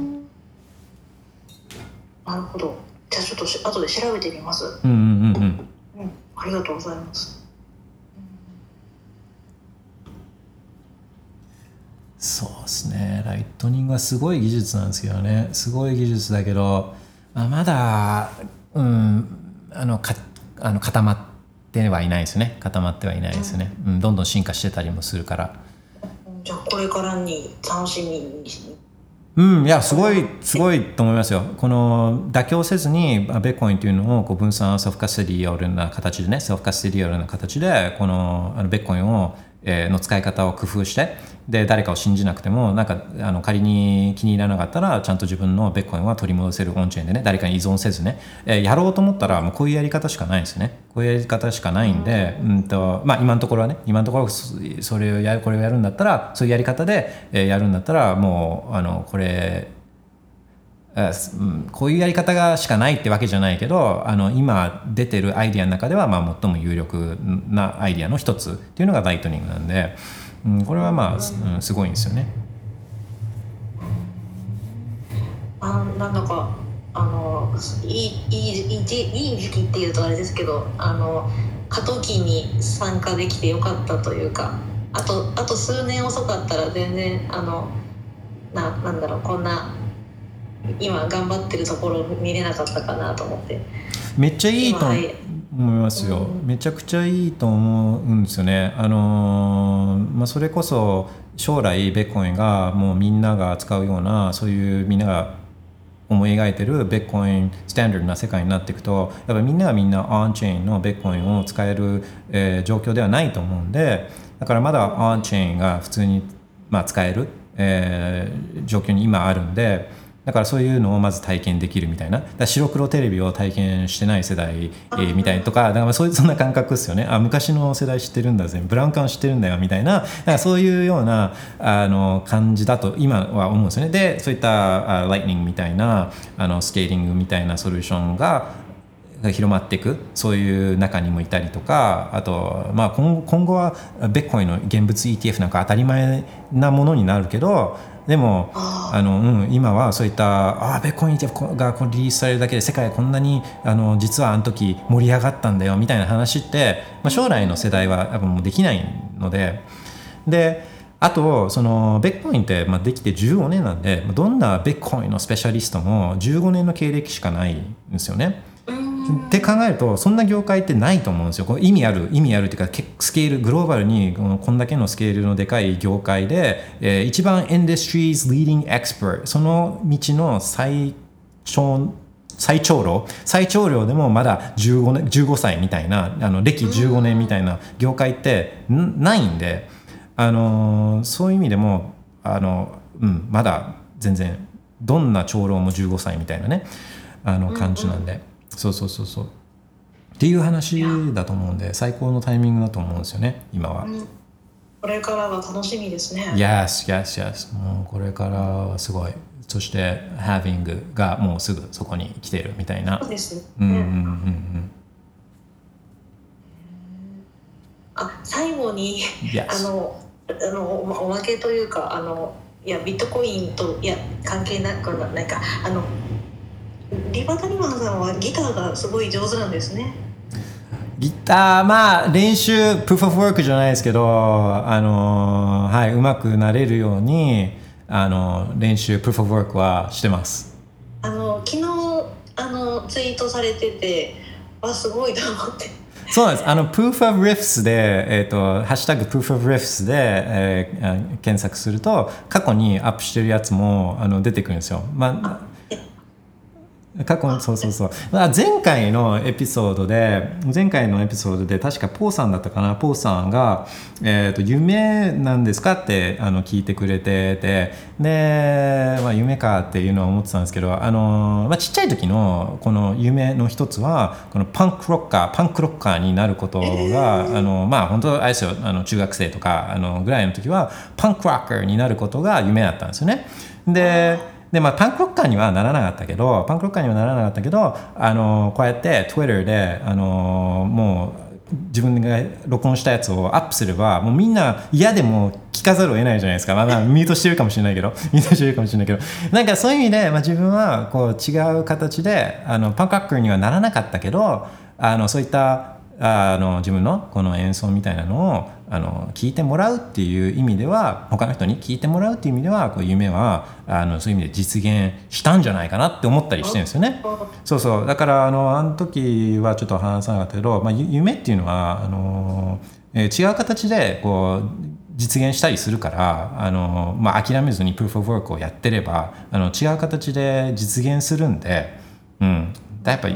なるほど。じゃあちょっとし後で調べてみます。 うんうんうんうん。 うん、ありがとうございます。 そうですね、ライトニングはすごい技術なんですけどね、すごい技術だけど、まあ、まだ、うん、あのかあの固まってはいないですね、固まってはいないですね、うん、どんどん進化してたりもするから。 じゃあこれからに楽しみにしてうん、いやすごいすごいと思いますよ。この妥協せずにベッコインというのをこう分散セルフカステディアルな形でね、セルフカステディアルな形でこのあのベッコインをえー、の使い方を工夫して、で誰かを信じなくてもなんかあの仮に気に入らなかったらちゃんと自分のベッコインは取り戻せるオンチェーンでね、誰かに依存せずね、えー、やろうと思ったらもうこういうやり方しかないですね。こういうやり方しかないんで、うんとまあ、今のところはね今のところそれをやるこれをやるんだったらそういうやり方で、えー、やるんだったらもうあのこれこういうやり方がしかないってわけじゃないけど、あの今出てるアイディアの中ではまあ最も有力なアイディアの一つっていうのがライトニングなんで、うん、これはまあ、うん、すごいんですよね。 あなんだかあのいいいいいいいい時期っていうとあれですけど、あの過渡期に参加できてよかったというか、あとあと数年遅かったら全然あのななんだろうこんな今頑張ってるところ見れなかったかなと思って。 めっちゃいいと、はい、 思いますよ、うん、めちゃくちゃいいと思うんですよね。あのーまあ、それこそ将来ベッコインがもうみんなが使うようなそういうみんなが思い描いてるベッコインスタンダードな世界になっていくとやっぱりみんながみんなオンチェーンのベッコインを使える、えー、状況ではないと思うんでだからまだオンチェーンが普通に、まあ、使える、えー、状況に今あるんでだからそういうのをまず体験できるみたいなだから白黒テレビを体験してない世代、えー、みたいとかだからそういうそんな感覚ですよね。あ昔の世代知ってるんだぜブラウン管知ってるんだよみたいなだからそういうようなあの感じだと今は思うんですよね。でそういったあライトニングみたいなあのスケーリングみたいなソリューションが広まっていくそういう中にもいたりとかあと、まあ、今, 今後はベッコインの現物 イーティーエフ なんか当たり前なものになるけどでもあの、うん、今はそういったあベッコイン イーティーエフ がリリースされるだけで世界こんなにあの実はあの時盛り上がったんだよみたいな話って、まあ、将来の世代はやっぱもうできないのでであとそのベッコインってまあできてじゅうごねんなんでどんなベッコインのスペシャリストもじゅうごねんの経歴しかないんですよね。って考えるとそんな業界ってないと思うんですよ。こう意味ある意味あるっていうかスケールグローバルにこのこんだけのスケールのでかい業界で、えー、一番 Industries Leading Expert その道の最長最長老最長老でもまだじゅうごねんじゅうごさいみたいなあの歴じゅうごねんみたいな業界ってないんで、あのー、そういう意味でもあの、うん、まだ全然どんな長老もじゅうごさいみたいなねあの感じなんで、うんうんそうそうそうそうっていう話だと思うんで最高のタイミングだと思うんですよね今は、うん、 これからが楽しみですね。 Yes, yes, yes もうこれからはすごいそして Having がもうすぐそこに来てるみたいなそうですね、 うんうんうんうんあ最後に、yes. あのあのおまけというかあのいやビットコインといや関係なくないかあのリバタリマンさんはギターがすごい上手なんですね。 ギターまあ練習プーフ・オブ・ワークじゃないですけどあのはいうまくなれるようにあの練習プーフ・オブ・ワークはしてます。 あの昨日あのツイートされててわすごいと思ってそうなんです。あの Proof of Riffs で、えーと、ハッシュタグ Proof of Riffs で、えー、検索すると過去にアップしてるやつもあの出てくるんですよ。まあ過去そうそうそう前回のエピソードで前回のエピソードで確かポーさんだったかなポーさんが、えーと夢なんですかってあの聞いてくれててで、まあ、夢かっていうのは思ってたんですけどあの、まあ、ちっちゃい時のこの夢の一つはこのパンクロッカーパンクロッカーになることが、えー、あのまあ本当あれですよあの中学生とかあのぐらいの時はパンクロッカーになることが夢だったんですよね。ででまあ、パンクロッカーにはならなかったけどパンクロッカーにはならなかったけどあのこうやって Twitter であのもう自分が録音したやつをアップすればもうみんな嫌でも聞かざるを得ないじゃないですか、まあ、まあミュートしてるかもしれないけどミュートしてるかもしれないけどなんかそういう意味で、まあ、自分はこう違う形であのパンクロッカーにはならなかったけどあのそういったあの自分のこの演奏みたいなのをあの聞いてもらうっていう意味では他の人に聞いてもらうっていう意味ではこう夢はあのそういう意味で実現したんじゃないかなって思ったりしてるんですよね。そうそうだからあのあの時はちょっと話さなかったけど、まあ、夢っていうのはあの、えー、違う形でこう実現したりするからあの、まあ、諦めずにプルーフ・オブ・ワークをやってればあの違う形で実現するんで、うん、やっぱり、うん、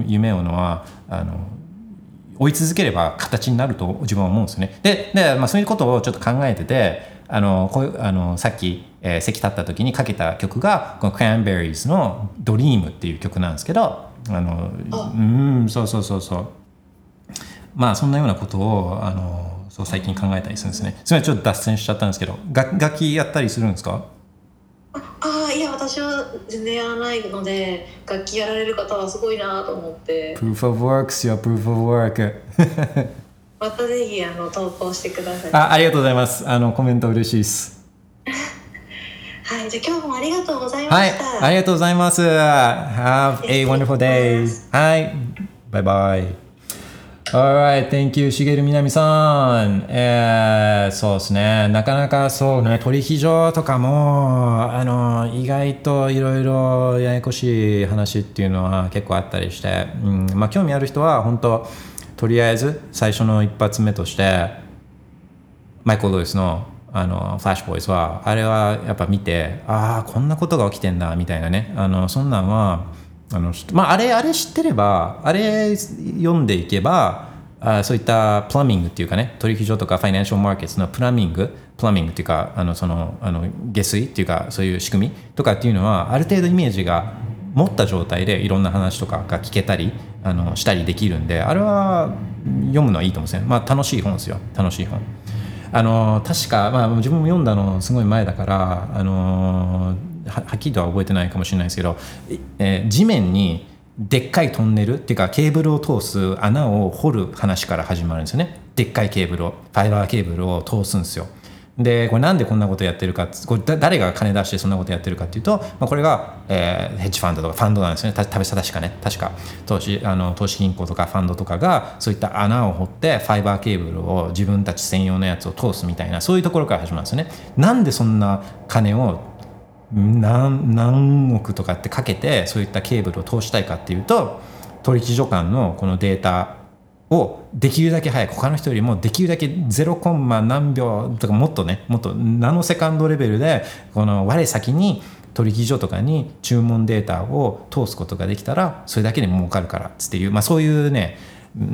夢をのはあの追い続ければ形になると自分は思うんですよね。で、でまあ、そういうことをちょっと考えててあのこういうあのさっき、えー、席立った時にかけた曲がこのクランベリーズの「ドリーム」っていう曲なんですけどあのうんそうそうそうそうまあそんなようなことをあのそう最近考えたりするんですね。すみませんちょっと脱線しちゃったんですけど楽楽器やったりするんですか？ ああいや私は全然やらないので楽器やられる方はすごいなと思って。 Proof of Works よ Proof of Work またぜひあの投稿してください。 あ, ありがとうございますあのコメント嬉しいですはいじゃあ今日もありがとうございました。 はいありがとうございます Have a wonderful day はいバイバイ Alright, thank you, しげるみなみさん。えー、そうですね。なかなかそうね、取引所とかも、あの、意外といろいろややこしい話っていうのは結構あったりして、うん、まあ興味ある人は本当、とりあえず最初の一発目として、マイケル・ルイスのあのフラッシュボーイズはあれはやっぱ見て、ああこんなことが起きてんだみたいなね、あのそんなんはあの、まあ、あれあれ知ってれば、あれ読んでいけば、あそういったプラミングっていうかね、取引所とかファイナンシャルマーケットのプラミングプラミングっていうか、あのそのあの下水っていうか、そういう仕組みとかっていうのはある程度イメージが持った状態でいろんな話とかが聞けたりあのしたりできるんで、あれは読むのはいいと思うんですね。まあ楽しい本ですよ、楽しい本。あの確か、まあ、自分も読んだのすごい前だから、あのは, はっきりとは覚えてないかもしれないですけど、えー、地面にでっかいトンネルっていうかケーブルを通す穴を掘る話から始まるんですよね。でっかいケーブルをファイバーケーブルを通すんですよ。でこれなんでこんなことやってるか、これ誰が金出してそんなことやってるかっていうと、まあ、これが、えー、ヘッジファンドとかファンドなんですよね。た確かね確か投資あの投資銀行とかファンドとかがそういった穴を掘ってファイバーケーブルを自分たち専用のやつを通すみたいな、そういうところから始まるんですよね。なんでそんな金を何, 何億とかってかけてそういったケーブルを通したいかっていうと、取引所間のこのデータをできるだけ早く、他の人よりもできるだけゼロコンマ何秒とかもっとね、もっとナノセカンドレベルでこの我先に取引所とかに注文データを通すことができたらそれだけで儲かるからっていう、まあ、そういうね、うん、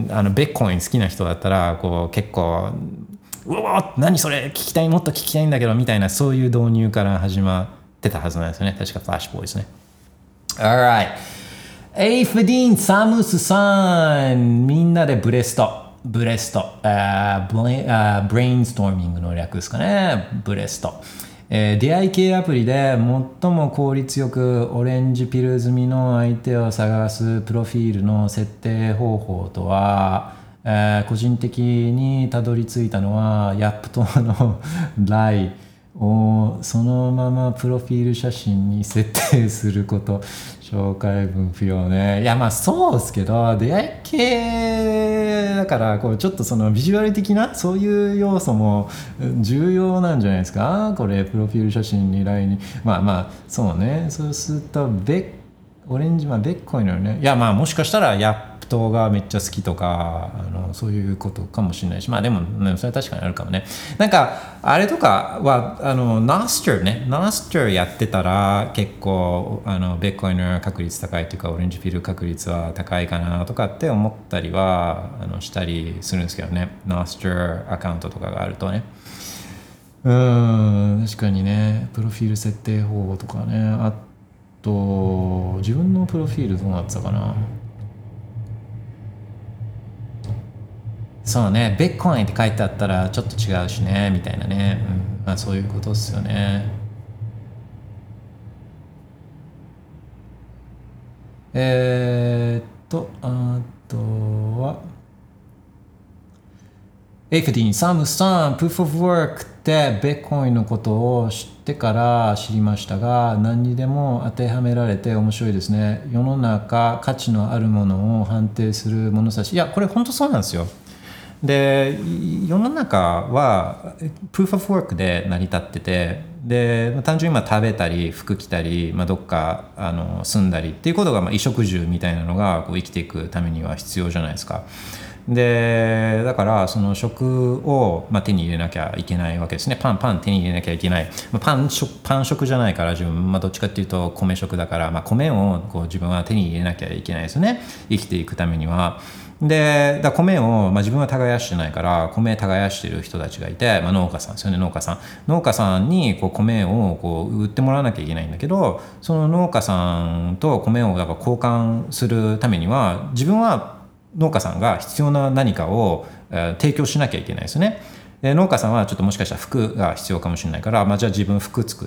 あのベッコイン好きな人だったらこう結構うわ何それ聞きたい、もっと聞きたいんだけどみたいな、そういう導入から始まってたはずなんですよね。確かフラッシュボーイですね。 Alright、エイフディーン・サムスさん、みんなでブレストブレスト、あーブレ、あーブレインストーミングの略ですかね。ブレスト、えー、出会い系アプリで最も効率よくオレンジピル済みの相手を探すプロフィールの設定方法とは、えー、個人的にたどり着いたのはヤップ島のライをそのままプロフィール写真に設定すること。紹介文不要ね。いやまあそうですけど、出会い系だからこうちょっとそのビジュアル的なそういう要素も重要なんじゃないですか。これプロフィール写真に ライン にまあまあそうね。そうするとベオレンジまあベッコイのね。いやまあもしかしたらヤップ島がめっちゃ好きとか、あのそういうことかもしれないし、まあでも、ね、それは確かにあるかもね。なんかあれとかはあのナスターね、ナスターやってたら結構あのベッコイの確率高いというかオレンジピル確率は高いかなとかって思ったりはあのしたりするんですけどね。ナスターアカウントとかがあるとね。うーん確かにね、プロフィール設定方法とかね。あと自分のプロフィールどうなってたかな。そうね、ベッコインって書いてあったらちょっと違うしねみたいなね、うんまあ、そういうことっすよね。えー、っとあとはエイフディン、サムさん、プーフオブワークってベッコインのことを知ってから知りましたが、何にでも当てはめられて面白いですね。世の中価値のあるものを判定する物差し。いやこれ本当そうなんですよ。で世の中はプーフオブワークで成り立ってて、で単純に今食べたり服着たり、まあ、どっかあの住んだりっていうことが、まあ、衣食住みたいなのがこう生きていくためには必要じゃないですか。でだからその食を、まあ、手に入れなきゃいけないわけですね。パンパン手に入れなきゃいけない、まあ、パン食パン食じゃないから自分、まあ、どっちかっていうと米食だから、まあ、米をこう自分は手に入れなきゃいけないですね、生きていくためには。でだ米を、まあ、自分は耕してないから米耕してる人たちがいて、まあ、農家さんですよね。農家さん農家さんにこう米をこう売ってもらわなきゃいけないんだけど、その農家さんと米をだから交換するためには自分は農家さんが必要な何かを、えー、提供しなきゃいけないですね。で農家さんはちょっともしかしたら服が必要かもしれないから、まあ、じゃあ自分服作って、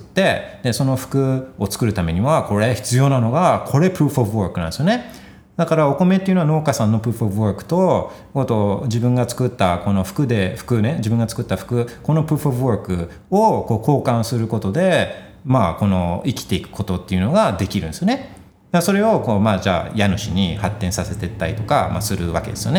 でその服を作るためにはこれ必要なのがこれプルーフオブワークなんですよね。だからお米っていうのは農家さんのプルーフオブワークと、あと自分が作ったこの服で服ね自分が作った服、このプルーフオブワークをこう交換することで、まあこの生きていくことっていうのができるんですよね。それをこう、まあ、じゃあ家主に発展させていったりとか、まあ、するわけですよね。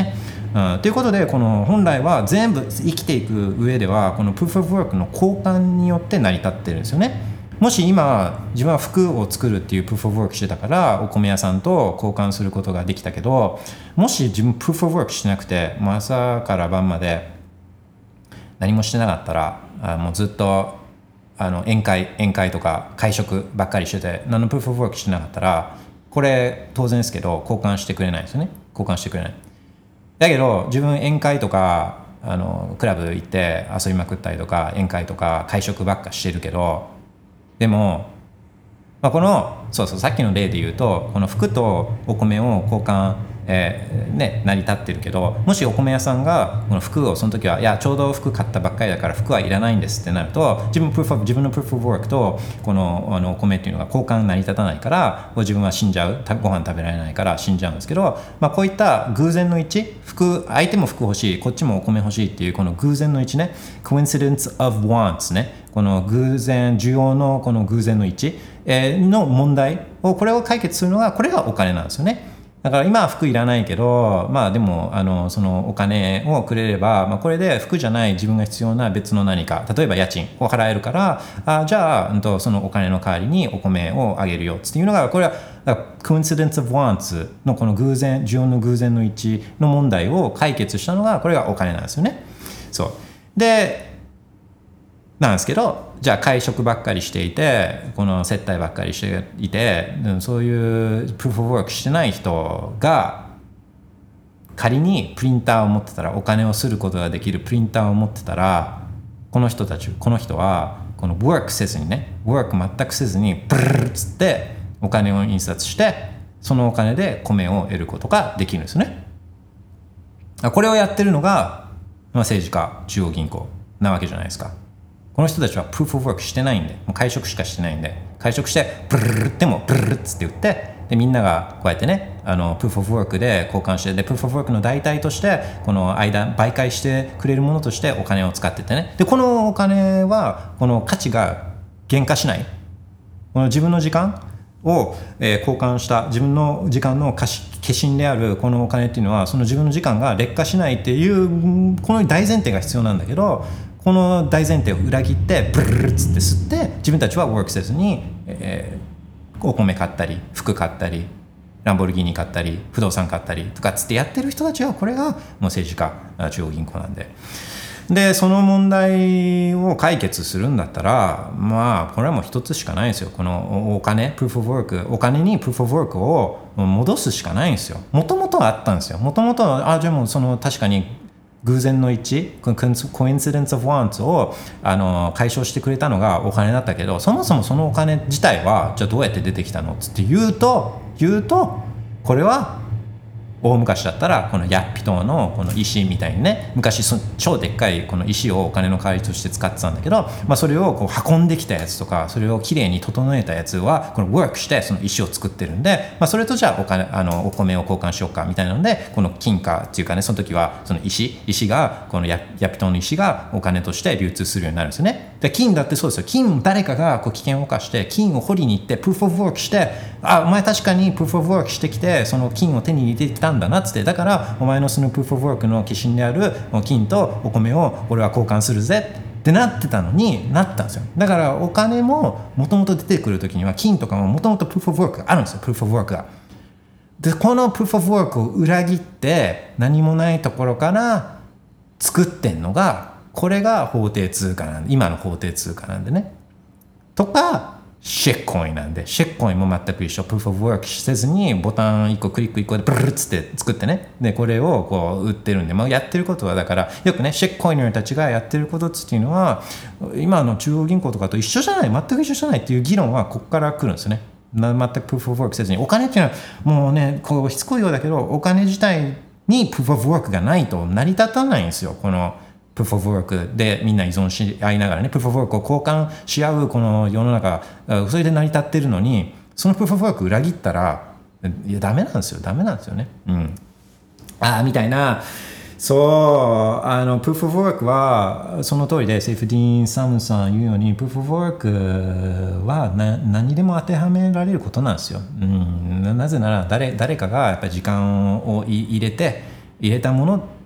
うん、ということでこの本来は全部生きていく上ではこの Proof of Work の交換によって成り立ってるんですよね。もし今自分は服を作るっていう Proof of Work してたからお米屋さんと交換することができたけど、もし自分 Proof of Work してなくてもう朝から晩まで何もしてなかったら、あもうずっとあの宴会宴会とか会食ばっかりしてて何の Proof of Work してなかったら、これ当然ですけど交換してくれないですよね。交換してくれない。だけど自分宴会とかあのクラブ行って遊びまくったりとか宴会とか会食ばっかしてるけど、でも、まあ、このそうそうさっきの例で言うとこの服とお米を交換、えーね、成り立ってるけど、もしお米屋さんがこの服をその時はいやちょうど服買ったばっかりだから服はいらないんですってなると、自分, 自分のプルーフオブワークとこのあのお米っていうのが交換成り立たないから自分は死んじゃう、ご飯食べられないから死んじゃうんですけど、まあ、こういった偶然の一致、服相手も服欲しいこっちもお米欲しいっていうこの偶然の一致ね、 coincidence of wants ね、この偶然需要のこの偶然の一致、えー、の問題をこれを解決するのがこれがお金なんですよね。だから今は服いらないけど、まあでもあのそのお金をくれれば、まあ、これで服じゃない自分が必要な別の何か、例えば家賃を払えるから、あじゃあそのお金の代わりにお米をあげるよっていうのが、これはcoincidence of wants のこの偶然、需要の偶然の一致の問題を解決したのがこれがお金なんですよね。そうでなんですけど、じゃあ会食ばっかりしていてこの接待ばっかりしていて、そういうプルーフオブワークしてない人が仮にプリンターを持ってたら、お金をすることができるプリンターを持ってたら、この人たちこの人はこのワークせずにね、ワーク全くせずにブルルルっつってお金を印刷して、そのお金で米を得ることができるんですね。これをやってるのが、まあ、政治家、中央銀行なわけじゃないですか。この人たちはプルーフオブワークしてないんで、もう会食しかしてないんで、会食してブルルルってもブルルルっつって言って、でみんながこうやってね、あのプルーフオブワークで交換して、でプルーフオブワークの代替としてこの間媒介してくれるものとしてお金を使っててね、でこのお金はこの価値が減価しない、この自分の時間を、えー、交換した自分の時間の化身であるこのお金っていうのは、その自分の時間が劣化しないっていうこの大前提が必要なんだけど、この大前提を裏切ってブルルルっつって吸って自分たちはワークせずに、えー、お米買ったり服買ったりランボルギーニ買ったり不動産買ったりとかっつってやってる人たちは、これがもう政治家、中央銀行なんで、でその問題を解決するんだったら、まあこれはもう一つしかないんですよ。このお金、プルーフオブワーク、お金にプルーフオブワークを戻すしかないんですよ。もともとはあったんですよ。もともとはあじゃあもうその確かに偶然の一致、coincidence of wants をあの解消してくれたのがお金だったけど、そもそもそのお金自体はじゃあどうやって出てきたのって言うと言うとこれは大昔だったらこのヤッピ島のこの石みたいにね、昔そ超でっかいこの石をお金の代わりとして使ってたんだけど、まあ、それをこう運んできたやつとかそれをきれいに整えたやつはこのワークしてその石を作ってるんで、まあ、それとじゃあお金あのお米を交換しようかみたいなので、この金貨っていうかね、その時はその石石がこのヤッピ島の石がお金として流通するようになるんですよね。で金だってそうですよ。金誰かがこう危険を冒して金を掘りに行ってプルーフオブワークして、あお前確かにプルーフオブワークしてきてその金を手に入れてきたんだなっつって、だからお前のそのプルーフオブワークの化身である金とお米を俺は交換するぜってなってたのになったんですよ。だからお金ももともと出てくるときには金とかももともとプルーフオブワークがあるんですよ。プルーフオブワークが。でこのプルーフオブワークを裏切って何もないところから作ってんのが、これが法定通貨なんで、今の法定通貨なんでね。とかシェッコインなんで、シェッコインも全く一緒。プルーフオブワークせずにボタンいっこクリックいっこでブルルッつって作ってね、でこれをこう売ってるんで、まあ、やってることはだからよくねシェッコインたちがやってることっていうのは今の中央銀行とかと一緒じゃない、全く一緒じゃないっていう議論はここから来るんですよね。全くプルーフオブワークせずに、お金っていうのはもうねこうしつこいようだけど、お金自体にプルーフオブワークがないと成り立たないんですよ。このプルーフオブワークでみんな依存し合いながらね、プルーフオブワークを交換し合うこの世の中、それで成り立ってるのに、そのプルーフオブワーク裏切ったらいやダメなんですよ、ダメなんですよね。うん。ああみたいな、そうあのプルーフオブワークはその通りで、セイフディーン・サムさん言うようにプルーフオブワークはな何にでも当てはめられることなんですよ。うん、なぜなら誰誰かがやっぱり時間を入れて入れたもの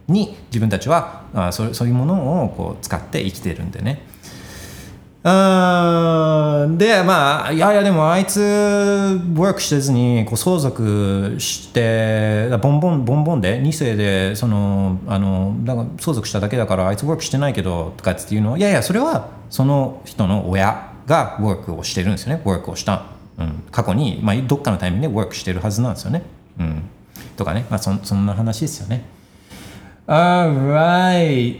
に自分たちはあそう、そういうものをこう使って生きてるんでね。あでまあいやいやでもあいつワークしてずにこう相続してボンボンボンボンでに世でそのあのだから相続しただけだからあいつワークしてないけどとかっていうのはいやいやそれはその人の親がワークをしてるんですよね。ワークをした、うん、過去に、まあ、どっかのタイミングでワークしてるはずなんですよね、うん、とかね、まあ、そ, そんな話ですよね。Alright、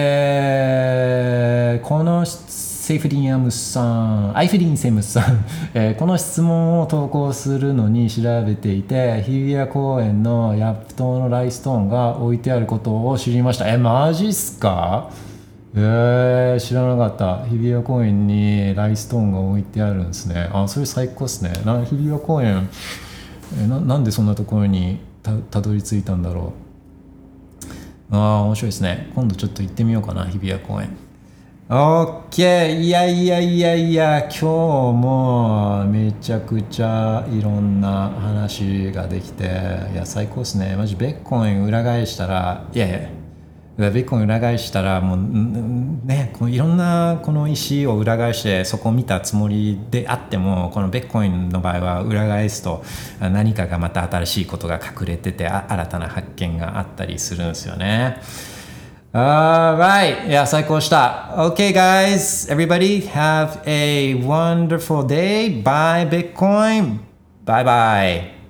えー、このセイフリンアムさん、アイフリンセムさん、えー、この質問を投稿するのに調べていて、日比谷公園のヤップ島のライストーンが置いてあることを知りました。え、マジっすか？えー、知らなかった。日比谷公園にライストーンが置いてあるんですね。あ、それ最高っすね。な日比谷公園、えー、な、なんでそんなところに た, たどり着いたんだろう。ああ、面白いですね。今度ちょっと行ってみようかな、日比谷公園。OK、いやいやいやいや、今日もめちゃくちゃいろんな話ができて、いや最高ですね。マジベッコイン裏返したら、いやいやベッコイン裏返したらもうね、このいろんなこの石を裏返してそこを見たつもりであっても、このベッコインの場合は裏返すと何かがまた新しいことが隠れてて、新たな発見があったりするんですよね。Alright. いや、最高した。Okay, guys. Everybody have a wonderful day. Bye, Bitcoin. Bye bye.